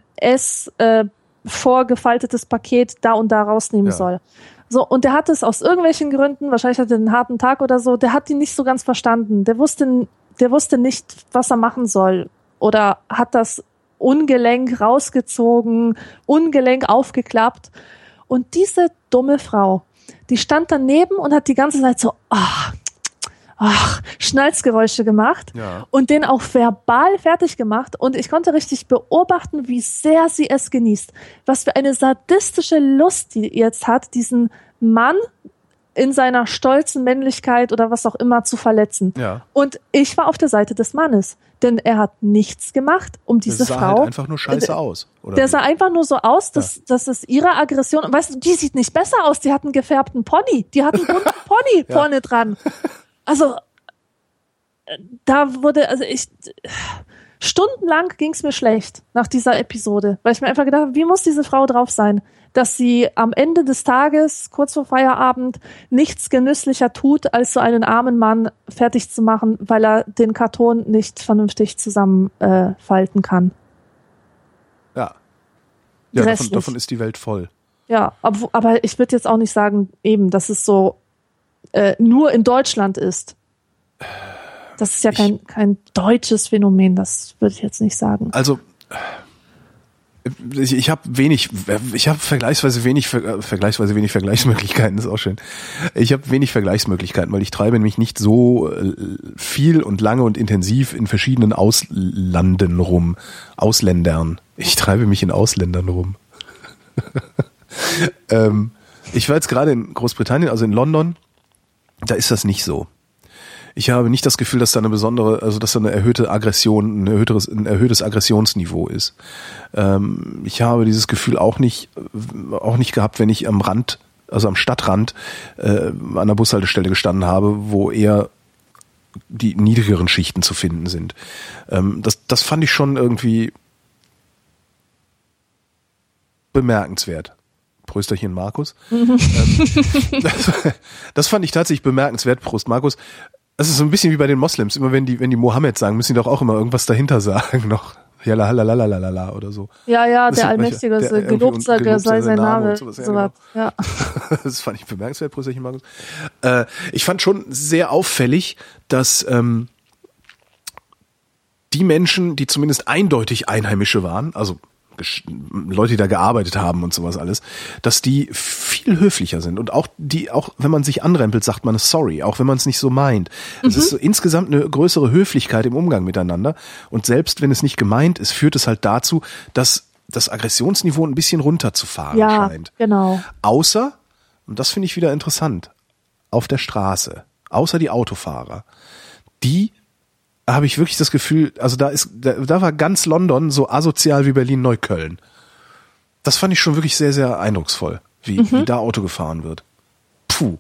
vorgefaltetes Paket da und da rausnehmen soll. So, und der hat es aus irgendwelchen Gründen, wahrscheinlich hat er einen harten Tag oder so, der hat ihn nicht so ganz verstanden. Der wusste nicht, was er machen soll. Oder hat das ungelenk rausgezogen, ungelenk aufgeklappt. Und diese dumme Frau, die stand daneben und hat die ganze Zeit so, Schnalzgeräusche gemacht und den auch verbal fertig gemacht. Und ich konnte richtig beobachten, wie sehr sie es genießt. Was für eine sadistische Lust die jetzt hat, diesen Mann in seiner stolzen Männlichkeit oder was auch immer zu verletzen. Ja. Und ich war auf der Seite des Mannes. Denn er hat nichts gemacht, um diese Frau... Der sah halt einfach nur scheiße aus. Oder der sah einfach nur so aus, dass es ihre Aggression... Und weißt du, die sieht nicht besser aus. Die hat einen gefärbten Pony. Die hat einen bunten Pony vorne dran. Also... Stundenlang ging es mir schlecht nach dieser Episode, weil ich mir einfach gedacht habe, wie muss diese Frau drauf sein, dass sie am Ende des Tages, kurz vor Feierabend, nichts genüsslicher tut, als so einen armen Mann fertig zu machen, weil er den Karton nicht vernünftig zusammenfalten kann. Ja, davon ist die Welt voll. Ja, aber ich würde jetzt auch nicht sagen, dass es so nur in Deutschland ist. Das ist ja kein deutsches Phänomen, das würde ich jetzt nicht sagen. Also ich habe vergleichsweise wenig Vergleichsmöglichkeiten, das ist auch schön. Ich habe wenig Vergleichsmöglichkeiten, weil ich treibe mich nicht so viel und lange und intensiv in verschiedenen Ausländern. Ich treibe mich in Ausländern rum. Ich war jetzt gerade in Großbritannien, also in London, da ist das nicht so. Ich habe nicht das Gefühl, dass da dass da eine erhöhte Aggression, ein erhöhtes Aggressionsniveau ist. Ich habe dieses Gefühl auch nicht gehabt, wenn ich am Rand, also am Stadtrand, an der Bushaltestelle gestanden habe, wo eher die niedrigeren Schichten zu finden sind. Das fand ich schon irgendwie bemerkenswert. Prösterchen, Markus. Das fand ich tatsächlich bemerkenswert. Prost, Markus. Das ist so ein bisschen wie bei den Moslems. Immer wenn die Mohammed sagen, müssen die doch auch immer irgendwas dahinter sagen noch. Ja, la oder so. Ja, Das der sind Allmächtige, manche- der gelobt sei sein Name. und sowas, ja, Sowas. Ja. Das fand ich bemerkenswert, Prösterchen Markus. Ich fand schon sehr auffällig, dass die Menschen, die zumindest eindeutig Einheimische waren, also Leute, die da gearbeitet haben und sowas alles, dass die viel höflicher sind und auch wenn man sich anrempelt, sagt man sorry, auch wenn man es nicht so meint. Es ist so insgesamt eine größere Höflichkeit im Umgang miteinander und selbst wenn es nicht gemeint ist, führt es halt dazu, dass das Aggressionsniveau ein bisschen runterzufahren scheint. Genau. Außer, und das finde ich wieder interessant, auf der Straße, außer die Autofahrer, die habe ich wirklich das Gefühl, also da war ganz London so asozial wie Berlin-Neukölln. Das fand ich schon wirklich sehr, sehr eindrucksvoll, wie da Auto gefahren wird. Puh.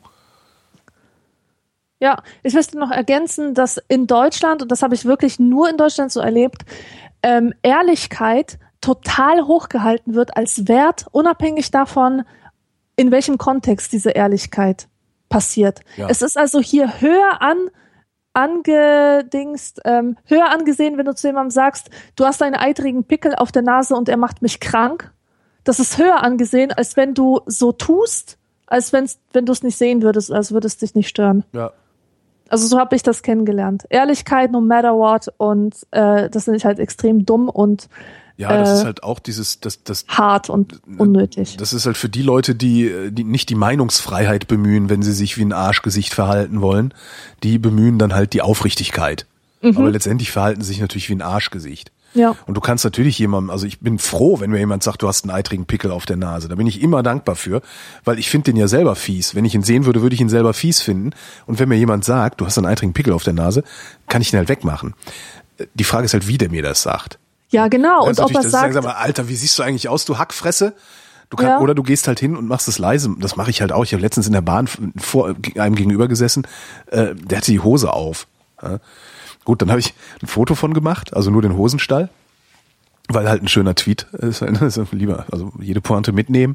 Ja, ich möchte noch ergänzen, dass in Deutschland, und das habe ich wirklich nur in Deutschland so erlebt, Ehrlichkeit total hochgehalten wird als Wert, unabhängig davon, in welchem Kontext diese Ehrlichkeit passiert. Ja. Es ist also hier höher höher angesehen, wenn du zu jemandem sagst, du hast einen eitrigen Pickel auf der Nase und er macht mich krank. Das ist höher angesehen, als wenn du so tust, als wenn du es nicht sehen würdest, als würde es dich nicht stören. Ja. Also so habe ich das kennengelernt. Ehrlichkeit, no matter what, und das finde ich halt extrem dumm und ja, das ist halt auch das hart und unnötig. Das ist halt für die Leute, die nicht die Meinungsfreiheit bemühen, wenn sie sich wie ein Arschgesicht verhalten wollen, die bemühen dann halt die Aufrichtigkeit. Aber letztendlich verhalten sie sich natürlich wie ein Arschgesicht. Ja. Und du kannst natürlich jemandem, also ich bin froh, wenn mir jemand sagt, du hast einen eitrigen Pickel auf der Nase. Da bin ich immer dankbar für, weil ich finde den ja selber fies. Wenn ich ihn sehen würde, würde ich ihn selber fies finden. Und wenn mir jemand sagt, du hast einen eitrigen Pickel auf der Nase, kann ich ihn halt wegmachen. Die Frage ist halt, wie der mir das sagt. Ja, genau. Und ob er sagt, sag mal, Alter, wie siehst du eigentlich aus, du Hackfresse? Oder du gehst halt hin und machst es leise. Das mache ich halt auch. Ich habe letztens in der Bahn vor einem gegenüber gesessen, der hatte die Hose auf. Ja. Gut, dann habe ich ein Foto von gemacht, also nur den Hosenstall, weil halt ein schöner Tweet ist, lieber, also jede Pointe mitnehmen.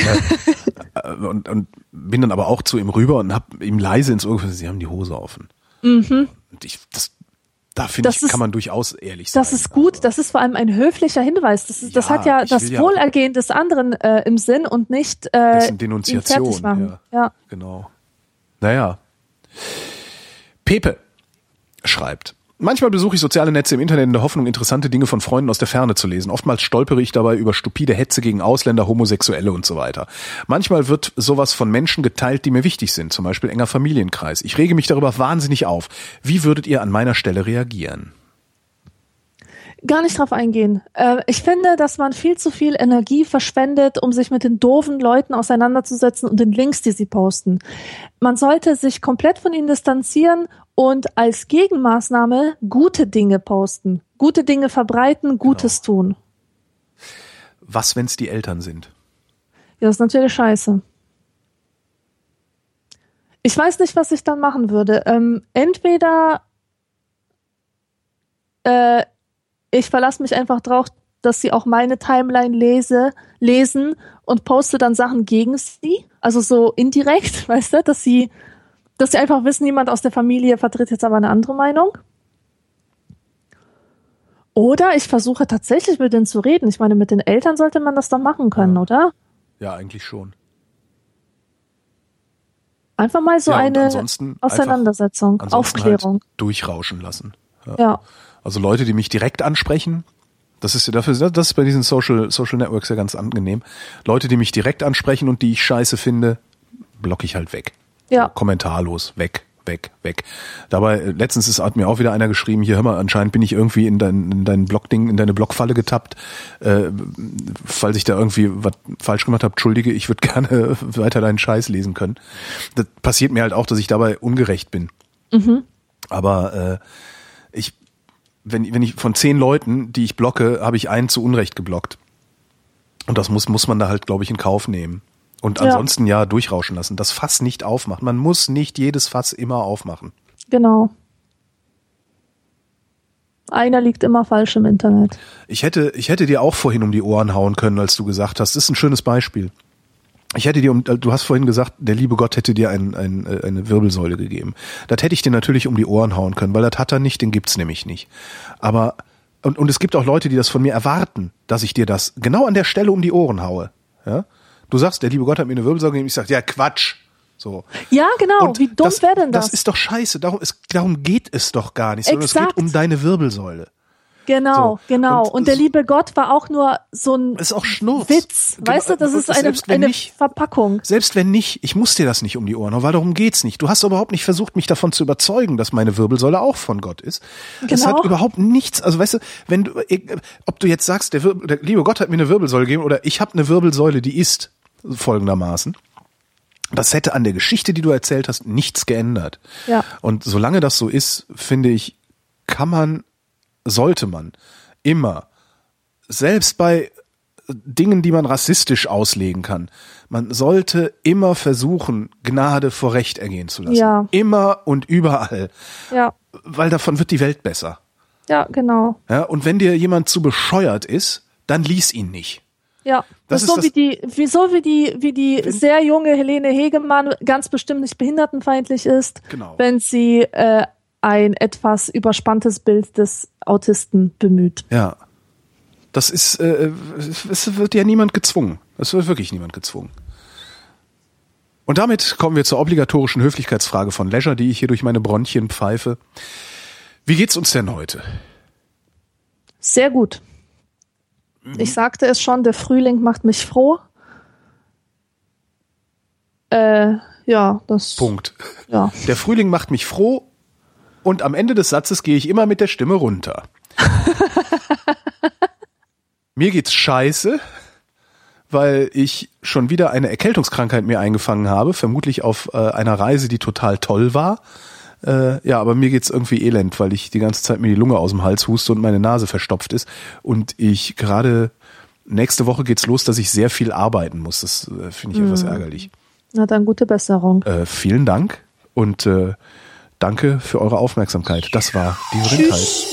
und bin dann aber auch zu ihm rüber und habe ihm leise ins Ohr gesagt, sie haben die Hose offen. Und da finde ich, kann man durchaus ehrlich sein. Das ist gut, das ist vor allem ein höflicher Hinweis. Das hat ja das Wohlergehen des anderen im Sinn und nicht Denunziation. Fertig machen. Ja, genau. Naja. Pepe schreibt: Manchmal besuche ich soziale Netze im Internet in der Hoffnung, interessante Dinge von Freunden aus der Ferne zu lesen. Oftmals stolpere ich dabei über stupide Hetze gegen Ausländer, Homosexuelle und so weiter. Manchmal wird sowas von Menschen geteilt, die mir wichtig sind, zum Beispiel enger Familienkreis. Ich rege mich darüber wahnsinnig auf. Wie würdet ihr an meiner Stelle reagieren? Gar nicht drauf eingehen. Ich finde, dass man viel zu viel Energie verschwendet, um sich mit den doofen Leuten auseinanderzusetzen und den Links, die sie posten. Man sollte sich komplett von ihnen distanzieren und als Gegenmaßnahme gute Dinge posten. Gute Dinge verbreiten, Gutes tun. Was, wenn es die Eltern sind? Ja, das ist natürlich scheiße. Ich weiß nicht, was ich dann machen würde. Entweder ich verlasse mich einfach drauf, dass sie auch meine Timeline lesen und poste dann Sachen gegen sie. Also so indirekt, weißt du, dass sie einfach wissen, jemand aus der Familie vertritt jetzt aber eine andere Meinung. Oder ich versuche tatsächlich mit denen zu reden. Ich meine, mit den Eltern sollte man das doch machen können, oder? Ja, eigentlich schon. Einfach mal so eine Auseinandersetzung, Aufklärung. Halt durchrauschen lassen. Ja. Also Leute, die mich direkt ansprechen, das ist bei diesen Social Networks ja ganz angenehm. Leute, die mich direkt ansprechen und die ich scheiße finde, blocke ich halt weg. Ja. So, kommentarlos, weg. Dabei, letztens hat mir auch wieder einer geschrieben, hier, hör mal, anscheinend bin ich irgendwie in dein Blogding, in deine Blogfalle getappt. Falls ich da irgendwie was falsch gemacht habe, entschuldige, ich würde gerne weiter deinen Scheiß lesen können. Das passiert mir halt auch, dass ich dabei ungerecht bin. Aber wenn ich von 10 Leuten, die ich blocke, habe ich einen zu Unrecht geblockt. Und das muss man da halt, glaube ich, in Kauf nehmen. Und ansonsten durchrauschen lassen. Das Fass nicht aufmachen. Man muss nicht jedes Fass immer aufmachen. Genau. Einer liegt immer falsch im Internet. Ich hätte dir auch vorhin um die Ohren hauen können, als du gesagt hast, das ist ein schönes Beispiel. Du hast vorhin gesagt, der liebe Gott hätte dir eine Wirbelsäule gegeben. Das hätte ich dir natürlich um die Ohren hauen können, weil das hat er nicht, den gibt's nämlich nicht. Aber und es gibt auch Leute, die das von mir erwarten, dass ich dir das genau an der Stelle um die Ohren haue. Ja? Du sagst, der liebe Gott hat mir eine Wirbelsäule gegeben, ich sag, ja Quatsch. So. Ja, genau. Und wie dumm wäre denn das? Das ist doch scheiße. Darum geht es doch gar nicht, sondern es geht um deine Wirbelsäule. Genau, So. genau. Und der liebe Gott war auch nur so ein ist auch Schnurz. Witz. Weißt du, das ist eine Verpackung. Selbst wenn nicht, ich muss dir das nicht um die Ohren hauen, weil darum geht's nicht. Du hast überhaupt nicht versucht, mich davon zu überzeugen, dass meine Wirbelsäule auch von Gott ist. Genau. Es hat überhaupt nichts, also weißt du, wenn du, ob du jetzt sagst, der liebe Gott hat mir eine Wirbelsäule gegeben oder ich habe eine Wirbelsäule, die ist folgendermaßen. Das hätte an der Geschichte, die du erzählt hast, nichts geändert. Ja. Und solange das so ist, finde ich, sollte man immer, selbst bei Dingen, die man rassistisch auslegen kann, man sollte immer versuchen, Gnade vor Recht ergehen zu lassen. Ja. Immer und überall. Ja. Weil davon wird die Welt besser. Ja, genau. Ja, und wenn dir jemand zu bescheuert ist, dann lies ihn nicht. Ja, das ist so wie die sehr junge Helene Hegemann ganz bestimmt nicht behindertenfeindlich ist, Genau. wenn sie ein etwas überspanntes Bild des Autisten bemüht. Ja. Das ist, es wird ja niemand gezwungen. Es wird wirklich niemand gezwungen. Und damit kommen wir zur obligatorischen Höflichkeitsfrage von Leisure, die ich hier durch meine Bronchien pfeife. Wie geht's uns denn heute? Sehr gut. Ich sagte es schon, der Frühling macht mich froh. Punkt. Ja. Der Frühling macht mich froh und am Ende des Satzes gehe ich immer mit der Stimme runter. Mir geht's scheiße, weil ich schon wieder eine Erkältungskrankheit mir eingefangen habe, vermutlich auf einer Reise, die total toll war. Aber mir geht's irgendwie elend, weil ich die ganze Zeit mir die Lunge aus dem Hals huste und meine Nase verstopft ist. Und ich gerade, nächste Woche geht's los, dass ich sehr viel arbeiten muss. Das finde ich etwas ärgerlich. Na dann gute Besserung. Vielen Dank und danke für eure Aufmerksamkeit. Das war die Rindheit.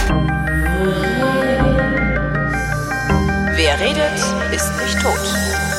Wer redet, ist nicht tot.